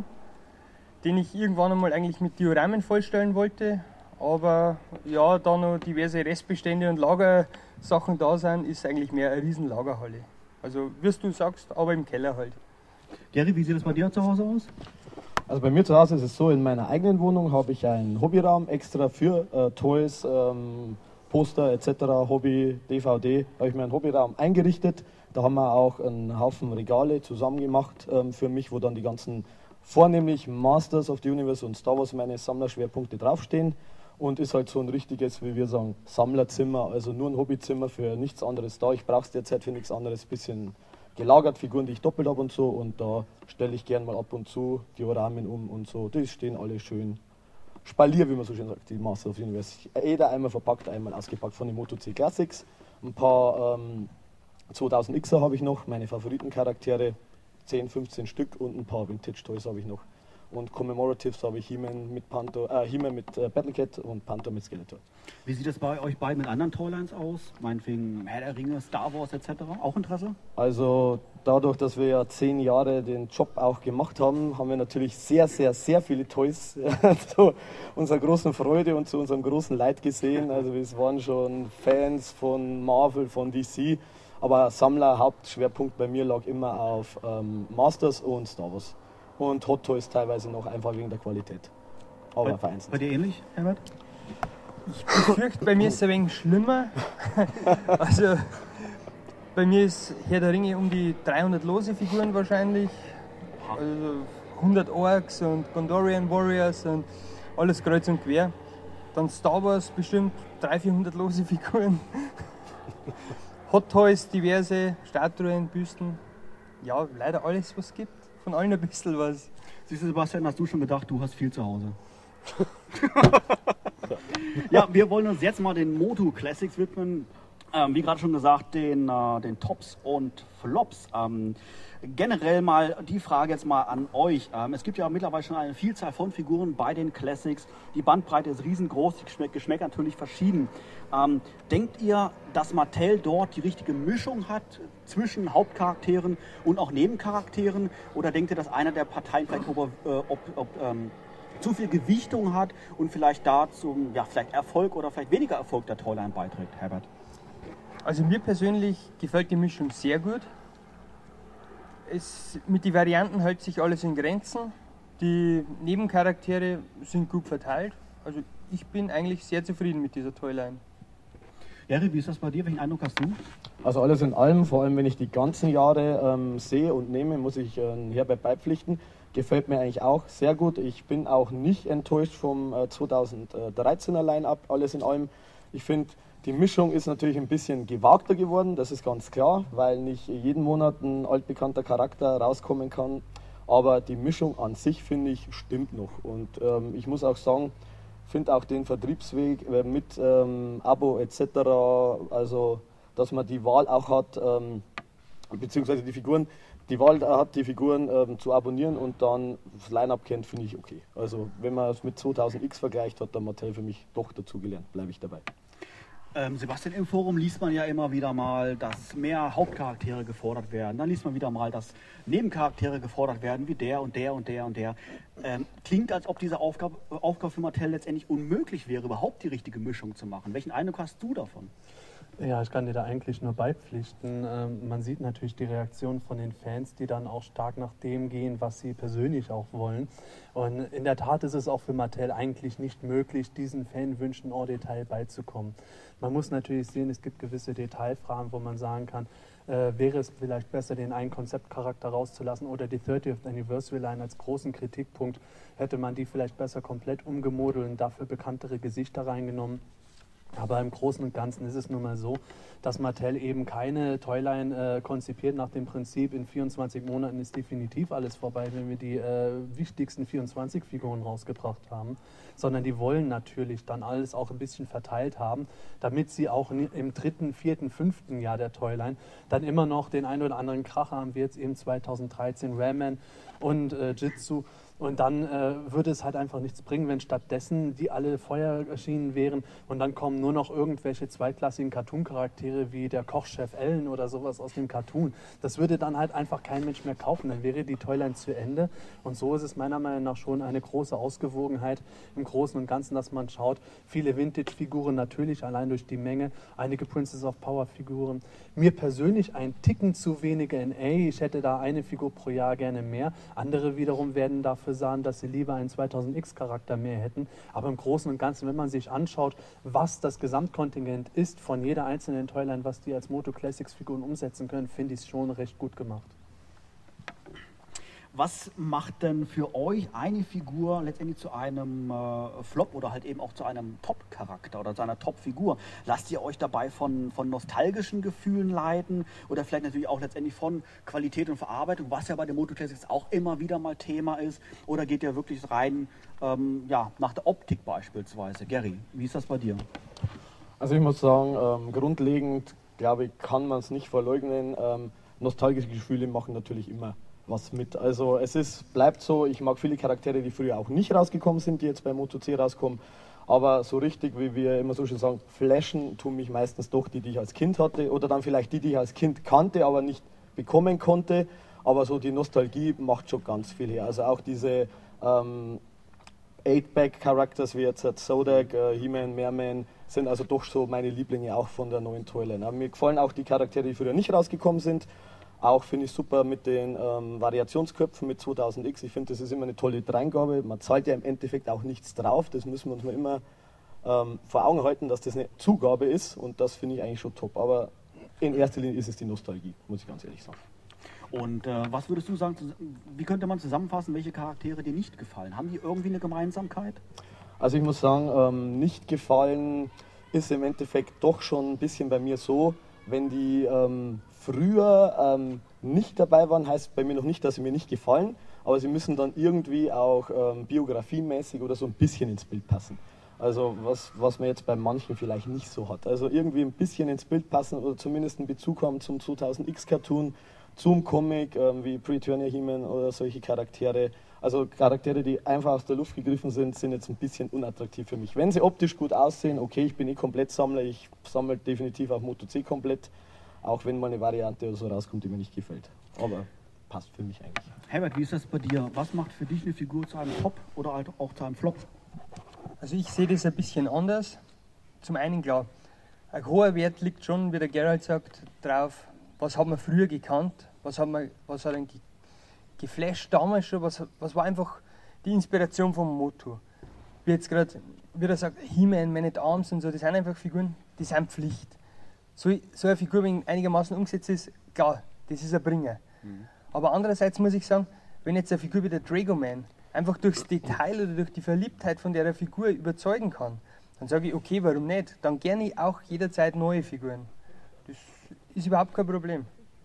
den ich irgendwann einmal eigentlich mit Dioramen vollstellen wollte. Aber ja, da noch diverse Restbestände und Lagersachen da sind, ist eigentlich mehr eine riesen Lagerhalle. Also wie du sagst, aber im Keller halt. Gary, wie sieht das bei dir zu Hause aus? Also bei mir zu Hause ist es so, in meiner eigenen Wohnung habe ich einen Hobbyraum extra für äh, Toys, ähm, Poster et cetera, Hobby, D V D, habe ich mir einen Hobbyraum eingerichtet. Da haben wir auch einen Haufen Regale zusammen gemacht ähm, für mich, wo dann die ganzen vornehmlich Masters of the Universe und Star Wars meine Sammlerschwerpunkte draufstehen. Und ist halt so ein richtiges, wie wir sagen, Sammlerzimmer, also nur ein Hobbyzimmer für nichts anderes da. Ich brauche es derzeit für nichts anderes, bisschen gelagert, Figuren, die ich doppelt habe und so. Und da stelle ich gern mal ab und zu Dioramen um und so. Die stehen alle schön spalier, wie man so schön sagt, die Masters of the Universe. Jeder einmal verpackt, einmal ausgepackt von den Moto C Classics. Ein paar ähm, zweitausend Xer habe ich noch, meine Favoritencharaktere, zehn, fünfzehn Stück und ein paar Vintage Toys habe ich noch. Und Commemoratives habe ich He-Man mit, Panther, äh, He-Man mit äh, Battlecat und Panther mit Skeletor. Wie sieht es bei euch beiden mit anderen Toylines aus? Meinetwegen Herr der Ringe, Star Wars et cetera. Auch Interesse? Also dadurch, dass wir ja zehn Jahre den Job auch gemacht haben, haben wir natürlich sehr, sehr, sehr viele Toys zu unserer großen Freude und zu unserem großen Leid gesehen. Also wir waren schon Fans von Marvel, von D C. Aber Sammler, Hauptschwerpunkt bei mir lag immer auf ähm, Masters und Star Wars. Und Hot Toys teilweise noch einfach wegen der Qualität. Aber bei, vereinzelt. Bei dir ähnlich, Herbert? Ich befürchte, bei mir ist es ein wenig schlimmer. Also bei mir ist Herr der Ringe um die dreihundert lose Figuren wahrscheinlich. Also hundert Orks und Gondorian Warriors und alles kreuz und quer. Dann Star Wars bestimmt dreihundert, vierhundert lose Figuren. Hot Toys, diverse Statuen, Büsten. Ja, leider alles, was es gibt. Von allen ein bisschen was. Siehst du, Sebastian, hast du schon gedacht, du hast viel zu Hause. Ja, wir wollen uns jetzt mal den Moto Classics widmen. Ähm, wie gerade schon gesagt, den, äh, den Tops und Flops. Ähm, generell mal die Frage jetzt mal an euch. Ähm, es gibt ja mittlerweile schon eine Vielzahl von Figuren bei den Classics. Die Bandbreite ist riesengroß, die Geschmäck Geschmäcker natürlich verschieden. Ähm, denkt ihr, dass Mattel dort die richtige Mischung hat zwischen Hauptcharakteren und auch Nebencharakteren? Oder denkt ihr, dass einer der Parteien vielleicht ob, äh, ob, ob, ähm, zu viel Gewichtung hat und vielleicht da zum ja, vielleicht Erfolg oder vielleicht weniger Erfolg der Toyline beiträgt, Herbert? Also mir persönlich gefällt die Mischung sehr gut. Es, mit den Varianten hält sich alles in Grenzen. Die Nebencharaktere sind gut verteilt. Also ich bin eigentlich sehr zufrieden mit dieser Toyline. Gary, wie ist das bei dir? Welchen Eindruck hast du? Also alles in allem, vor allem wenn ich die ganzen Jahre ähm, sehe und nehme, muss ich äh, Herbert beipflichten. Gefällt mir eigentlich auch sehr gut. Ich bin auch nicht enttäuscht vom äh, zweitausenddreizehner Line-Up, alles in allem. Ich finde, die Mischung ist natürlich ein bisschen gewagter geworden, das ist ganz klar, weil nicht jeden Monat ein altbekannter Charakter rauskommen kann. Aber die Mischung an sich, finde ich, stimmt noch. Und ähm, ich muss auch sagen, finde auch den Vertriebsweg äh, mit ähm, Abo et cetera, also dass man die Wahl auch hat, ähm, beziehungsweise die Figuren, die Wahl hat, die Figuren ähm, zu abonnieren und dann das Line-Up kennt, finde ich okay. Also wenn man es mit zweitausend X vergleicht, hat der Mattel für mich doch dazugelernt, bleibe ich dabei. Ähm, Sebastian, im Forum liest man ja immer wieder mal, dass mehr Hauptcharaktere gefordert werden. Dann liest man wieder mal, dass Nebencharaktere gefordert werden, wie der und der und der und der. Ähm, klingt, als ob diese Aufgabe, Aufgabe für Mattel letztendlich unmöglich wäre, überhaupt die richtige Mischung zu machen. Welchen Eindruck hast du davon? Ja, ich kann dir da eigentlich nur beipflichten. Ähm, man sieht natürlich die Reaktion von den Fans, die dann auch stark nach dem gehen, was sie persönlich auch wollen. Und in der Tat ist es auch für Mattel eigentlich nicht möglich, diesen Fanwünschen en Detail beizukommen. Man muss natürlich sehen, es gibt gewisse Detailfragen, wo man sagen kann, äh, wäre es vielleicht besser, den einen Konzeptcharakter rauszulassen oder die thirtieth Anniversary Line als großen Kritikpunkt, hätte man die vielleicht besser komplett umgemodelt und dafür bekanntere Gesichter reingenommen. Aber im Großen und Ganzen ist es nun mal so, dass Mattel eben keine Toyline äh, konzipiert nach dem Prinzip, in vierundzwanzig Monaten ist definitiv alles vorbei, wenn wir die äh, wichtigsten vierundzwanzig Figuren rausgebracht haben, sondern die wollen natürlich dann alles auch ein bisschen verteilt haben, damit sie auch im dritten, vierten, fünften Jahr der Toyline dann immer noch den einen oder anderen Kracher haben, wie jetzt eben zweitausenddreizehn Ram Man und äh, Jitsu. Und dann äh, würde es halt einfach nichts bringen, wenn stattdessen die alle vorher erschienen wären und dann kommen nur noch irgendwelche zweitklassigen Cartoon-Charaktere wie der Kochchef Ellen oder sowas aus dem Cartoon. Das würde dann halt einfach kein Mensch mehr kaufen, dann wäre die Toyline zu Ende. Und so ist es meiner Meinung nach schon eine große Ausgewogenheit im Großen und Ganzen, dass man schaut, viele Vintage-Figuren natürlich allein durch die Menge, einige Princess of Power-Figuren. Mir persönlich ein Ticken zu wenige N A, ich hätte da eine Figur pro Jahr gerne mehr. Andere wiederum werden dafür sagen, dass sie lieber einen zweitausend X Charakter mehr hätten. Aber im Großen und Ganzen, wenn man sich anschaut, was das Gesamtkontingent ist von jeder einzelnen Toyline, was die als Moto Classics Figuren umsetzen können, finde ich es schon recht gut gemacht. Was macht denn für euch eine Figur letztendlich zu einem äh, Flop oder halt eben auch zu einem Top-Charakter oder zu einer Top-Figur? Lasst ihr euch dabei von, von nostalgischen Gefühlen leiten oder vielleicht natürlich auch letztendlich von Qualität und Verarbeitung, was ja bei den Moto Classics auch immer wieder mal Thema ist? Oder geht ihr wirklich rein ähm, ja, nach der Optik beispielsweise? Gary, wie ist das bei dir? Also ich muss sagen, ähm, grundlegend, glaube ich, kann man es nicht verleugnen. Ähm, nostalgische Gefühle machen natürlich immer was mit. Also es ist, bleibt so, ich mag viele Charaktere, die früher auch nicht rausgekommen sind, die jetzt bei Moto C rauskommen, aber so richtig, wie wir immer so schön sagen, flashen tun mich meistens doch die, die ich als Kind hatte oder dann vielleicht die, die ich als Kind kannte, aber nicht bekommen konnte, aber so die Nostalgie macht schon ganz viel her. Also auch diese ähm, eight-Pack-Characters wie jetzt Zodak, äh, He-Man, Merman sind also doch so meine Lieblinge auch von der neuen Toyline. Aber mir gefallen auch die Charaktere, die früher nicht rausgekommen sind. Auch finde ich super mit den ähm, Variationsköpfen mit zweitausend X. Ich finde, das ist immer eine tolle Dreingabe. Man zahlt ja im Endeffekt auch nichts drauf. Das müssen wir uns mal immer ähm, vor Augen halten, dass das eine Zugabe ist. Und das finde ich eigentlich schon top. Aber in erster Linie ist es die Nostalgie, muss ich ganz ehrlich sagen. Und äh, was würdest du sagen, wie könnte man zusammenfassen, welche Charaktere dir nicht gefallen? Haben die irgendwie eine Gemeinsamkeit? Also ich muss sagen, ähm, nicht gefallen ist im Endeffekt doch schon ein bisschen bei mir so, wenn die ähm, früher ähm, nicht dabei waren, heißt bei mir noch nicht, dass sie mir nicht gefallen, aber sie müssen dann irgendwie auch ähm, biografiemäßig oder so ein bisschen ins Bild passen. Also was, was man jetzt bei manchen vielleicht nicht so hat. Also irgendwie ein bisschen ins Bild passen oder zumindest einen Bezug haben zum zweitausend X Cartoon, zum Comic, ähm, wie Pre-Turnier He-Man oder solche Charaktere. Also Charaktere, die einfach aus der Luft gegriffen sind, sind jetzt ein bisschen unattraktiv für mich. Wenn sie optisch gut aussehen, okay, ich bin eh komplett Sammler, ich sammle definitiv auch Moto C komplett, auch wenn mal eine Variante oder so rauskommt, die mir nicht gefällt. Aber passt für mich eigentlich. Herbert, wie ist das bei dir? Was macht für dich eine Figur zu einem Top oder halt auch zu einem Flop? Also ich sehe das ein bisschen anders. Zum einen klar, ein hoher Wert liegt schon, wie der Gerald sagt, drauf, was hat man früher gekannt, was hat, man, was hat einen ge geflasht damals schon, was, was war einfach die Inspiration vom Moto. Wie jetzt gerade, wie er sagt, He-Man, Man at Arms und so, das sind einfach Figuren, die sind Pflicht. So, so eine Figur, wenn einigermaßen umgesetzt ist, klar, das ist ein Bringer. Mhm. Aber andererseits muss ich sagen, wenn jetzt eine Figur wie der Dragoman einfach durchs Detail oder durch die Verliebtheit von der Figur überzeugen kann, dann sage ich, okay, warum nicht? Dann gerne auch jederzeit neue Figuren. Das ist überhaupt kein Problem.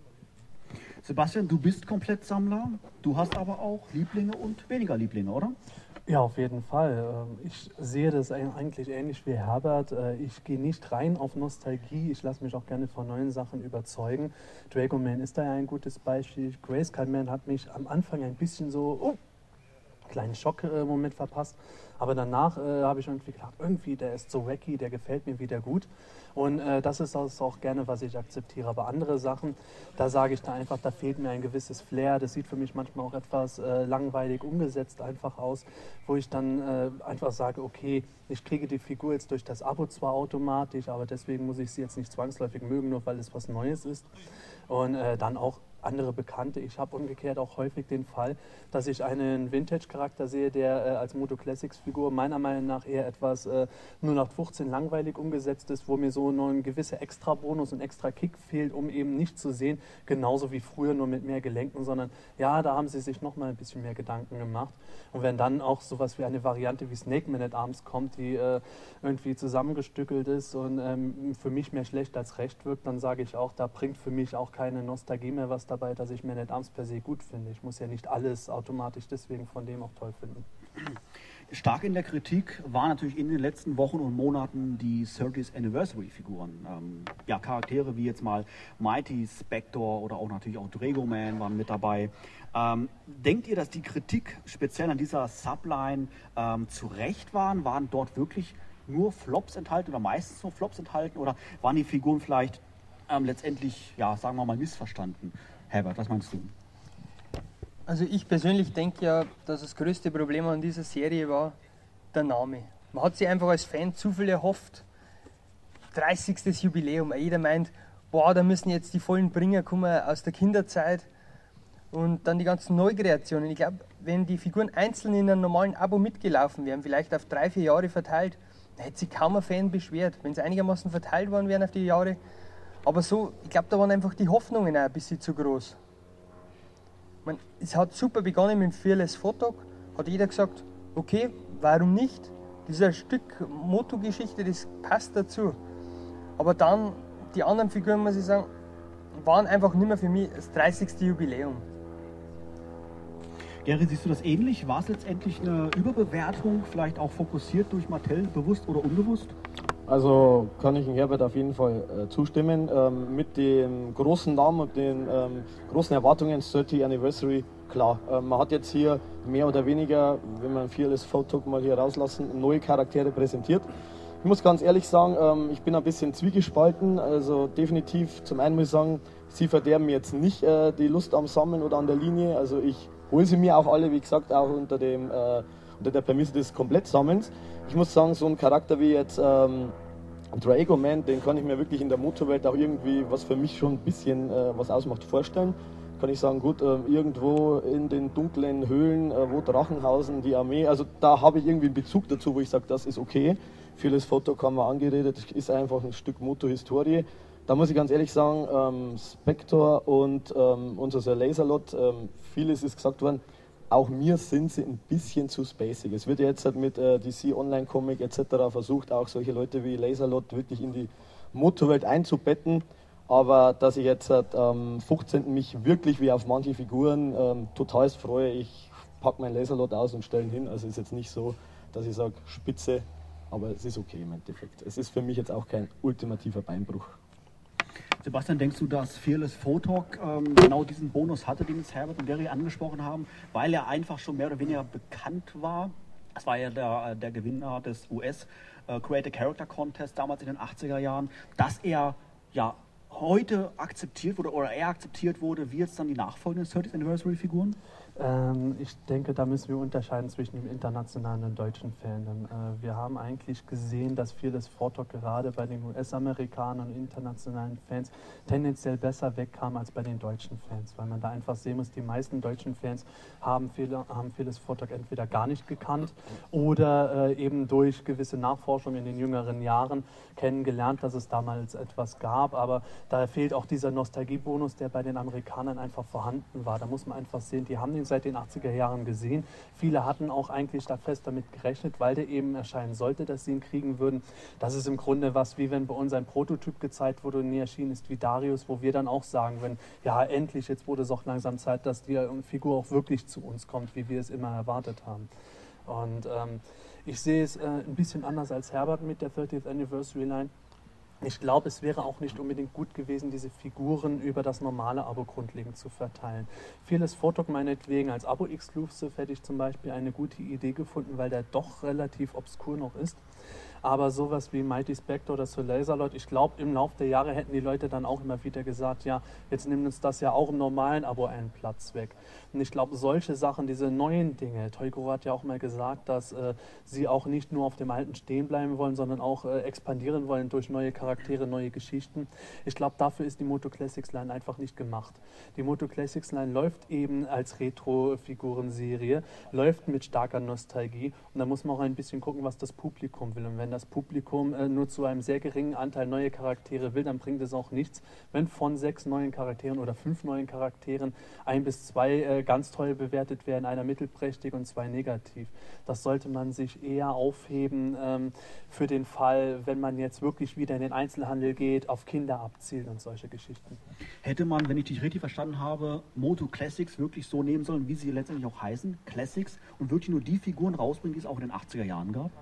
Sebastian, du bist komplett Sammler, du hast aber auch Lieblinge und weniger Lieblinge, oder? Ja, auf jeden Fall. Ich sehe das eigentlich ähnlich wie Herbert. Ich gehe nicht rein auf Nostalgie. Ich lasse mich auch gerne von neuen Sachen überzeugen. Dragoman ist da ja ein gutes Beispiel. Grayskull Man hat mich am Anfang ein bisschen so, oh, kleinen Schockmoment verpasst. Aber danach äh, habe ich irgendwie gedacht, irgendwie, der ist so wacky, der gefällt mir wieder gut. Und äh, das ist auch gerne, was ich akzeptiere. Aber andere Sachen, da sage ich da einfach, da fehlt mir ein gewisses Flair. Das sieht für mich manchmal auch etwas äh, langweilig umgesetzt einfach aus, wo ich dann äh, einfach sage, okay, ich kriege die Figur jetzt durch das Abo zwar automatisch, aber deswegen muss ich sie jetzt nicht zwangsläufig mögen, nur weil es was Neues ist. Und äh, dann auch andere Bekannte. Ich habe umgekehrt auch häufig den Fall, dass ich einen Vintage-Charakter sehe, der äh, als Moto Classics-Figur meiner Meinung nach eher etwas äh, null acht fünfzehn langweilig umgesetzt ist, wo mir so noch ein gewisser Extra-Bonus und Extra-Kick fehlt, um eben nicht zu sehen, genauso wie früher, nur mit mehr Gelenken, sondern ja, da haben sie sich noch mal ein bisschen mehr Gedanken gemacht. Und wenn dann auch sowas wie eine Variante wie Snake Man at Arms kommt, die äh, irgendwie zusammengestückelt ist und ähm, für mich mehr schlecht als recht wirkt, dann sage ich auch, da bringt für mich auch keine Nostalgie mehr was dabei, dass ich Man at Arms per se gut finde. Ich muss ja nicht alles automatisch deswegen von dem auch toll finden. Stark in der Kritik waren natürlich in den letzten Wochen und Monaten die thirtieth Anniversary Figuren. Ähm, ja, Charaktere wie jetzt mal Mighty, Spector oder auch natürlich auch Dragoman waren mit dabei. Ähm, denkt ihr, dass die Kritik speziell an dieser Subline ähm, zu Recht waren? Waren dort wirklich nur Flops enthalten oder meistens nur Flops enthalten? Oder waren die Figuren vielleicht ähm, letztendlich, ja, sagen wir mal, missverstanden? Herbert, was meinst du? Also ich persönlich denke ja, dass das größte Problem an dieser Serie war der Name. Man hat sich einfach als Fan zu viel erhofft. dreißigstes Jubiläum. Jeder meint, boah, da müssen jetzt die vollen Bringer kommen aus der Kinderzeit. Und dann die ganzen Neukreationen. Ich glaube, wenn die Figuren einzeln in einem normalen Abo mitgelaufen wären, vielleicht auf drei, vier Jahre verteilt, dann hätte sich kaum ein Fan beschwert. Wenn sie einigermaßen verteilt worden wären auf die Jahre. Aber so, ich glaube, da waren einfach die Hoffnungen auch ein bisschen zu groß. Man, es hat super begonnen mit dem Fearless Photog, hat jeder gesagt, okay, warum nicht? Das ist ein Stück Moto-Geschichte, das passt dazu. Aber dann, die anderen Figuren, muss ich sagen, waren einfach nicht mehr für mich das dreißigste Jubiläum. Gary, siehst du das ähnlich? War es letztendlich eine Überbewertung, vielleicht auch fokussiert durch Mattel, bewusst oder unbewusst? Also kann ich dem Herbert auf jeden Fall äh, zustimmen. Ähm, mit dem großen Namen und den ähm, großen Erwartungen thirtieth Anniversary, klar. Ähm, man hat jetzt hier mehr oder weniger, wenn man Fearless Photog mal hier rauslassen, neue Charaktere präsentiert. Ich muss ganz ehrlich sagen, ähm, ich bin ein bisschen zwiegespalten. Also definitiv, zum einen muss ich sagen, sie verderben jetzt nicht äh, die Lust am Sammeln oder an der Linie. Also ich hole sie mir auch alle, wie gesagt, auch unter, dem, äh, unter der Prämisse des Komplettsammelns. Ich muss sagen, so ein Charakter wie jetzt ähm, Dragoman, den kann ich mir wirklich in der Motorwelt auch irgendwie, was für mich schon ein bisschen äh, was ausmacht, vorstellen. Kann ich sagen, gut, äh, irgendwo in den dunklen Höhlen, äh, wo Drachen hausen, die Armee, also da habe ich irgendwie einen Bezug dazu, wo ich sage, das ist okay. Vieles Foto haben wir angeredet, ist einfach ein Stück Moto-Historie. Da muss ich ganz ehrlich sagen, ähm, Spector und ähm, unser Sir Laserlot, ähm, vieles ist gesagt worden, auch mir sind sie ein bisschen zu spacig. Es wird ja jetzt halt mit äh, D C Online Comic et cetera versucht, auch solche Leute wie Laserlot wirklich in die Motorwelt einzubetten. Aber dass ich jetzt halt, am fünfzehnten mich wirklich wie auf manche Figuren ähm, total freue, ich packe meinen Laserlot aus und stelle ihn hin. Also ist jetzt nicht so, dass ich sage, spitze, aber es ist okay im Endeffekt. Es ist für mich jetzt auch kein ultimativer Beinbruch. Sebastian, denkst du, dass Fearless Photog ähm, genau diesen Bonus hatte, den jetzt Herbert und Gary angesprochen haben, weil er einfach schon mehr oder weniger bekannt war? Das war ja der, der Gewinner des U S äh, Create a Character Contest damals in den achtziger Jahren, dass er ja heute akzeptiert wurde oder eher akzeptiert wurde, wie jetzt dann die nachfolgenden thirtieth Anniversary Figuren? Ähm, ich denke, da müssen wir unterscheiden zwischen dem internationalen und deutschen Fandom. Äh, wir haben eigentlich gesehen, dass vieles Vortok gerade bei den U S-Amerikanern und internationalen Fans tendenziell besser wegkam als bei den deutschen Fans, weil man da einfach sehen muss, die meisten deutschen Fans haben, viele, haben vieles Vortok entweder gar nicht gekannt oder äh, eben durch gewisse Nachforschung in den jüngeren Jahren kennengelernt, dass es damals etwas gab, aber da fehlt auch dieser Nostalgiebonus, der bei den Amerikanern einfach vorhanden war. Da muss man einfach sehen, die haben den seit den achtziger Jahren gesehen. Viele hatten auch eigentlich da fest damit gerechnet, weil der eben erscheinen sollte, dass sie ihn kriegen würden. Das ist im Grunde was, wie wenn bei uns ein Prototyp gezeigt wurde und nie erschienen ist wie Darius, wo wir dann auch sagen würden, ja endlich, jetzt wurde es auch langsam Zeit, dass die Figur auch wirklich zu uns kommt, wie wir es immer erwartet haben. Und ähm, ich sehe es äh, ein bisschen anders als Herbert mit der thirtieth Anniversary Line. Ich glaube, es wäre auch nicht unbedingt gut gewesen, diese Figuren über das normale Abo grundlegend zu verteilen. Vieles Vortok meinetwegen als Abo-Exclusive hätte ich zum Beispiel eine gute Idee gefunden, weil der doch relativ obskur noch ist. Aber sowas wie Mighty Spectre oder Soul Laserlord, ich glaube, im Laufe der Jahre hätten die Leute dann auch immer wieder gesagt, ja, jetzt nimmt uns das ja auch im normalen Abo einen Platz weg. Und ich glaube, solche Sachen, diese neuen Dinge, Toyko hat ja auch mal gesagt, dass äh, sie auch nicht nur auf dem Alten stehen bleiben wollen, sondern auch äh, expandieren wollen durch neue Charaktere, neue Geschichten. Ich glaube, dafür ist die Moto Classics Line einfach nicht gemacht. Die Moto Classics Line läuft eben als Retro-Figurenserie, läuft mit starker Nostalgie und da muss man auch ein bisschen gucken, was das Publikum will. Und wenn das Publikum äh, nur zu einem sehr geringen Anteil neue Charaktere will, dann bringt es auch nichts, wenn von sechs neuen Charakteren oder fünf neuen Charakteren ein bis zwei äh, ganz toll bewertet werden, einer mittelprächtig und zwei negativ. Das sollte man sich eher aufheben ähm, für den Fall, wenn man jetzt wirklich wieder in den Einzelhandel geht, auf Kinder abzielt und solche Geschichten. Hätte man, wenn ich dich richtig verstanden habe, Moto Classics wirklich so nehmen sollen, wie sie letztendlich auch heißen, Classics, und wirklich nur die Figuren rausbringen, die es auch in den achtziger Jahren gab?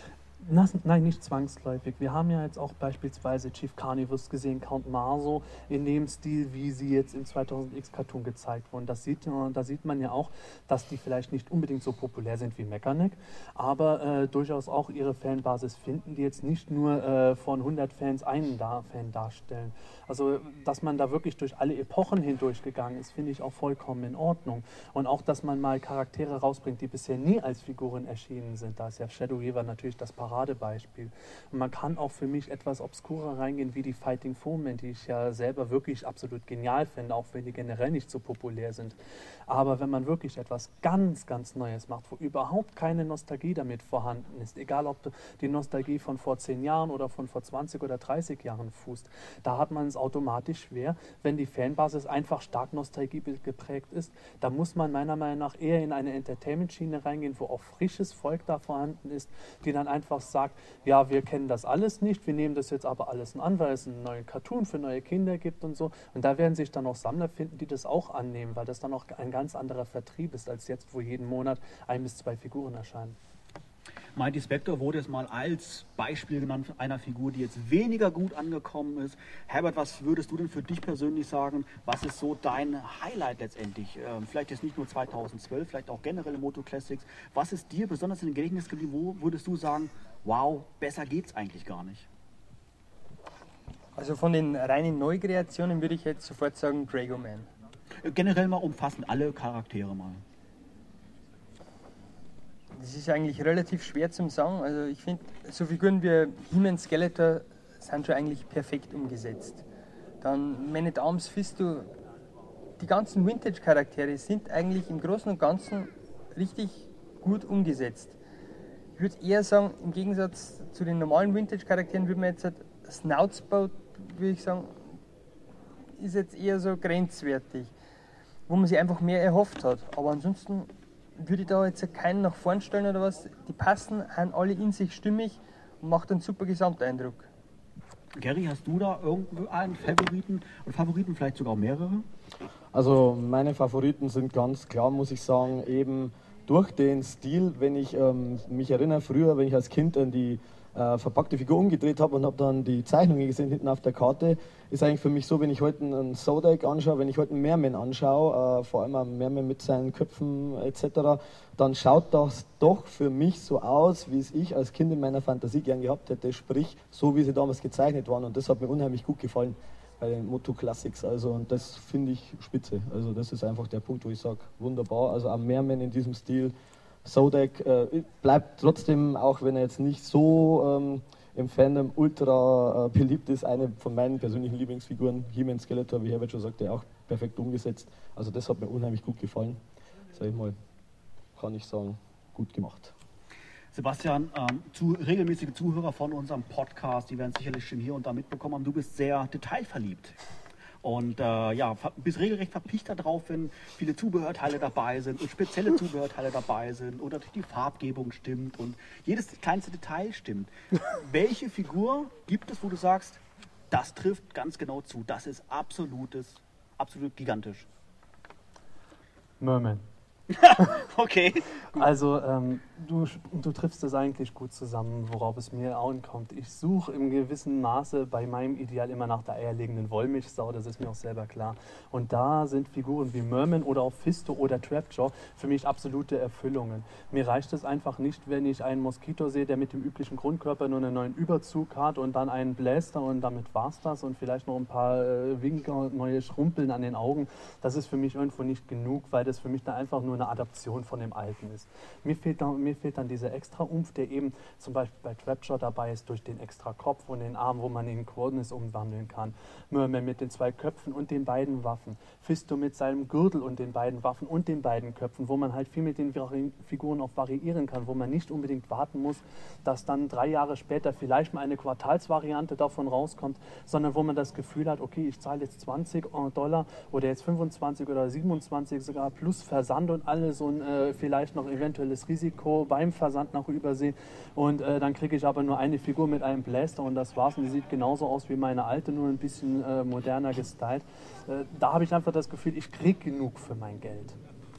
Na, nein, nicht zwangsläufig. Wir haben ja jetzt auch beispielsweise Chief Carnivus gesehen, Count Marso, in dem Stil, wie sie jetzt im zweitausend X Cartoon gezeigt wurden. Das sieht, da sieht man ja auch, dass die vielleicht nicht unbedingt so populär sind wie Mechaneck, aber äh, durchaus auch ihre Fanbasis finden, die jetzt nicht nur äh, von hundert Fans einen da Fan darstellen. Also, dass man da wirklich durch alle Epochen hindurchgegangen ist, finde ich auch vollkommen in Ordnung. Und auch, dass man mal Charaktere rausbringt, die bisher nie als Figuren erschienen sind. Da ist ja Shadow Weaver natürlich das Paradebeispiel. Und man kann auch für mich etwas obskurer reingehen, wie die Fighting Foemen, die ich ja selber wirklich absolut genial finde, auch wenn die generell nicht so populär sind. Aber wenn man wirklich etwas ganz, ganz Neues macht, wo überhaupt keine Nostalgie damit vorhanden ist, egal ob die Nostalgie von vor zehn Jahren oder von vor zwanzig oder dreißig Jahren fußt, da hat man es automatisch schwer, wenn die Fanbasis einfach stark Nostalgie geprägt ist. Da muss man meiner Meinung nach eher in eine Entertainment-Schiene reingehen, wo auch frisches Volk da vorhanden ist, die dann einfach sagt, ja, wir kennen das alles nicht, wir nehmen das jetzt aber alles an, weil es einen neuen Cartoon für neue Kinder gibt und so. Und da werden sich dann auch Sammler finden, die das auch annehmen, weil das dann auch ein ganz anderer Vertrieb ist, als jetzt, wo jeden Monat ein bis zwei Figuren erscheinen. Mighty Spectre wurde jetzt mal als Beispiel genannt einer Figur, die jetzt weniger gut angekommen ist. Herbert, was würdest du denn für dich persönlich sagen? Was ist so dein Highlight letztendlich? Ähm, vielleicht jetzt nicht nur zweitausendzwölf, vielleicht auch generell Moto Classics. Was ist dir besonders in den Gedächtnis geblieben? Wo würdest du sagen, wow, besser geht's eigentlich gar nicht? Also von den reinen Neukreationen würde ich jetzt sofort sagen Drago Man. Generell mal umfassend alle Charaktere mal. Das ist eigentlich relativ schwer zum sagen. Also ich finde, so Figuren wie He-Man, Skeletor sind schon eigentlich perfekt umgesetzt. Dann Man at Arms, Fisto, die ganzen Vintage-Charaktere sind eigentlich im Großen und Ganzen richtig gut umgesetzt. Ich würde eher sagen, im Gegensatz zu den normalen Vintage-Charakteren würde man jetzt halt Snoutsboat, würde ich sagen, ist jetzt eher so grenzwertig, wo man sich einfach mehr erhofft hat. Aber ansonsten würde ich da jetzt keinen nach vorn stellen oder was. Die passen, haben alle in sich stimmig und macht einen super Gesamteindruck. Gary, hast du da irgendeinen Favoriten und Favoriten vielleicht sogar mehrere? Also meine Favoriten sind ganz klar, muss ich sagen, eben durch den Stil, wenn ich ähm, mich erinnere, früher, wenn ich als Kind an die äh, verpackte Figur umgedreht habe und habe dann die Zeichnungen gesehen hinten auf der Karte, ist eigentlich für mich so, wenn ich heute einen Zodiac anschaue, wenn ich heute einen Merman anschaue, äh, vor allem einen Merman mit seinen Köpfen et cetera, dann schaut das doch für mich so aus, wie es ich als Kind in meiner Fantasie gern gehabt hätte, sprich, so wie sie damals gezeichnet waren, und das hat mir unheimlich gut gefallen. bei den Moto Classics. Also, und das finde ich spitze. Also das ist einfach der Punkt, wo ich sage, wunderbar. Also am Merman in diesem Stil. Zodek äh, bleibt trotzdem, auch wenn er jetzt nicht so ähm, im Fandom ultra äh, beliebt ist, eine von meinen persönlichen Lieblingsfiguren. He-Man Skeletor, wie Herbert schon sagte, auch perfekt umgesetzt. Also das hat mir unheimlich gut gefallen. Sag ich mal, kann ich sagen, gut gemacht. Sebastian, ähm, zu, regelmäßige Zuhörer von unserem Podcast, die werden sicherlich schon hier und da mitbekommen haben, du bist sehr detailverliebt. Und äh, ja, bist regelrecht verpicht darauf, wenn viele Zubehörteile dabei sind und spezielle Zubehörteile dabei sind oder die Farbgebung stimmt und jedes kleinste Detail stimmt. Welche Figur gibt es, wo du sagst, das trifft ganz genau zu, das ist absolutes, absolut gigantisch? Merman. Okay. Also ähm, du, du triffst es eigentlich gut zusammen, worauf es mir ankommt. Ich suche im gewissen Maße bei meinem Ideal immer nach der eierlegenden Wollmilchsau, das ist mir auch selber klar. Und da sind Figuren wie Merman oder auch Fisto oder Trapjaw für mich absolute Erfüllungen. Mir reicht es einfach nicht, wenn ich einen Moskito sehe, der mit dem üblichen Grundkörper nur einen neuen Überzug hat und dann einen Blaster und damit war's das und vielleicht noch ein paar äh, Winker, neue Schrumpeln an den Augen. Das ist für mich irgendwo nicht genug, weil das für mich dann einfach nur eine Adaption von dem Alten ist. Mir fehlt dann, mir fehlt dann dieser extra Umf, der eben zum Beispiel bei Trapjaw dabei ist, durch den extra Kopf und den Arm, wo man in Coordinates umwandeln kann. Merman mit den zwei Köpfen und den beiden Waffen. Fisto mit seinem Gürtel und den beiden Waffen und den beiden Köpfen, wo man halt viel mit den Figuren auch variieren kann, wo man nicht unbedingt warten muss, dass dann drei Jahre später vielleicht mal eine Quartalsvariante davon rauskommt, sondern wo man das Gefühl hat, okay, ich zahle jetzt zwanzig Dollar oder jetzt fünfundzwanzig oder siebenundzwanzig sogar plus Versand und alles und äh, vielleicht noch eventuelles Risiko beim Versand nach Übersee und äh, dann kriege ich aber nur eine Figur mit einem Blaster und das war's und die sieht genauso aus wie meine alte, nur ein bisschen äh, moderner gestylt. Äh, da habe ich einfach das Gefühl, ich kriege genug für mein Geld.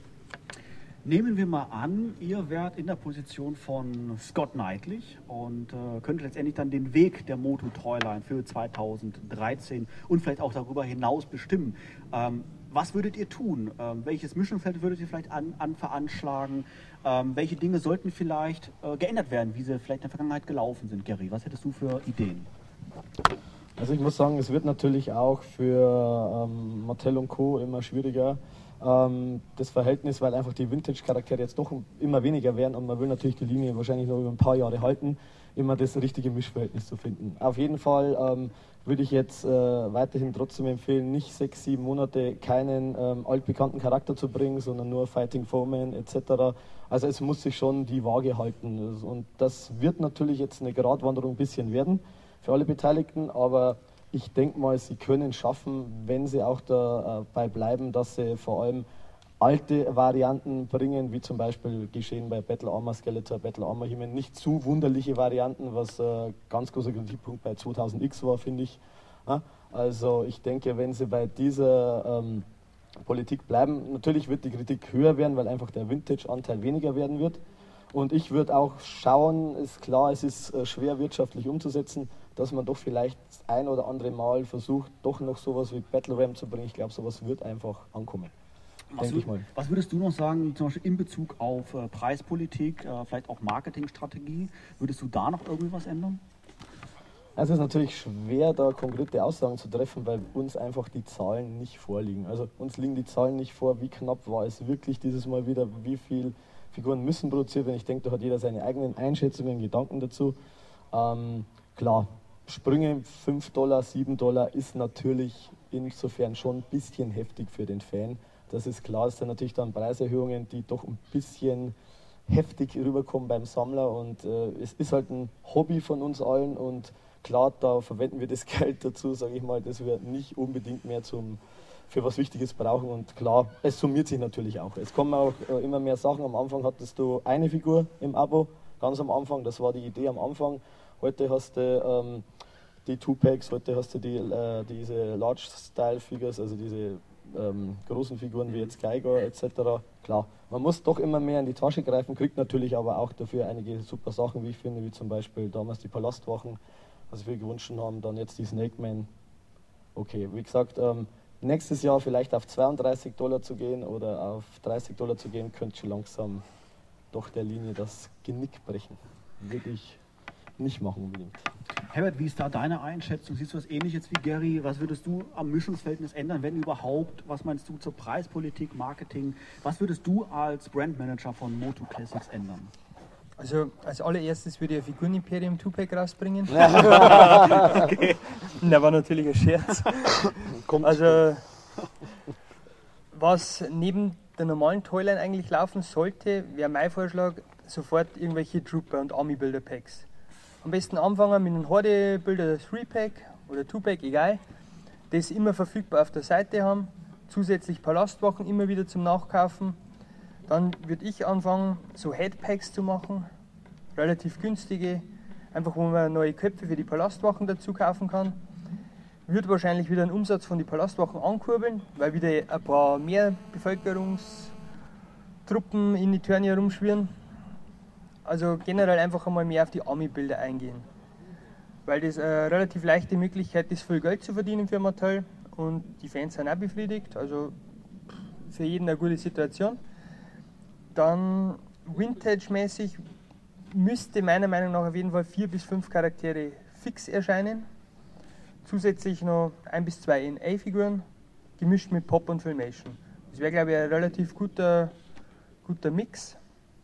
Nehmen wir mal an, ihr wärt in der Position von Scott Knightley und äh, könnt letztendlich dann den Weg der Moto Toyline für zweitausenddreizehn und vielleicht auch darüber hinaus bestimmen. Ähm, Was würdet ihr tun? Ähm, welches Mischungsfeld würdet ihr vielleicht an, an veranschlagen? Ähm, welche Dinge sollten vielleicht äh, geändert werden, wie sie vielleicht in der Vergangenheit gelaufen sind? Gary, was hättest du für Ideen? Also ich muss sagen, es wird natürlich auch für ähm, Mattel und Co. immer schwieriger, ähm, das Verhältnis, weil einfach die Vintage-Charaktere jetzt doch immer weniger werden und man will natürlich die Linie wahrscheinlich noch über ein paar Jahre halten, immer das richtige Mischverhältnis zu finden. Auf jeden Fall ähm, würde ich jetzt äh, weiterhin trotzdem empfehlen, nicht sechs, sieben Monate keinen ähm, altbekannten Charakter zu bringen, sondern nur Fighting Foeman et cetera. Also es muss sich schon die Waage halten und das wird natürlich jetzt eine Gratwanderung ein bisschen werden für alle Beteiligten, aber ich denke mal, sie können schaffen, wenn sie auch dabei bleiben, dass sie vor allem alte Varianten bringen, wie zum Beispiel geschehen bei Battle Armor Skeletor, Battle Armor He-Man, nicht zu wunderliche Varianten, was äh, ganz großer Kritikpunkt bei zweitausend X war, finde ich. Ja? Also ich denke, wenn sie bei dieser ähm, Politik bleiben, natürlich wird die Kritik höher werden, weil einfach der Vintage-Anteil weniger werden wird. Und ich würde auch schauen, ist klar, es ist äh, schwer wirtschaftlich umzusetzen, dass man doch vielleicht ein oder andere Mal versucht, doch noch sowas wie Battle Ram zu bringen. Ich glaube, sowas wird einfach ankommen. Was, ich mal. Was würdest du noch sagen, zum Beispiel in Bezug auf äh, Preispolitik, äh, vielleicht auch Marketingstrategie? Würdest du da noch irgendwie was ändern? Also es ist natürlich schwer, da konkrete Aussagen zu treffen, weil uns einfach die Zahlen nicht vorliegen. Also uns liegen die Zahlen nicht vor, wie knapp war es wirklich dieses Mal wieder, wie viele Figuren müssen produziert werden. Ich denke, da hat jeder seine eigenen Einschätzungen, Gedanken dazu. Ähm, klar, Sprünge fünf Dollar, sieben Dollar ist natürlich insofern schon ein bisschen heftig für den Fan. Das ist klar, es sind natürlich dann Preiserhöhungen, die doch ein bisschen heftig rüberkommen beim Sammler und äh, es ist halt ein Hobby von uns allen und klar, da verwenden wir das Geld dazu, sage ich mal, dass wir nicht unbedingt mehr zum, für was Wichtiges brauchen und klar, es summiert sich natürlich auch. Es kommen auch äh, immer mehr Sachen. Am Anfang hattest du eine Figur im Abo, ganz am Anfang, das war die Idee am Anfang. Heute hast du ähm, die Two-Packs, heute hast du die, äh, diese Large-Style-Figures, also diese ähm, großen Figuren wie jetzt Geiger et cetera. Klar, man muss doch immer mehr in die Tasche greifen, kriegt natürlich aber auch dafür einige super Sachen, wie ich finde, wie zum Beispiel damals die Palastwachen, was wir gewünscht haben, dann jetzt die Snake Man. Okay, wie gesagt, ähm, nächstes Jahr vielleicht auf zweiunddreißig Dollar zu gehen oder auf dreißig Dollar zu gehen, könnte schon langsam doch der Linie das Genick brechen. Wirklich nicht machen unbedingt. Herbert, wie ist da deine Einschätzung? Siehst du was Ähnliches wie Gary? Was würdest du am Mischungsverhältnis ändern, wenn überhaupt? Was meinst du zur Preispolitik, Marketing? Was würdest du als Brandmanager von Moto Classics ändern? Also als allererstes würde ich ein Figurenimperium Two-Pack rausbringen. Okay. Das war natürlich ein Scherz. Also was neben der normalen Toyline eigentlich laufen sollte, wäre mein Vorschlag, sofort irgendwelche Trooper- und Army-Builder-Packs. Am besten anfangen mit einem Horde-Builder Three-Pack oder Two-Pack, egal. Das immer verfügbar auf der Seite haben. Zusätzlich Palastwachen immer wieder zum Nachkaufen. Dann würde ich anfangen, so Headpacks zu machen, relativ günstige, einfach wo man neue Köpfe für die Palastwachen dazu kaufen kann. Wird wahrscheinlich wieder einen Umsatz von den Palastwachen ankurbeln, weil wieder ein paar mehr Bevölkerungstruppen in Eternia rumschwirren. Also generell einfach einmal mehr auf die Army-Bilder eingehen, weil das eine relativ leichte Möglichkeit ist, viel Geld zu verdienen für Mattel und die Fans sind auch befriedigt, also für jeden eine gute Situation. Dann Vintage-mäßig müsste meiner Meinung nach auf jeden Fall vier bis fünf Charaktere fix erscheinen. Zusätzlich noch ein bis zwei N A-Figuren, gemischt mit Pop und Filmation. Das wäre, glaube ich, ein relativ guter, guter Mix.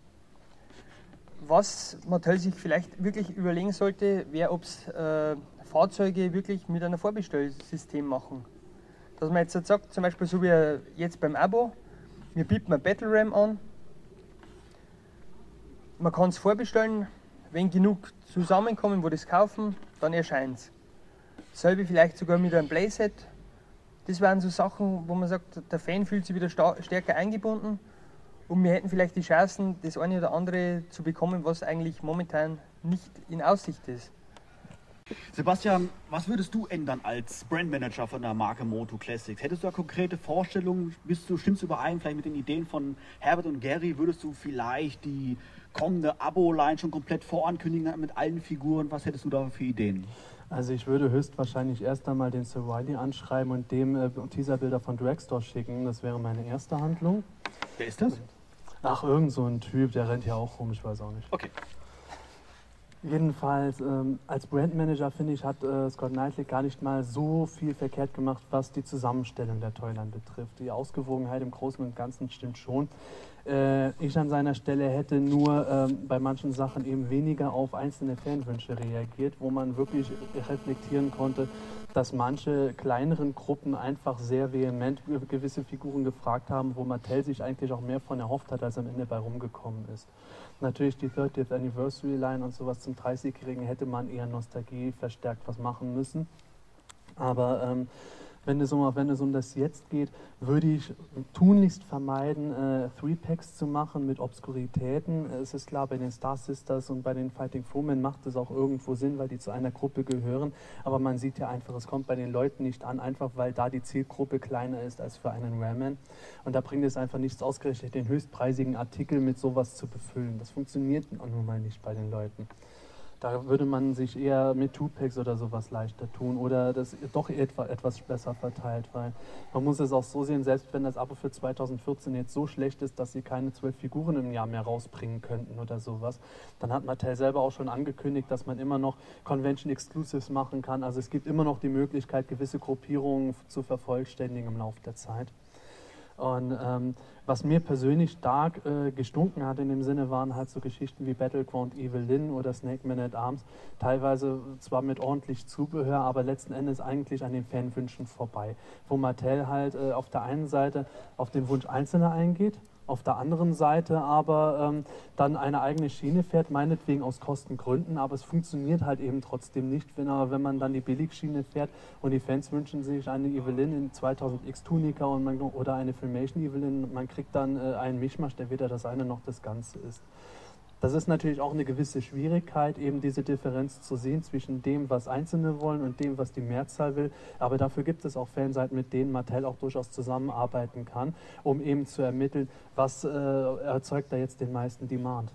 Was Mattel sich vielleicht wirklich überlegen sollte, wäre, ob es äh, Fahrzeuge wirklich mit einem Vorbestellsystem machen. Dass man jetzt sagt, zum Beispiel so wie jetzt beim Abo, wir bieten ein Battle Ram an. Man kann es vorbestellen, wenn genug zusammenkommen, wo das kaufen, dann erscheint es. Selbe vielleicht sogar mit einem Playset. Das wären so Sachen, wo man sagt, der Fan fühlt sich wieder stärker eingebunden und wir hätten vielleicht die Chancen, das eine oder andere zu bekommen, was eigentlich momentan nicht in Aussicht ist. Sebastian, was würdest du ändern als Brandmanager von der Marke Moto Classics? Hättest du da konkrete Vorstellungen? Bist du, stimmst du überein vielleicht mit den Ideen von Herbert und Gary? Würdest du vielleicht die kommende Abo-Line schon komplett vorankündigen mit allen Figuren? Was hättest du da für Ideen? Also ich würde höchstwahrscheinlich erst einmal den Sir Wiley anschreiben und dem äh, Teaserbilder von Dragstore schicken. Das wäre meine erste Handlung. Wer ist das? Ach, irgend so ein Typ, der rennt ja auch rum, ich weiß auch nicht. Okay. Jedenfalls, ähm, als Brandmanager, finde ich, hat äh, Scott Knightley gar nicht mal so viel verkehrt gemacht, was die Zusammenstellung der Toyline betrifft. Die Ausgewogenheit im Großen und Ganzen stimmt schon. Äh, ich an seiner Stelle hätte nur ähm, bei manchen Sachen eben weniger auf einzelne Fanwünsche reagiert, wo man wirklich reflektieren konnte, dass manche kleineren Gruppen einfach sehr vehement gewisse Figuren gefragt haben, wo Mattel sich eigentlich auch mehr von erhofft hat, als am Ende bei rumgekommen ist. Natürlich die thirtieth Anniversary Line und sowas zum dreißigjährigen hätte man eher Nostalgie verstärkt was machen müssen. Aber ähm, wenn es, um, wenn es um das Jetzt geht, würde ich tunlichst vermeiden, äh, Three-Packs zu machen mit Obskuritäten. Es ist klar, bei den Star Sisters und bei den Fighting Foemen macht es auch irgendwo Sinn, weil die zu einer Gruppe gehören. Aber man sieht ja einfach, es kommt bei den Leuten nicht an, einfach weil da die Zielgruppe kleiner ist als für einen Ram-Man. Und da bringt es einfach nichts, ausgerechnet den höchstpreisigen Artikel mit sowas zu befüllen. Das funktioniert nun mal nicht bei den Leuten. Da würde man sich eher mit Two-Packs oder sowas leichter tun oder das doch etwa, etwas besser verteilt, weil man muss es auch so sehen, selbst wenn das Abo für zweitausendvierzehn jetzt so schlecht ist, dass sie keine zwölf Figuren im Jahr mehr rausbringen könnten oder sowas, dann hat Mattel selber auch schon angekündigt, dass man immer noch Convention Exclusives machen kann. Also es gibt immer noch die Möglichkeit, gewisse Gruppierungen zu vervollständigen im Laufe der Zeit. Und ähm, was mir persönlich stark äh, gestunken hat in dem Sinne, waren halt so Geschichten wie Battleground Evil Lyn oder Snake Man at Arms, teilweise zwar mit ordentlich Zubehör, aber letzten Endes eigentlich an den Fanwünschen vorbei, wo Mattel halt äh, auf der einen Seite auf den Wunsch Einzelner eingeht, auf der anderen Seite aber ähm, dann eine eigene Schiene fährt, meinetwegen aus Kostengründen, aber es funktioniert halt eben trotzdem nicht, wenn, aber wenn man dann die Billigschiene fährt und die Fans wünschen sich eine Evelyn in zweitausend X Tunika und man, oder eine Filmation Evelyn, man kriegt dann äh, einen Mischmasch, der weder das eine noch das Ganze ist. Das ist natürlich auch eine gewisse Schwierigkeit, eben diese Differenz zu sehen zwischen dem, was Einzelne wollen und dem, was die Mehrzahl will. Aber dafür gibt es auch Fanseiten, mit denen Mattel auch durchaus zusammenarbeiten kann, um eben zu ermitteln, was äh, erzeugt da jetzt den meisten Demand.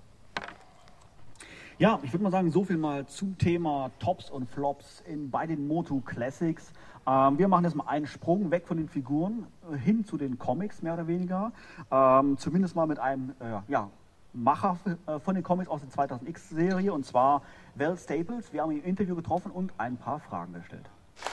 Ja, ich würde mal sagen, so viel mal zum Thema Tops und Flops in, bei den Moto Classics. Ähm, wir machen jetzt mal einen Sprung weg von den Figuren äh, hin zu den Comics, mehr oder weniger. Ähm, zumindest mal mit einem, äh, ja, Macher äh, von den Comics aus der zweitausend X-Serie, und zwar Val Staples. Wir haben ihn im Interview getroffen und ein paar Fragen gestellt.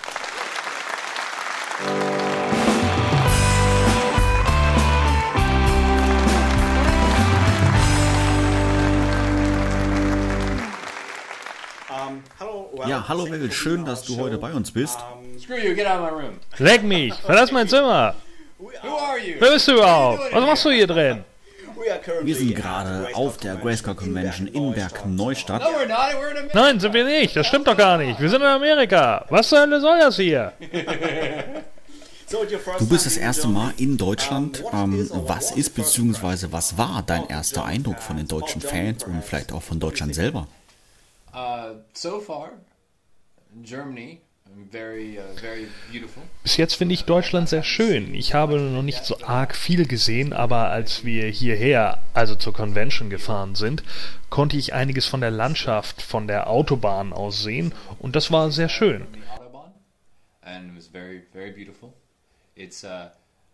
Ja, hallo Val, schön, dass du heute bei uns bist. Leck mich, verlass mein Zimmer. Wer bist du überhaupt? Was machst du hier drin? Wir sind gerade auf der Grayscale Convention in Bergneustadt. Nein, sind wir nicht. Das stimmt doch gar nicht. Wir sind in Amerika. Was zur Hölle soll das hier? Du bist das erste Mal in Deutschland. Ähm, was ist bzw. was war dein erster Eindruck von den deutschen Fans und vielleicht auch von Deutschland selber? Uh, so far, Germany, very, uh, very beautiful. Bis jetzt finde ich Deutschland sehr schön. Ich habe noch nicht so arg viel gesehen, aber als wir hierher, also zur Convention gefahren sind, konnte ich einiges von der Landschaft, von der Autobahn aus sehen und das war sehr schön. And it was very, very beautiful. It's uh,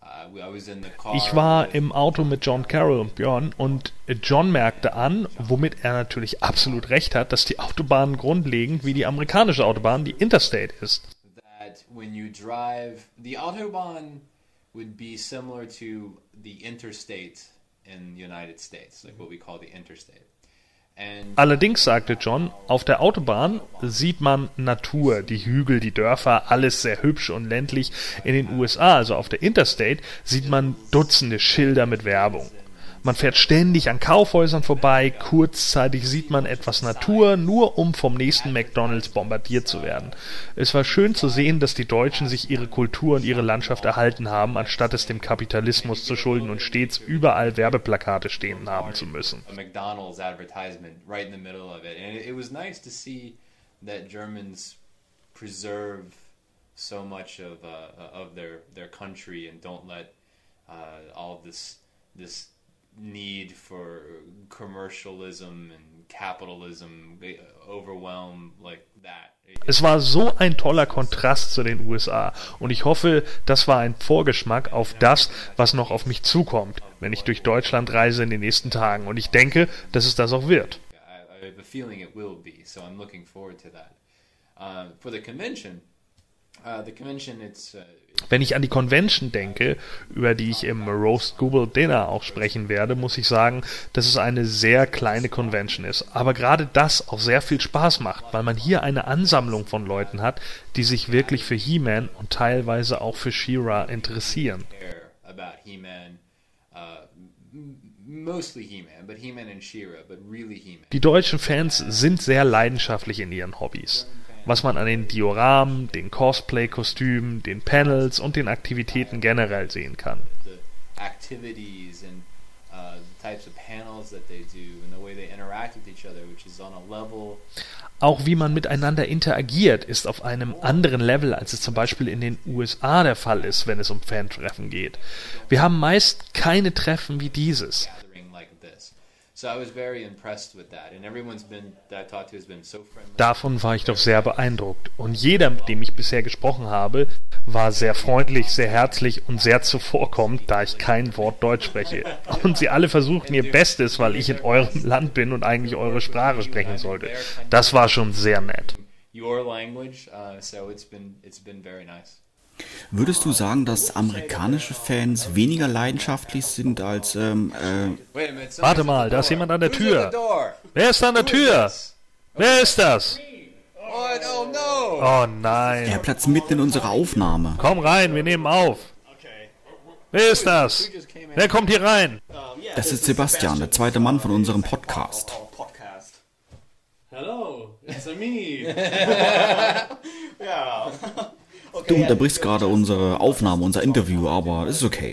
Ich war im Auto mit John Carroll und Björn und John merkte an, womit er natürlich absolut recht hat, dass die Autobahn grundlegend wie die amerikanische Autobahn, die Interstate ist. That when you drive, the Autobahn would be similar to the Interstate in the United States, like what we call the Interstate. Allerdings, sagte John, auf der Autobahn sieht man Natur, die Hügel, die Dörfer, alles sehr hübsch und ländlich. In den U S A, also auf der Interstate, sieht man Dutzende Schilder mit Werbung. Man fährt ständig an Kaufhäusern vorbei, kurzzeitig sieht man etwas Natur, nur um vom nächsten McDonald's bombardiert zu werden. Es war schön zu sehen, dass die Deutschen sich ihre Kultur und ihre Landschaft erhalten haben, anstatt es dem Kapitalismus zu schulden und stets überall Werbeplakate stehen haben zu müssen. A McDonald's advertisement right in the middle of it. And it was nice to see that Germans preserve so much of uh, of their their country and don't let uh, all this this need for commercialism and capitalism overwhelm like that. Es war so ein toller Kontrast zu den U S A und ich hoffe, das war ein Vorgeschmack auf das, was noch auf mich zukommt, wenn ich durch Deutschland reise in den nächsten Tagen und ich denke, dass es das auch wird. I have a feeling it will be, so I'm looking forward to that. Uh, for the convention, uh, the convention it's uh, Wenn ich an die Convention denke, über die ich im Roast Google Dinner auch sprechen werde, muss ich sagen, dass es eine sehr kleine Convention ist. Aber gerade das auch sehr viel Spaß macht, weil man hier eine Ansammlung von Leuten hat, die sich wirklich für He-Man und teilweise auch für She-Ra interessieren. Die deutschen Fans sind sehr leidenschaftlich in ihren Hobbys. Was man an den Dioramen, den Cosplay-Kostümen, den Panels und den Aktivitäten generell sehen kann. Auch wie man miteinander interagiert, ist auf einem anderen Level, als es zum Beispiel in den U S A der Fall ist, wenn es um Fantreffen geht. Wir haben meist keine Treffen wie dieses. Davon war ich doch sehr beeindruckt. Und jeder, mit dem ich bisher gesprochen habe, war sehr freundlich, sehr herzlich und sehr zuvorkommend, da ich kein Wort Deutsch spreche. Und sie alle versuchten ihr Bestes, weil ich in eurem Land bin und eigentlich eure Sprache sprechen sollte. Das war schon sehr nett. Würdest du sagen, dass amerikanische Fans weniger leidenschaftlich sind als... Ähm, äh Warte mal, da ist jemand an der Tür. Wer ist an der Tür? Wer ist das? Oh nein. Er platzt mitten in unserer Aufnahme. Komm rein, wir nehmen auf. Wer ist das? Wer kommt hier rein? Das ist Sebastian, der zweite Mann von unserem Podcast. Hello, it's me. Ja. Du unterbrichst gerade unsere Aufnahme, unser Interview, aber es ist okay.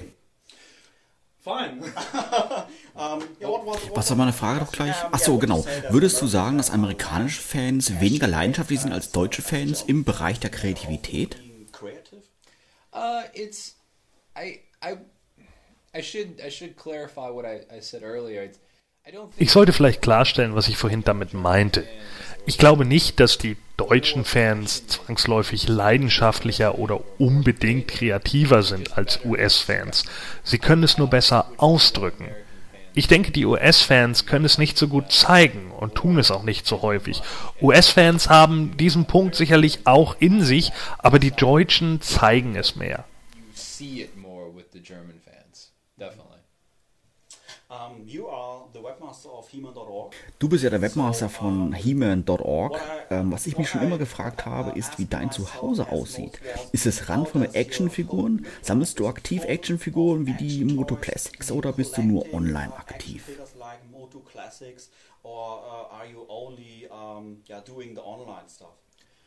Was war meine Frage doch gleich? Ach so, genau. Würdest du sagen, dass amerikanische Fans weniger leidenschaftlich sind als deutsche Fans im Bereich der Kreativität? Uh, it's I I I should I should clarify what I, I said earlier. It's, I don't think Ich sollte vielleicht klarstellen, was ich vorhin damit meinte. Ich glaube nicht, dass die deutschen Fans zwangsläufig leidenschaftlicher oder unbedingt kreativer sind als U S-Fans. Sie können es nur besser ausdrücken. Ich denke, die U S-Fans können es nicht so gut zeigen und tun es auch nicht so häufig. U S-Fans haben diesen Punkt sicherlich auch in sich, aber die Deutschen zeigen es mehr. You see it more with the German fans, definitely. Um, you are the webmaster of He-Man dot org. Du bist ja der Webmaster von He Man dot org. Ähm, was ich mich schon immer gefragt habe, ist, wie dein Zuhause aussieht. Ist es randvoll mit Actionfiguren? Sammelst du aktiv Actionfiguren wie die Moto Classics oder bist du nur online aktiv? Moto Classics, or uh, are you only um, yeah, doing the online stuff?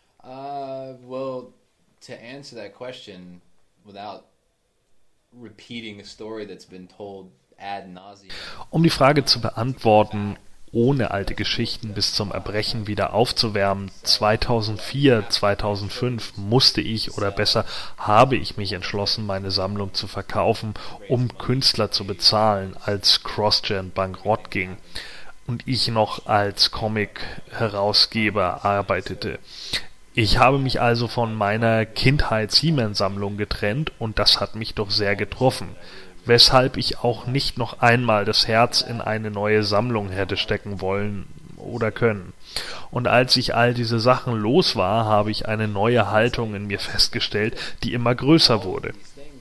Uh, well, to answer that question without repeating a story that's been told ad nauseum. Um die Frage zu beantworten, ohne alte Geschichten bis zum Erbrechen wieder aufzuwärmen, zweitausendvier, zweitausendfünf musste ich, oder besser habe ich mich entschlossen, meine Sammlung zu verkaufen, um Künstler zu bezahlen, als CrossGen bankrott ging und ich noch als Comic-Herausgeber arbeitete. Ich habe mich also von meiner Kindheits-He-Man-Sammlung getrennt und das hat mich doch sehr getroffen, weshalb ich auch nicht noch einmal das Herz in eine neue Sammlung hätte stecken wollen oder können. Und als ich all diese Sachen los war, habe ich eine neue Haltung in mir festgestellt, die immer größer wurde.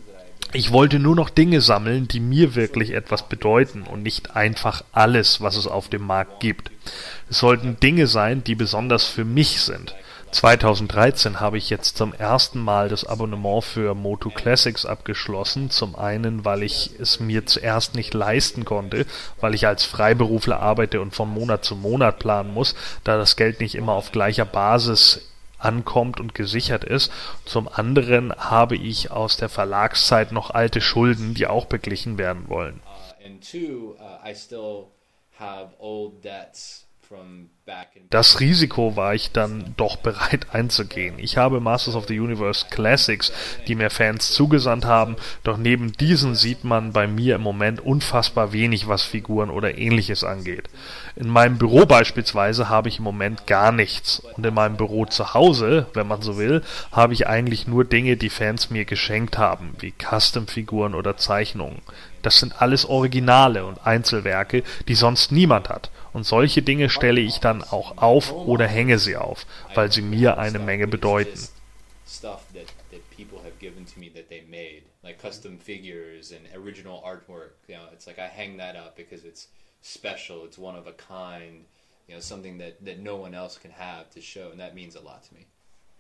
Ich wollte nur noch Dinge sammeln, die mir wirklich etwas bedeuten und nicht einfach alles, was es auf dem Markt gibt. Es sollten Dinge sein, die besonders für mich sind. zweitausenddreizehn habe ich jetzt zum ersten Mal das Abonnement für Moto Classics abgeschlossen. Zum einen, weil ich es mir zuerst nicht leisten konnte, weil ich als Freiberufler arbeite und von Monat zu Monat planen muss, da das Geld nicht immer auf gleicher Basis ankommt und gesichert ist. Zum anderen habe ich aus der Verlagszeit noch alte Schulden, die auch beglichen werden wollen. Uh, and two, uh, I still have old debts from back in. Das Risiko war ich dann doch bereit einzugehen. Ich habe Masters of the Universe Classics, die mir Fans zugesandt haben, doch neben diesen sieht man bei mir im Moment unfassbar wenig, was Figuren oder ähnliches angeht. In meinem Büro beispielsweise habe ich im Moment gar nichts. Und in meinem Büro zu Hause, wenn man so will, habe ich eigentlich nur Dinge, die Fans mir geschenkt haben, wie Custom-Figuren oder Zeichnungen. Das sind alles Originale und Einzelwerke, die sonst niemand hat. Und solche Dinge stelle ich dann auch auf oder hänge sie auf, weil sie mir eine Menge bedeuten. Stuff that, that people have given to me that they made, like custom figures and original artwork. You know, it's like I hang that up because it's special, it's one of a kind, you know, something that, that no one else can have to show, and that means a lot to me.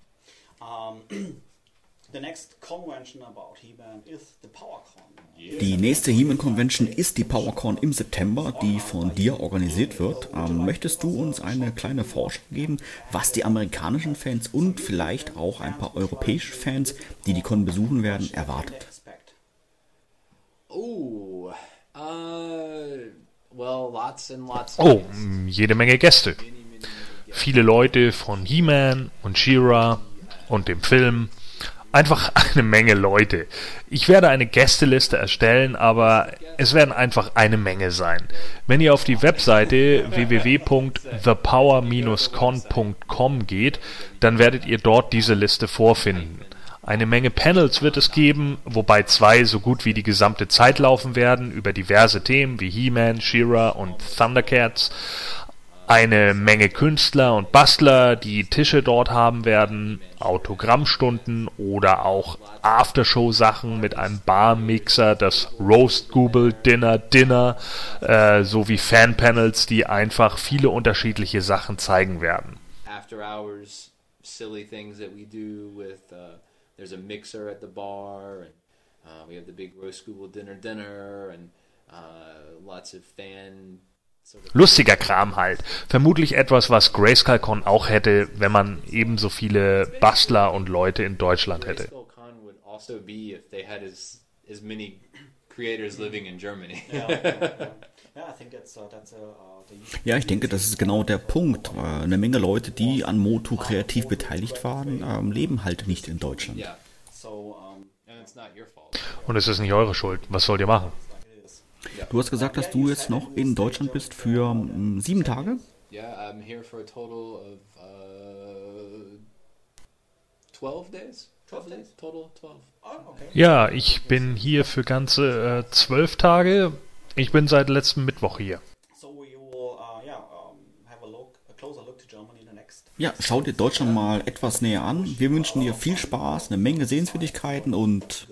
Um, the next convention about He-Man is the PowerCon. Die nächste He-Man Convention ist die PowerCon im September, die von dir organisiert wird. Ähm, möchtest du uns eine kleine Vorschau geben, was die amerikanischen Fans und vielleicht auch ein paar europäische Fans, die die Con besuchen werden, erwartet? Oh, uh, well, lots and lots. Oh, jede Menge Gäste. Viele Leute von He-Man und She-Ra und dem Film. Einfach eine Menge Leute. Ich werde eine Gästeliste erstellen, aber es werden einfach eine Menge sein. Wenn ihr auf die Webseite w w w punkt the power dash con punkt com geht, dann werdet ihr dort diese Liste vorfinden. Eine Menge Panels wird es geben, wobei zwei so gut wie die gesamte Zeit laufen werden, über diverse Themen wie He-Man, She-Ra und Thundercats. Eine Menge Künstler und Bastler, die Tische dort haben werden, Autogrammstunden oder auch Aftershow-Sachen mit einem Bar-Mixer, das Roast Google Dinner Dinner, äh, sowie Fan-Panels, die einfach viele unterschiedliche Sachen zeigen werden. After hours, silly things that we do with, uh, there's a mixer at the bar, and uh, we have the big Roast Google Dinner Dinner, and uh, lots of fan. Lustiger Kram halt. Vermutlich etwas, was GrayskullCon auch hätte, wenn man ebenso viele Bastler und Leute in Deutschland hätte. Ja, ich denke, das ist genau der Punkt. Eine Menge Leute, die an Motu kreativ beteiligt waren, leben halt nicht in Deutschland. Und es ist nicht eure Schuld. Was sollt ihr machen? Du hast gesagt, dass du jetzt noch in Deutschland bist für um, sieben Tage? Yeah, I'm here for a total of uh, twelve days. twelve days? Total twelve. Ja, ich bin hier für ganze äh, zwölf Tage. Ich bin seit letztem Mittwoch hier. Ja, schau dir Deutschland mal etwas näher an. Wir wünschen dir viel Spaß, eine Menge Sehenswürdigkeiten und...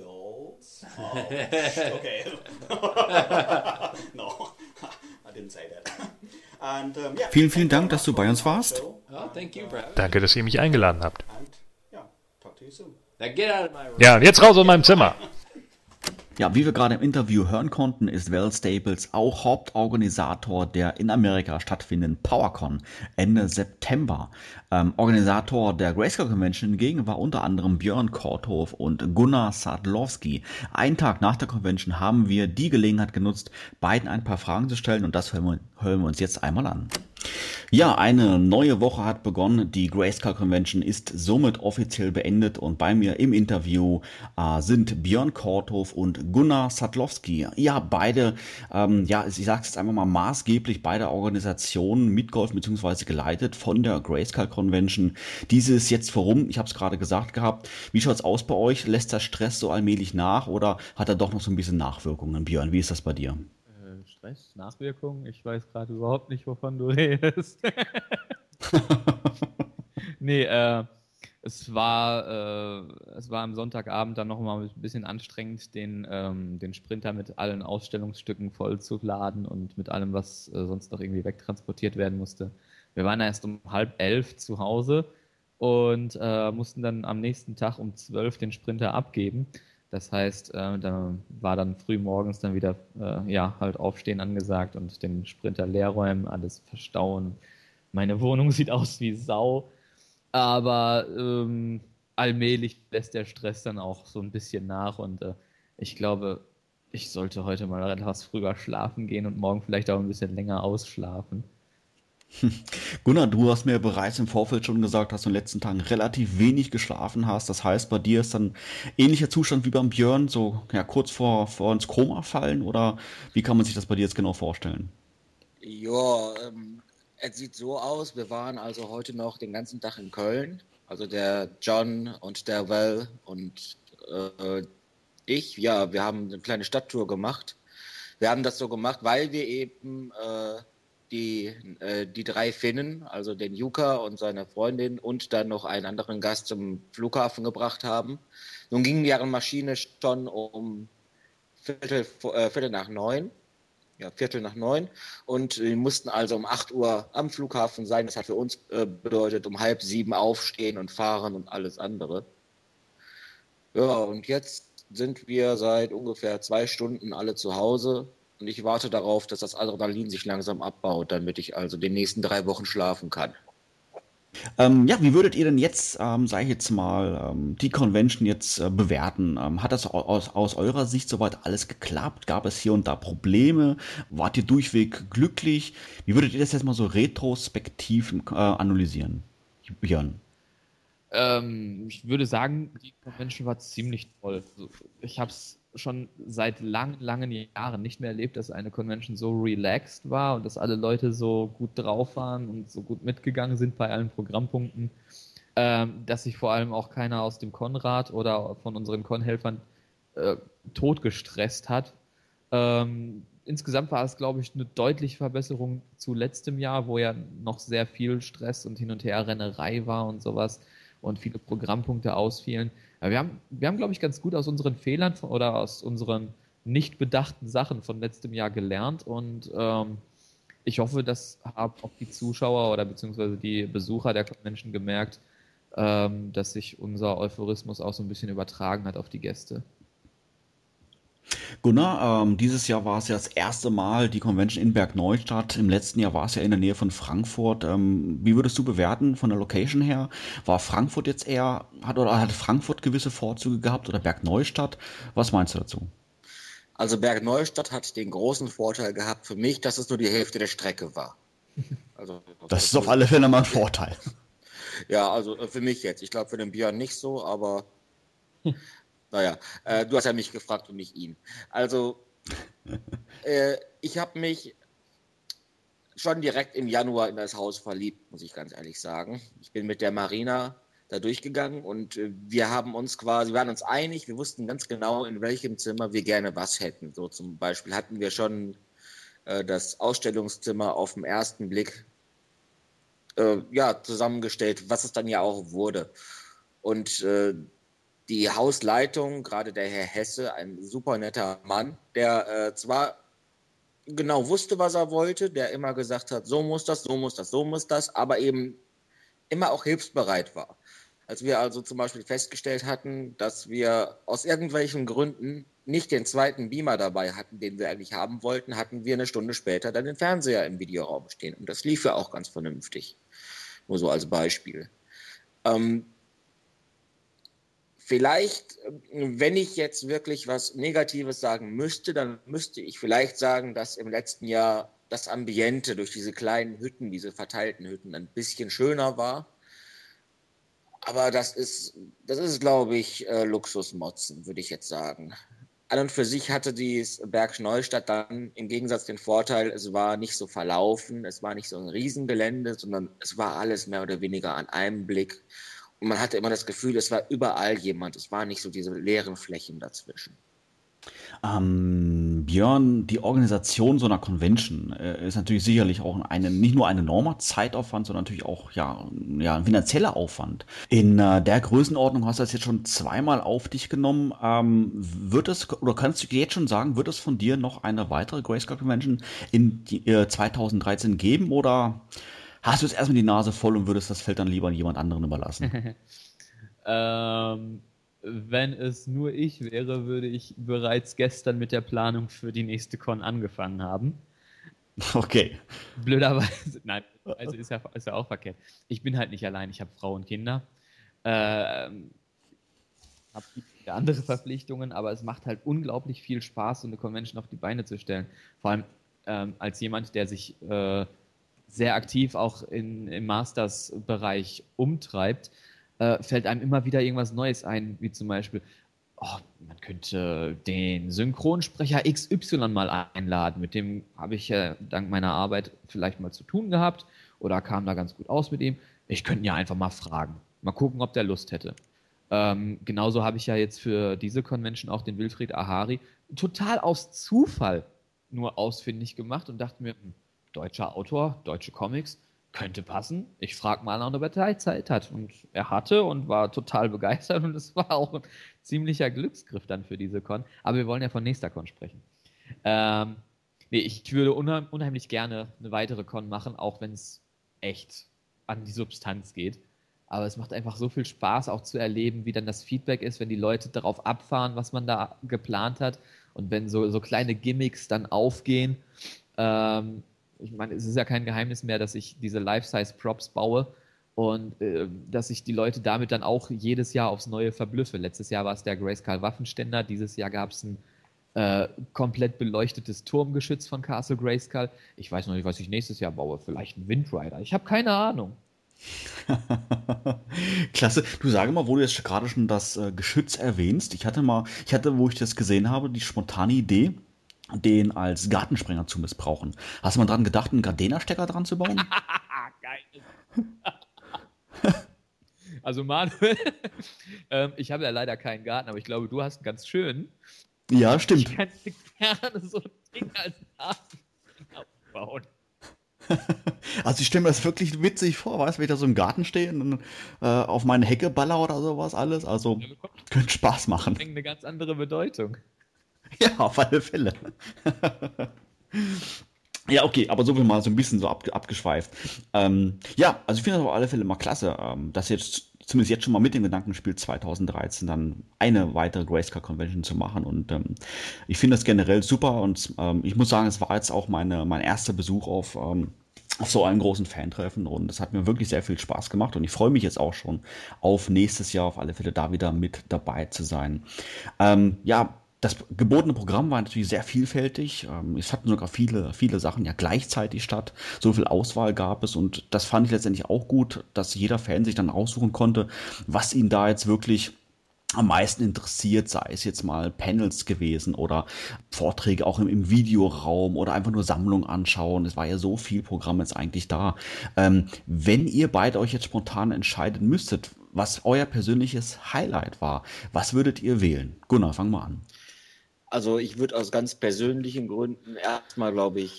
Okay. No, I didn't say that. And, um, yeah. Vielen, vielen Dank, dass du bei uns warst. Oh, thank you, Brad. Danke, dass ihr mich eingeladen habt. Talk to you soon. Now get out of my room. Ja, jetzt raus aus meinem Zimmer. Ja, wie wir gerade im Interview hören konnten, ist Val Staples auch Hauptorganisator der in Amerika stattfindenden PowerCon Ende September. Ähm, Organisator der Grayscale Convention hingegen war unter anderem Björn Korthof und Gunnar Sadlowski. Einen Tag nach der Convention haben wir die Gelegenheit genutzt, beiden ein paar Fragen zu stellen und das hören wir, hören wir uns jetzt einmal an. Ja, eine neue Woche hat begonnen. Die Grayscale Convention ist somit offiziell beendet und bei mir im Interview äh, sind Björn Korthof und Gunnar Sadlowski. Ja, beide, ähm, ja, ich sage es jetzt einfach mal maßgeblich, beide Organisationen mitgeholfen bzw. geleitet von der Grayscale Convention. Diese ist jetzt vorum, ich habe es gerade gesagt gehabt. Wie schaut's aus bei euch? Lässt der Stress so allmählich nach oder hat er doch noch so ein bisschen Nachwirkungen? Björn, wie ist das bei dir? Stress, Nachwirkungen? Ich weiß gerade überhaupt nicht, wovon du redest. nee, äh, es war, äh, es war am Sonntagabend dann nochmal ein bisschen anstrengend, den, ähm, den Sprinter mit allen Ausstellungsstücken voll zu laden und mit allem, was äh, sonst noch irgendwie wegtransportiert werden musste. Wir waren erst um halb elf zu Hause und äh, mussten dann am nächsten Tag um zwölf den Sprinter abgeben. Das heißt, äh, da war dann früh morgens dann wieder äh, ja, halt Aufstehen angesagt und den Sprinter leerräumen, alles verstauen. Meine Wohnung sieht aus wie Sau, aber ähm, allmählich lässt der Stress dann auch so ein bisschen nach und äh, ich glaube, ich sollte heute mal etwas früher schlafen gehen und morgen vielleicht auch ein bisschen länger ausschlafen. Gunnar, du hast mir bereits im Vorfeld schon gesagt, dass du in den letzten Tagen relativ wenig geschlafen hast. Das heißt, bei dir ist dann ähnlicher Zustand wie beim Björn, so ja, kurz vor, vor ins Koma fallen oder wie kann man sich das bei dir jetzt genau vorstellen? Ja, ähm, es sieht so aus, wir waren also heute noch den ganzen Tag in Köln, also der John und der Val und äh, ich, ja, wir haben eine kleine Stadttour gemacht. Wir haben das so gemacht, weil wir eben äh, Die, äh, die drei Finnen, also den Jukka und seine Freundin und dann noch einen anderen Gast zum Flughafen gebracht haben. Nun ging deren Maschine schon um Viertel, äh, Viertel nach neun, ja, Viertel nach neun und wir mussten also um acht Uhr am Flughafen sein. Das hat für uns äh, bedeutet, um halb sieben aufstehen und fahren und alles andere. Ja, und jetzt sind wir seit ungefähr zwei Stunden alle zu Hause. Und ich warte darauf, dass das Adrenalin sich langsam abbaut, damit ich also die nächsten drei Wochen schlafen kann. Ähm, ja, wie würdet ihr denn jetzt, ähm, sage ich jetzt mal, ähm, die Convention jetzt äh, bewerten? Ähm, hat das aus, aus eurer Sicht soweit alles geklappt? Gab es hier und da Probleme? Wart ihr durchweg glücklich? Wie würdet ihr das jetzt mal so retrospektiv äh, analysieren? Björn? Ähm, ich würde sagen, die Convention war ziemlich toll. Also, ich habe es schon seit langen, langen Jahren nicht mehr erlebt, dass eine Convention so relaxed war und dass alle Leute so gut drauf waren und so gut mitgegangen sind bei allen Programmpunkten, ähm, dass sich vor allem auch keiner aus dem Konrad oder von unseren Con-Helfern äh, totgestresst hat. Ähm, insgesamt war es, glaube ich, eine deutliche Verbesserung zu letztem Jahr, wo ja noch sehr viel Stress und Hin- und Her-Rennerei war und sowas und viele Programmpunkte ausfielen. Ja, wir haben, wir haben, glaube ich, ganz gut aus unseren Fehlern oder aus unseren nicht bedachten Sachen von letztem Jahr gelernt und ähm, ich hoffe, das haben auch die Zuschauer oder beziehungsweise die Besucher der Convention gemerkt, ähm, dass sich unser Euphorismus auch so ein bisschen übertragen hat auf die Gäste. Gunnar, ähm, dieses Jahr war es ja das erste Mal die Convention in Bergneustadt. Im letzten Jahr war es ja in der Nähe von Frankfurt. Ähm, wie würdest du bewerten von der Location her? War Frankfurt jetzt eher, hat oder hat Frankfurt gewisse Vorzüge gehabt oder Bergneustadt? Was meinst du dazu? Also Bergneustadt hat den großen Vorteil gehabt für mich, dass es nur die Hälfte der Strecke war. Also, das ist auf alle Fälle mal ein Vorteil. Ja, also für mich jetzt. Ich glaube für den Björn nicht so, aber naja, äh, du hast ja mich gefragt und nicht ihn. Also, äh, ich habe mich schon direkt im Januar in das Haus verliebt, muss ich ganz ehrlich sagen. Ich bin mit der Marina da durchgegangen und äh, wir haben uns quasi, wir waren uns einig, wir wussten ganz genau, in welchem Zimmer wir gerne was hätten. So zum Beispiel hatten wir schon äh, das Ausstellungszimmer auf den ersten Blick äh, ja, zusammengestellt, was es dann ja auch wurde. Und äh, die Hausleitung, gerade der Herr Hesse, ein super netter Mann, der äh, zwar genau wusste, was er wollte, der immer gesagt hat, so muss das, so muss das, so muss das, aber eben immer auch hilfsbereit war. Als wir also zum Beispiel festgestellt hatten, dass wir aus irgendwelchen Gründen nicht den zweiten Beamer dabei hatten, den wir eigentlich haben wollten, hatten wir eine Stunde später dann den Fernseher im Videoraum stehen. Und das lief ja auch ganz vernünftig. Nur so als Beispiel. Ähm, vielleicht, wenn ich jetzt wirklich was Negatives sagen müsste, dann müsste ich vielleicht sagen, dass im letzten Jahr das Ambiente durch diese kleinen Hütten, diese verteilten Hütten, ein bisschen schöner war. Aber das ist, das ist, glaube ich, äh, Luxusmotzen, würde ich jetzt sagen. An und für sich hatte die Berg Neustadt dann im Gegensatz den Vorteil, es war nicht so verlaufen, es war nicht so ein Riesengelände, sondern es war alles mehr oder weniger an einem Blick. Und man hatte immer das Gefühl, es war überall jemand, es waren nicht so diese leeren Flächen dazwischen. Ähm, Björn, die Organisation so einer Convention äh, ist natürlich sicherlich auch eine, nicht nur ein enormer Zeitaufwand, sondern natürlich auch ja, ja, ein finanzieller Aufwand. In äh, der Größenordnung hast du das jetzt schon zweimal auf dich genommen. Ähm, wird es, oder kannst du jetzt schon sagen, wird es von dir noch eine weitere Grayscale Convention in die, äh, zwanzig dreizehn geben oder hast du jetzt erstmal die Nase voll und würdest das Feld dann lieber jemand anderen überlassen? ähm... Wenn es nur ich wäre, würde ich bereits gestern mit der Planung für die nächste Con angefangen haben. Okay. Blöderweise, nein, also ist ja, ist ja auch verkehrt. Ich bin halt nicht allein, ich habe Frau und Kinder. Ähm, habe viele andere Verpflichtungen, aber es macht halt unglaublich viel Spaß, so eine Convention auf die Beine zu stellen. Vor allem ähm, als jemand, der sich äh, sehr aktiv auch in, im Masters-Bereich umtreibt, Äh, fällt einem immer wieder irgendwas Neues ein, wie zum Beispiel, oh, man könnte den Synchronsprecher X Y mal einladen, mit dem habe ich ja dank meiner Arbeit vielleicht mal zu tun gehabt oder kam da ganz gut aus mit ihm. Ich könnte ihn ja einfach mal fragen, mal gucken, ob der Lust hätte. Ähm, genauso habe ich ja jetzt für diese Convention auch den Wilfried Ahari total aus Zufall nur ausfindig gemacht und dachte mir, hm, deutscher Autor, deutsche Comics, könnte passen. Ich frage mal an, ob er Zeit hat. Und er hatte und war total begeistert und es war auch ein ziemlicher Glücksgriff dann für diese Con. Aber wir wollen ja von nächster Con sprechen. Ähm, nee, ich würde unheim- unheimlich gerne eine weitere Con machen, auch wenn es echt an die Substanz geht. Aber es macht einfach so viel Spaß, auch zu erleben, wie dann das Feedback ist, wenn die Leute darauf abfahren, was man da geplant hat. Und wenn so, so kleine Gimmicks dann aufgehen. Ähm, Ich meine, es ist ja kein Geheimnis mehr, dass ich diese Life-Size-Props baue und äh, dass ich die Leute damit dann auch jedes Jahr aufs Neue verblüffe. Letztes Jahr war es der Grayskull-Waffenständer, dieses Jahr gab es ein äh, komplett beleuchtetes Turmgeschütz von Castle Grayskull. Ich weiß noch nicht, was ich nächstes Jahr baue. Vielleicht ein Windrider. Ich habe keine Ahnung. Klasse. Du, sage mal, wo du jetzt gerade schon das äh, Geschütz erwähnst. Ich hatte mal, ich hatte, wo ich das gesehen habe, die spontane Idee, den als Gartensprenger zu missbrauchen. Hast du mal dran gedacht, einen Gardena-Stecker dran zu bauen? Geil. Also Manuel, ähm, ich habe ja leider keinen Garten, aber ich glaube, du hast einen ganz schönen. Ja, stimmt. Ich kann dir gerne so ein Ding als Gartensprenger aufbauen. Also ich stelle mir das wirklich witzig vor, weißt du, wenn ich da so im Garten stehe und äh, auf meine Hecke baller oder sowas alles. Also könnte Spaß machen. Eine ganz andere Bedeutung. Ja, auf alle Fälle. Ja, okay, aber so viel mal so ein bisschen so ab, abgeschweift. Ähm, ja, also ich finde das auf alle Fälle mal klasse, ähm, dass jetzt zumindest jetzt schon mal mit dem Gedanken spielt, zwanzig dreizehn dann eine weitere Grayskull Convention zu machen und ähm, ich finde das generell super und ähm, ich muss sagen, es war jetzt auch meine, mein erster Besuch auf, ähm, auf so einem großen Fan-Treffen und es hat mir wirklich sehr viel Spaß gemacht und ich freue mich jetzt auch schon auf nächstes Jahr auf alle Fälle da wieder mit dabei zu sein. Ähm, ja, das gebotene Programm war natürlich sehr vielfältig. Es hatten sogar viele, viele Sachen ja gleichzeitig statt. So viel Auswahl gab es und das fand ich letztendlich auch gut, dass jeder Fan sich dann aussuchen konnte, was ihn da jetzt wirklich am meisten interessiert, sei es jetzt mal Panels gewesen oder Vorträge auch im, im Videoraum oder einfach nur Sammlungen anschauen. Es war ja so viel Programm jetzt eigentlich da. Ähm, wenn ihr beide euch jetzt spontan entscheiden müsstet, was euer persönliches Highlight war, was würdet ihr wählen? Gunnar, fang mal an. Also ich würde aus ganz persönlichen Gründen erstmal, glaube ich,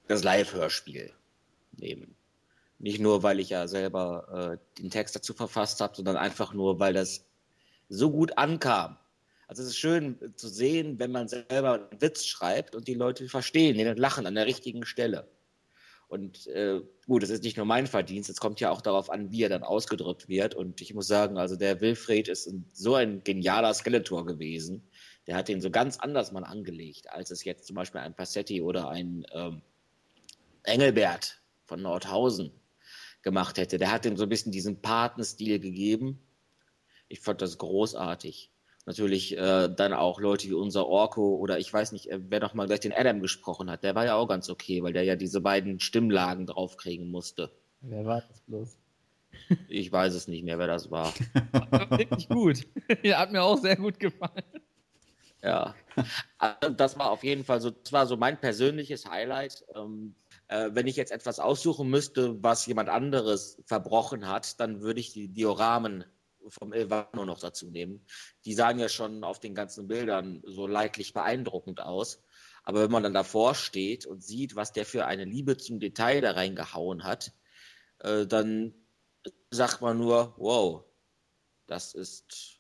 das Live-Hörspiel nehmen. Nicht nur, weil ich ja selber äh, den Text dazu verfasst habe, sondern einfach nur, weil das so gut ankam. Also es ist schön zu sehen, wenn man selber einen Witz schreibt und die Leute verstehen, den lachen an der richtigen Stelle. Und äh, gut, das ist nicht nur mein Verdienst, es kommt ja auch darauf an, wie er dann ausgedrückt wird. Und ich muss sagen, also der Wilfried ist ein, so ein genialer Skeletor gewesen. Der hat den so ganz anders mal angelegt, als es jetzt zum Beispiel ein Passetti oder ein ähm, Engelbert von Nordhausen gemacht hätte. Der hat dem so ein bisschen diesen Patenstil gegeben. Ich fand das großartig. Natürlich äh, dann auch Leute wie unser Orko oder ich weiß nicht, wer noch mal gleich den Adam gesprochen hat. Der war ja auch ganz okay, weil der ja diese beiden Stimmlagen draufkriegen musste. Wer war das bloß? Ich weiß es nicht mehr, wer das war. Das war wirklich gut. Ja, hat mir auch sehr gut gefallen. Ja, also das war auf jeden Fall so, das war so mein persönliches Highlight. Ähm, äh, wenn ich jetzt etwas aussuchen müsste, was jemand anderes verbrochen hat, dann würde ich die Dioramen vom Ilvano noch dazu nehmen. Die sahen ja schon auf den ganzen Bildern so leidlich beeindruckend aus. Aber wenn man dann davor steht und sieht, was der für eine Liebe zum Detail da reingehauen hat, äh, dann sagt man nur, wow, das ist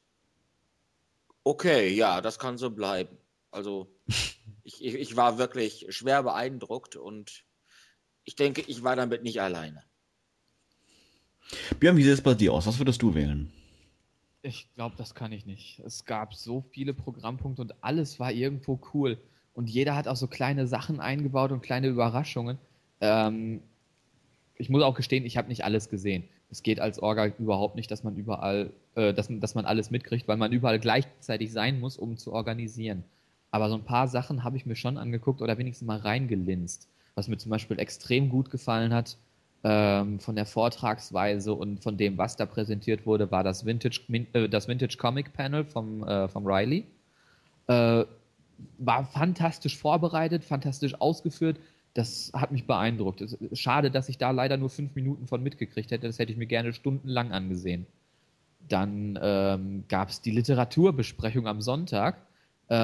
okay, ja, das kann so bleiben. Also ich, ich, ich war wirklich schwer beeindruckt und ich denke, ich war damit nicht alleine. Björn, wie sieht es bei dir aus? Was würdest du wählen? Ich glaube, das kann ich nicht. Es gab so viele Programmpunkte und alles war irgendwo cool. Und jeder hat auch so kleine Sachen eingebaut und kleine Überraschungen. Ähm, ich muss auch gestehen, ich habe nicht alles gesehen. Es geht als Orga überhaupt nicht, dass man überall, äh, dass, dass man alles mitkriegt, weil man überall gleichzeitig sein muss, um zu organisieren. Aber so ein paar Sachen habe ich mir schon angeguckt oder wenigstens mal reingelinst. Was mir zum Beispiel extrem gut gefallen hat, ähm, von der Vortragsweise und von dem, was da präsentiert wurde, war das Vintage, äh, das Vintage Comic Panel vom, äh, vom Riley. Äh, war fantastisch vorbereitet, fantastisch ausgeführt. Das hat mich beeindruckt. Es ist schade, dass ich da leider nur fünf Minuten von mitgekriegt hätte. Das hätte ich mir gerne stundenlang angesehen. Dann ähm, gab es die Literaturbesprechung am Sonntag, äh,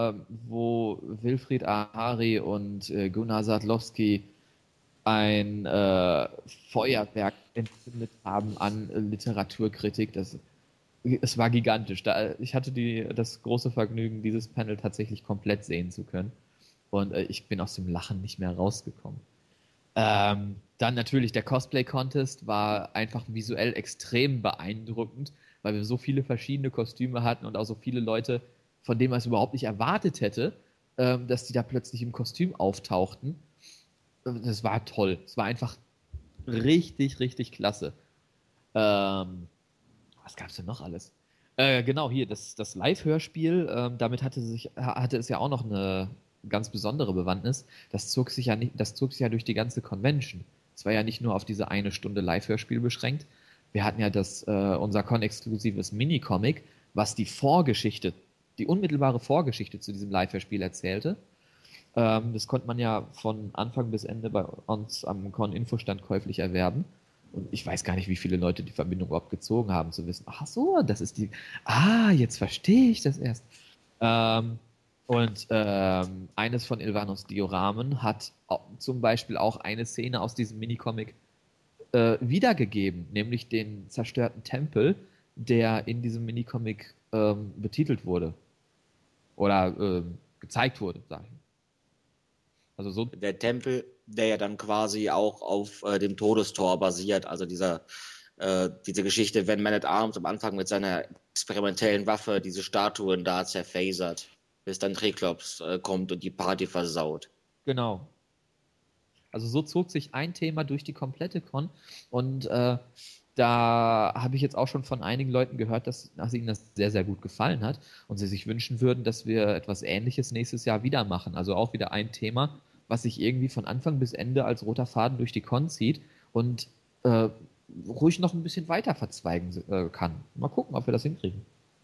wo Wilfried Ahari und äh, Gunnar Sadlowski ein äh, Feuerwerk entzündet haben an äh, Literaturkritik. Das, es war gigantisch. Da, ich hatte die, das große Vergnügen, dieses Panel tatsächlich komplett sehen zu können. Und äh, ich bin aus dem Lachen nicht mehr rausgekommen. Ähm, dann natürlich der Cosplay-Contest war einfach visuell extrem beeindruckend, weil wir so viele verschiedene Kostüme hatten und auch so viele Leute, von denen man es überhaupt nicht erwartet hätte, ähm, dass die da plötzlich im Kostüm auftauchten. Das war toll. Es war einfach richtig, richtig klasse. Ähm, was gab es denn noch alles? Äh, genau, hier, das, das Live-Hörspiel, ähm, damit hatte, sich, hatte es ja auch noch eine ganz besondere Bewandtnis. Das zog sich ja nicht, das zog sich ja durch die ganze Convention. Es war ja nicht nur auf diese eine Stunde Live-Hörspiel beschränkt. Wir hatten ja das, äh, unser Con-exklusives Mini-Comic, was die Vorgeschichte, die unmittelbare Vorgeschichte zu diesem Live-Hörspiel erzählte. Ähm, das konnte man ja von Anfang bis Ende bei uns am Con-Infostand käuflich erwerben. Und ich weiß gar nicht, wie viele Leute die Verbindung überhaupt gezogen haben, zu wissen, ach so, das ist die, ah, jetzt verstehe ich das erst. Ähm, und ähm, eines von Ilvanos Dioramen hat auch, zum Beispiel auch eine Szene aus diesem Minicomic äh, wiedergegeben, nämlich den zerstörten Tempel, der in diesem Minicomic ähm, betitelt wurde. Oder ähm, gezeigt wurde, sag ich. Also so der Tempel, der ja dann quasi auch auf äh, dem Todestor basiert, also dieser, äh, diese Geschichte, wenn Man at Arms am Anfang mit seiner experimentellen Waffe diese Statuen da zerfasert, bis dann Triklops äh, kommt und die Party versaut. Genau. Also so zog sich ein Thema durch die komplette Con und äh, da habe ich jetzt auch schon von einigen Leuten gehört, dass, dass ihnen das sehr, sehr gut gefallen hat und sie sich wünschen würden, dass wir etwas Ähnliches nächstes Jahr wieder machen. Also auch wieder ein Thema, was sich irgendwie von Anfang bis Ende als roter Faden durch die Con zieht und äh, ruhig noch ein bisschen weiter verzweigen äh, kann. Mal gucken, ob wir das hinkriegen.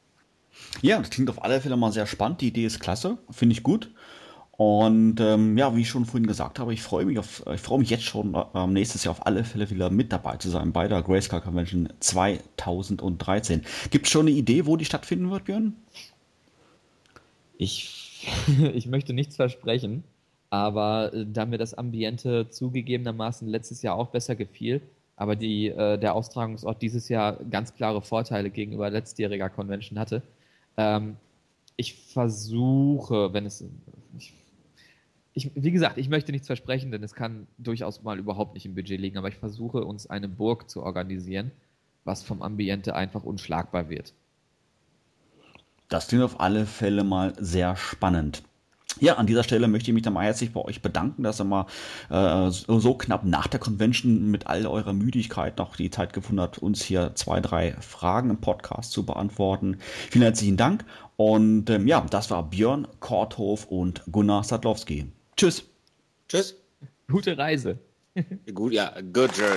Ja, das klingt auf alle Fälle mal sehr spannend. Die Idee ist klasse, finde ich gut. Und ähm, ja, wie ich schon vorhin gesagt habe, ich freue mich auf, ich freue mich jetzt schon äh, nächstes Jahr auf alle Fälle wieder mit dabei zu sein bei der Grayscale Convention zweitausenddreizehn. Gibt es schon eine Idee, wo die stattfinden wird, Björn? Ich, ich möchte nichts versprechen, Aber äh, da mir das Ambiente zugegebenermaßen letztes Jahr auch besser gefiel, aber die, äh, der Austragungsort dieses Jahr ganz klare Vorteile gegenüber letztjähriger Convention hatte, ähm, ich versuche, wenn es... Ich, ich, wie gesagt, ich möchte nichts versprechen, denn es kann durchaus mal überhaupt nicht im Budget liegen, aber ich versuche, uns eine Burg zu organisieren, was vom Ambiente einfach unschlagbar wird. Das klingt auf alle Fälle mal sehr spannend. Ja, an dieser Stelle möchte ich mich dann mal herzlich bei euch bedanken, dass ihr mal äh, so, so knapp nach der Convention mit all eurer Müdigkeit noch die Zeit gefunden habt, uns hier zwei, drei Fragen im Podcast zu beantworten. Vielen herzlichen Dank und ähm, ja, das war Björn Korthof und Gunnar Sadlowski. Tschüss. Tschüss. Gute Reise. Gut, ja, good journey.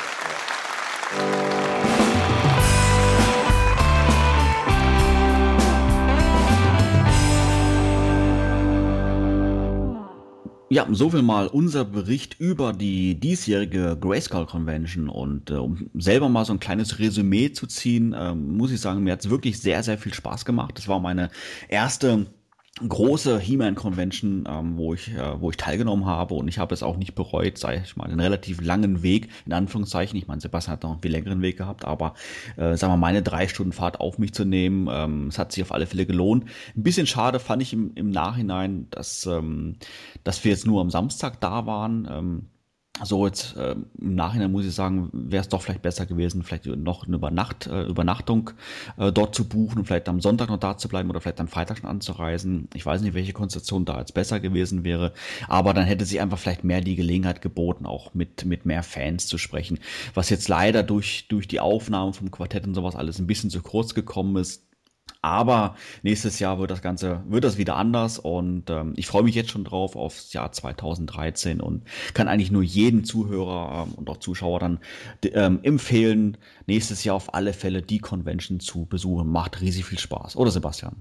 Ja, soviel mal unser Bericht über die diesjährige Grayskull Convention und äh, um selber mal so ein kleines Resümee zu ziehen, äh, muss ich sagen, mir hat es wirklich sehr, sehr viel Spaß gemacht. Das war meine erste große He-Man-Convention, ähm, wo ich äh, wo ich teilgenommen habe und ich habe es auch nicht bereut, sag ich mal, einen relativ langen Weg, in Anführungszeichen. Ich meine, Sebastian hat noch einen viel längeren Weg gehabt, aber äh, sagen wir mal, meine drei Stunden Fahrt auf mich zu nehmen, ähm, es hat sich auf alle Fälle gelohnt. Ein bisschen schade fand ich im, im Nachhinein, dass ähm, dass wir jetzt nur am Samstag da waren. Ähm, So jetzt äh, im Nachhinein muss ich sagen, wäre es doch vielleicht besser gewesen, vielleicht noch eine Übernacht, äh, Übernachtung äh, dort zu buchen und vielleicht am Sonntag noch da zu bleiben oder vielleicht am Freitag schon anzureisen. Ich weiß nicht, welche Konstellation da jetzt besser gewesen wäre, aber dann hätte sich einfach vielleicht mehr die Gelegenheit geboten, auch mit mit mehr Fans zu sprechen, was jetzt leider durch durch die Aufnahmen vom Quartett und sowas alles ein bisschen zu kurz gekommen ist. Aber nächstes Jahr wird das Ganze, wird das wieder anders und ähm, ich freue mich jetzt schon drauf aufs Jahr zweitausenddreizehn und kann eigentlich nur jeden Zuhörer ähm, und auch Zuschauer dann ähm, empfehlen, nächstes Jahr auf alle Fälle die Convention zu besuchen. Macht riesig viel Spaß. Oder Sebastian?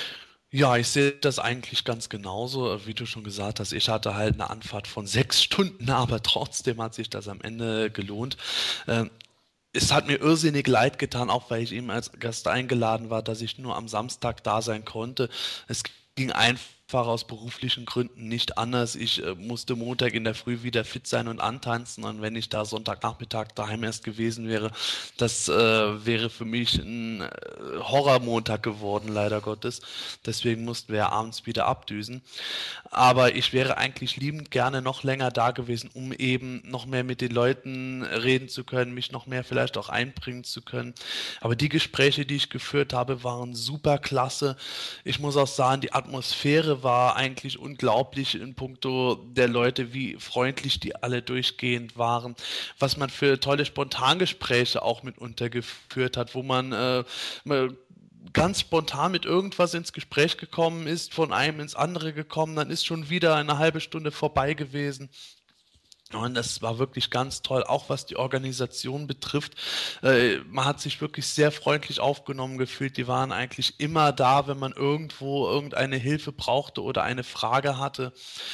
Ja, ich sehe das eigentlich ganz genauso, wie du schon gesagt hast. Ich hatte halt eine Anfahrt von sechs Stunden, aber trotzdem hat sich das am Ende gelohnt. Ähm, Es hat mir irrsinnig leid getan, auch weil ich eben als Gast eingeladen war, dass ich nur am Samstag da sein konnte. Es ging einfach aus beruflichen Gründen nicht anders. Ich äh, musste Montag in der Früh wieder fit sein und antanzen und wenn ich da Sonntagnachmittag daheim erst gewesen wäre, das äh, wäre für mich ein äh, Horrormontag geworden, leider Gottes. Deswegen mussten wir ja abends wieder abdüsen. Aber ich wäre eigentlich liebend gerne noch länger da gewesen, um eben noch mehr mit den Leuten reden zu können, mich noch mehr vielleicht auch einbringen zu können. Aber die Gespräche, die ich geführt habe, waren super klasse. Ich muss auch sagen, die Atmosphäre war eigentlich unglaublich in puncto der Leute, wie freundlich die alle durchgehend waren, was man für tolle Spontangespräche auch mitunter geführt hat, wo man äh, ganz spontan mit irgendwas ins Gespräch gekommen ist, von einem ins andere gekommen, dann ist schon wieder eine halbe Stunde vorbei gewesen. Und das war wirklich ganz toll, auch was die Organisation betrifft. Äh, man hat sich wirklich sehr freundlich aufgenommen gefühlt. Die waren eigentlich immer da, wenn man irgendwo irgendeine Hilfe brauchte oder eine Frage hatte.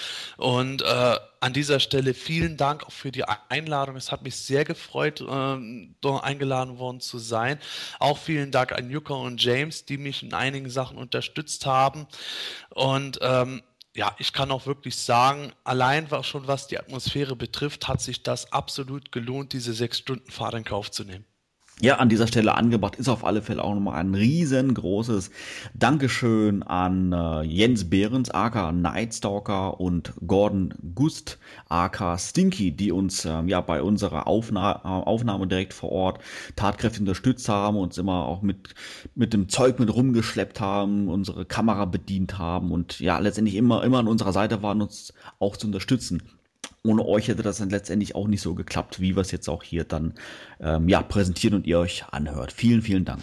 Und äh, an dieser Stelle vielen Dank auch für die Einladung. Es hat mich sehr gefreut, äh, dort eingeladen worden zu sein. Auch vielen Dank an Jukka und James, die mich in einigen Sachen unterstützt haben. Und ähm, ja, ich kann auch wirklich sagen, allein schon was die Atmosphäre betrifft, hat sich das absolut gelohnt, diese sechs Stunden Fahrt in Kauf zu nehmen. Ja, an dieser Stelle angebracht ist auf alle Fälle auch nochmal ein riesengroßes Dankeschön an äh, Jens Behrens, aka Nightstalker, und Gordon Gust, aka Stinky, die uns ähm, ja bei unserer Aufna- Aufnahme direkt vor Ort tatkräftig unterstützt haben, uns immer auch mit mit dem Zeug mit rumgeschleppt haben, unsere Kamera bedient haben und ja, letztendlich immer, immer an unserer Seite waren, uns auch zu unterstützen. Ohne euch hätte das dann letztendlich auch nicht so geklappt, wie wir es jetzt auch hier dann ähm, ja, präsentieren und ihr euch anhört. Vielen, vielen Dank.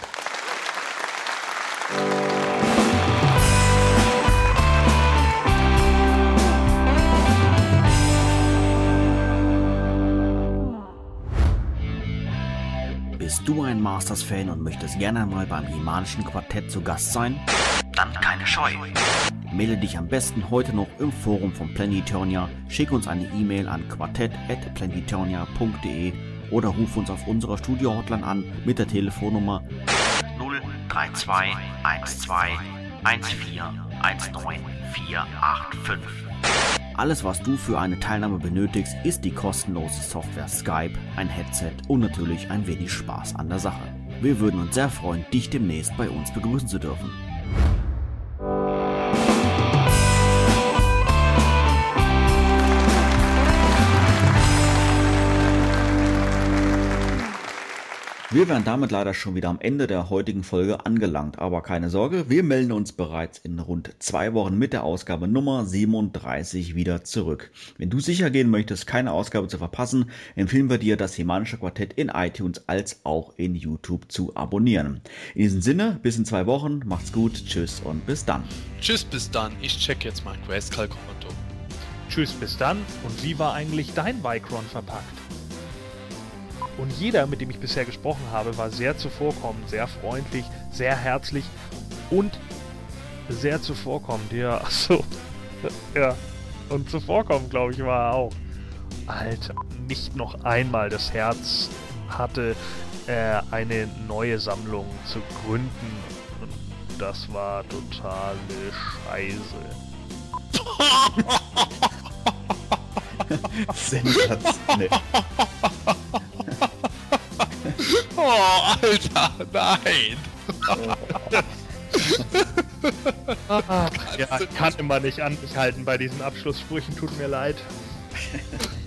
Bist du ein Masters-Fan und möchtest gerne mal beim He-Manischen Quartett zu Gast sein? Dann keine Scheu. Melde dich am besten heute noch im Forum von Planetonia, schick uns eine E-Mail an quartett at planetonia punkt de oder ruf uns auf unserer Studio-Hotline an mit der Telefonnummer null drei zwei eins zwei eins vier eins neun vier acht fünf. Alles, was du für eine Teilnahme benötigst, ist die kostenlose Software Skype, ein Headset und natürlich ein wenig Spaß an der Sache. Wir würden uns sehr freuen, dich demnächst bei uns begrüßen zu dürfen. Wir wären damit leider schon wieder am Ende der heutigen Folge angelangt, aber keine Sorge, wir melden uns bereits in rund zwei Wochen mit der Ausgabe Nummer siebenunddreißig wieder zurück. Wenn du sicher gehen möchtest, keine Ausgabe zu verpassen, empfehlen wir dir, das Hemanische Quartett in iTunes als auch in YouTube zu abonnieren. In diesem Sinne, bis in zwei Wochen, macht's gut, tschüss und bis dann. Tschüss, bis dann, ich check jetzt mein Grayskull-Konto. Tschüss, bis dann, und wie war eigentlich dein Vicron verpackt? Und jeder, mit dem ich bisher gesprochen habe, war sehr zuvorkommend, sehr freundlich, sehr herzlich und sehr zuvorkommend. Ja, achso. Ja, und zuvorkommend, glaube ich, war er auch. Alter, nicht noch einmal das Herz hatte, äh, eine neue Sammlung zu gründen. Und das war totale Scheiße. Sensationell. Oh, Alter, nein! Ja, ich kann immer nicht an mich halten bei diesen Abschlusssprüchen, tut mir leid.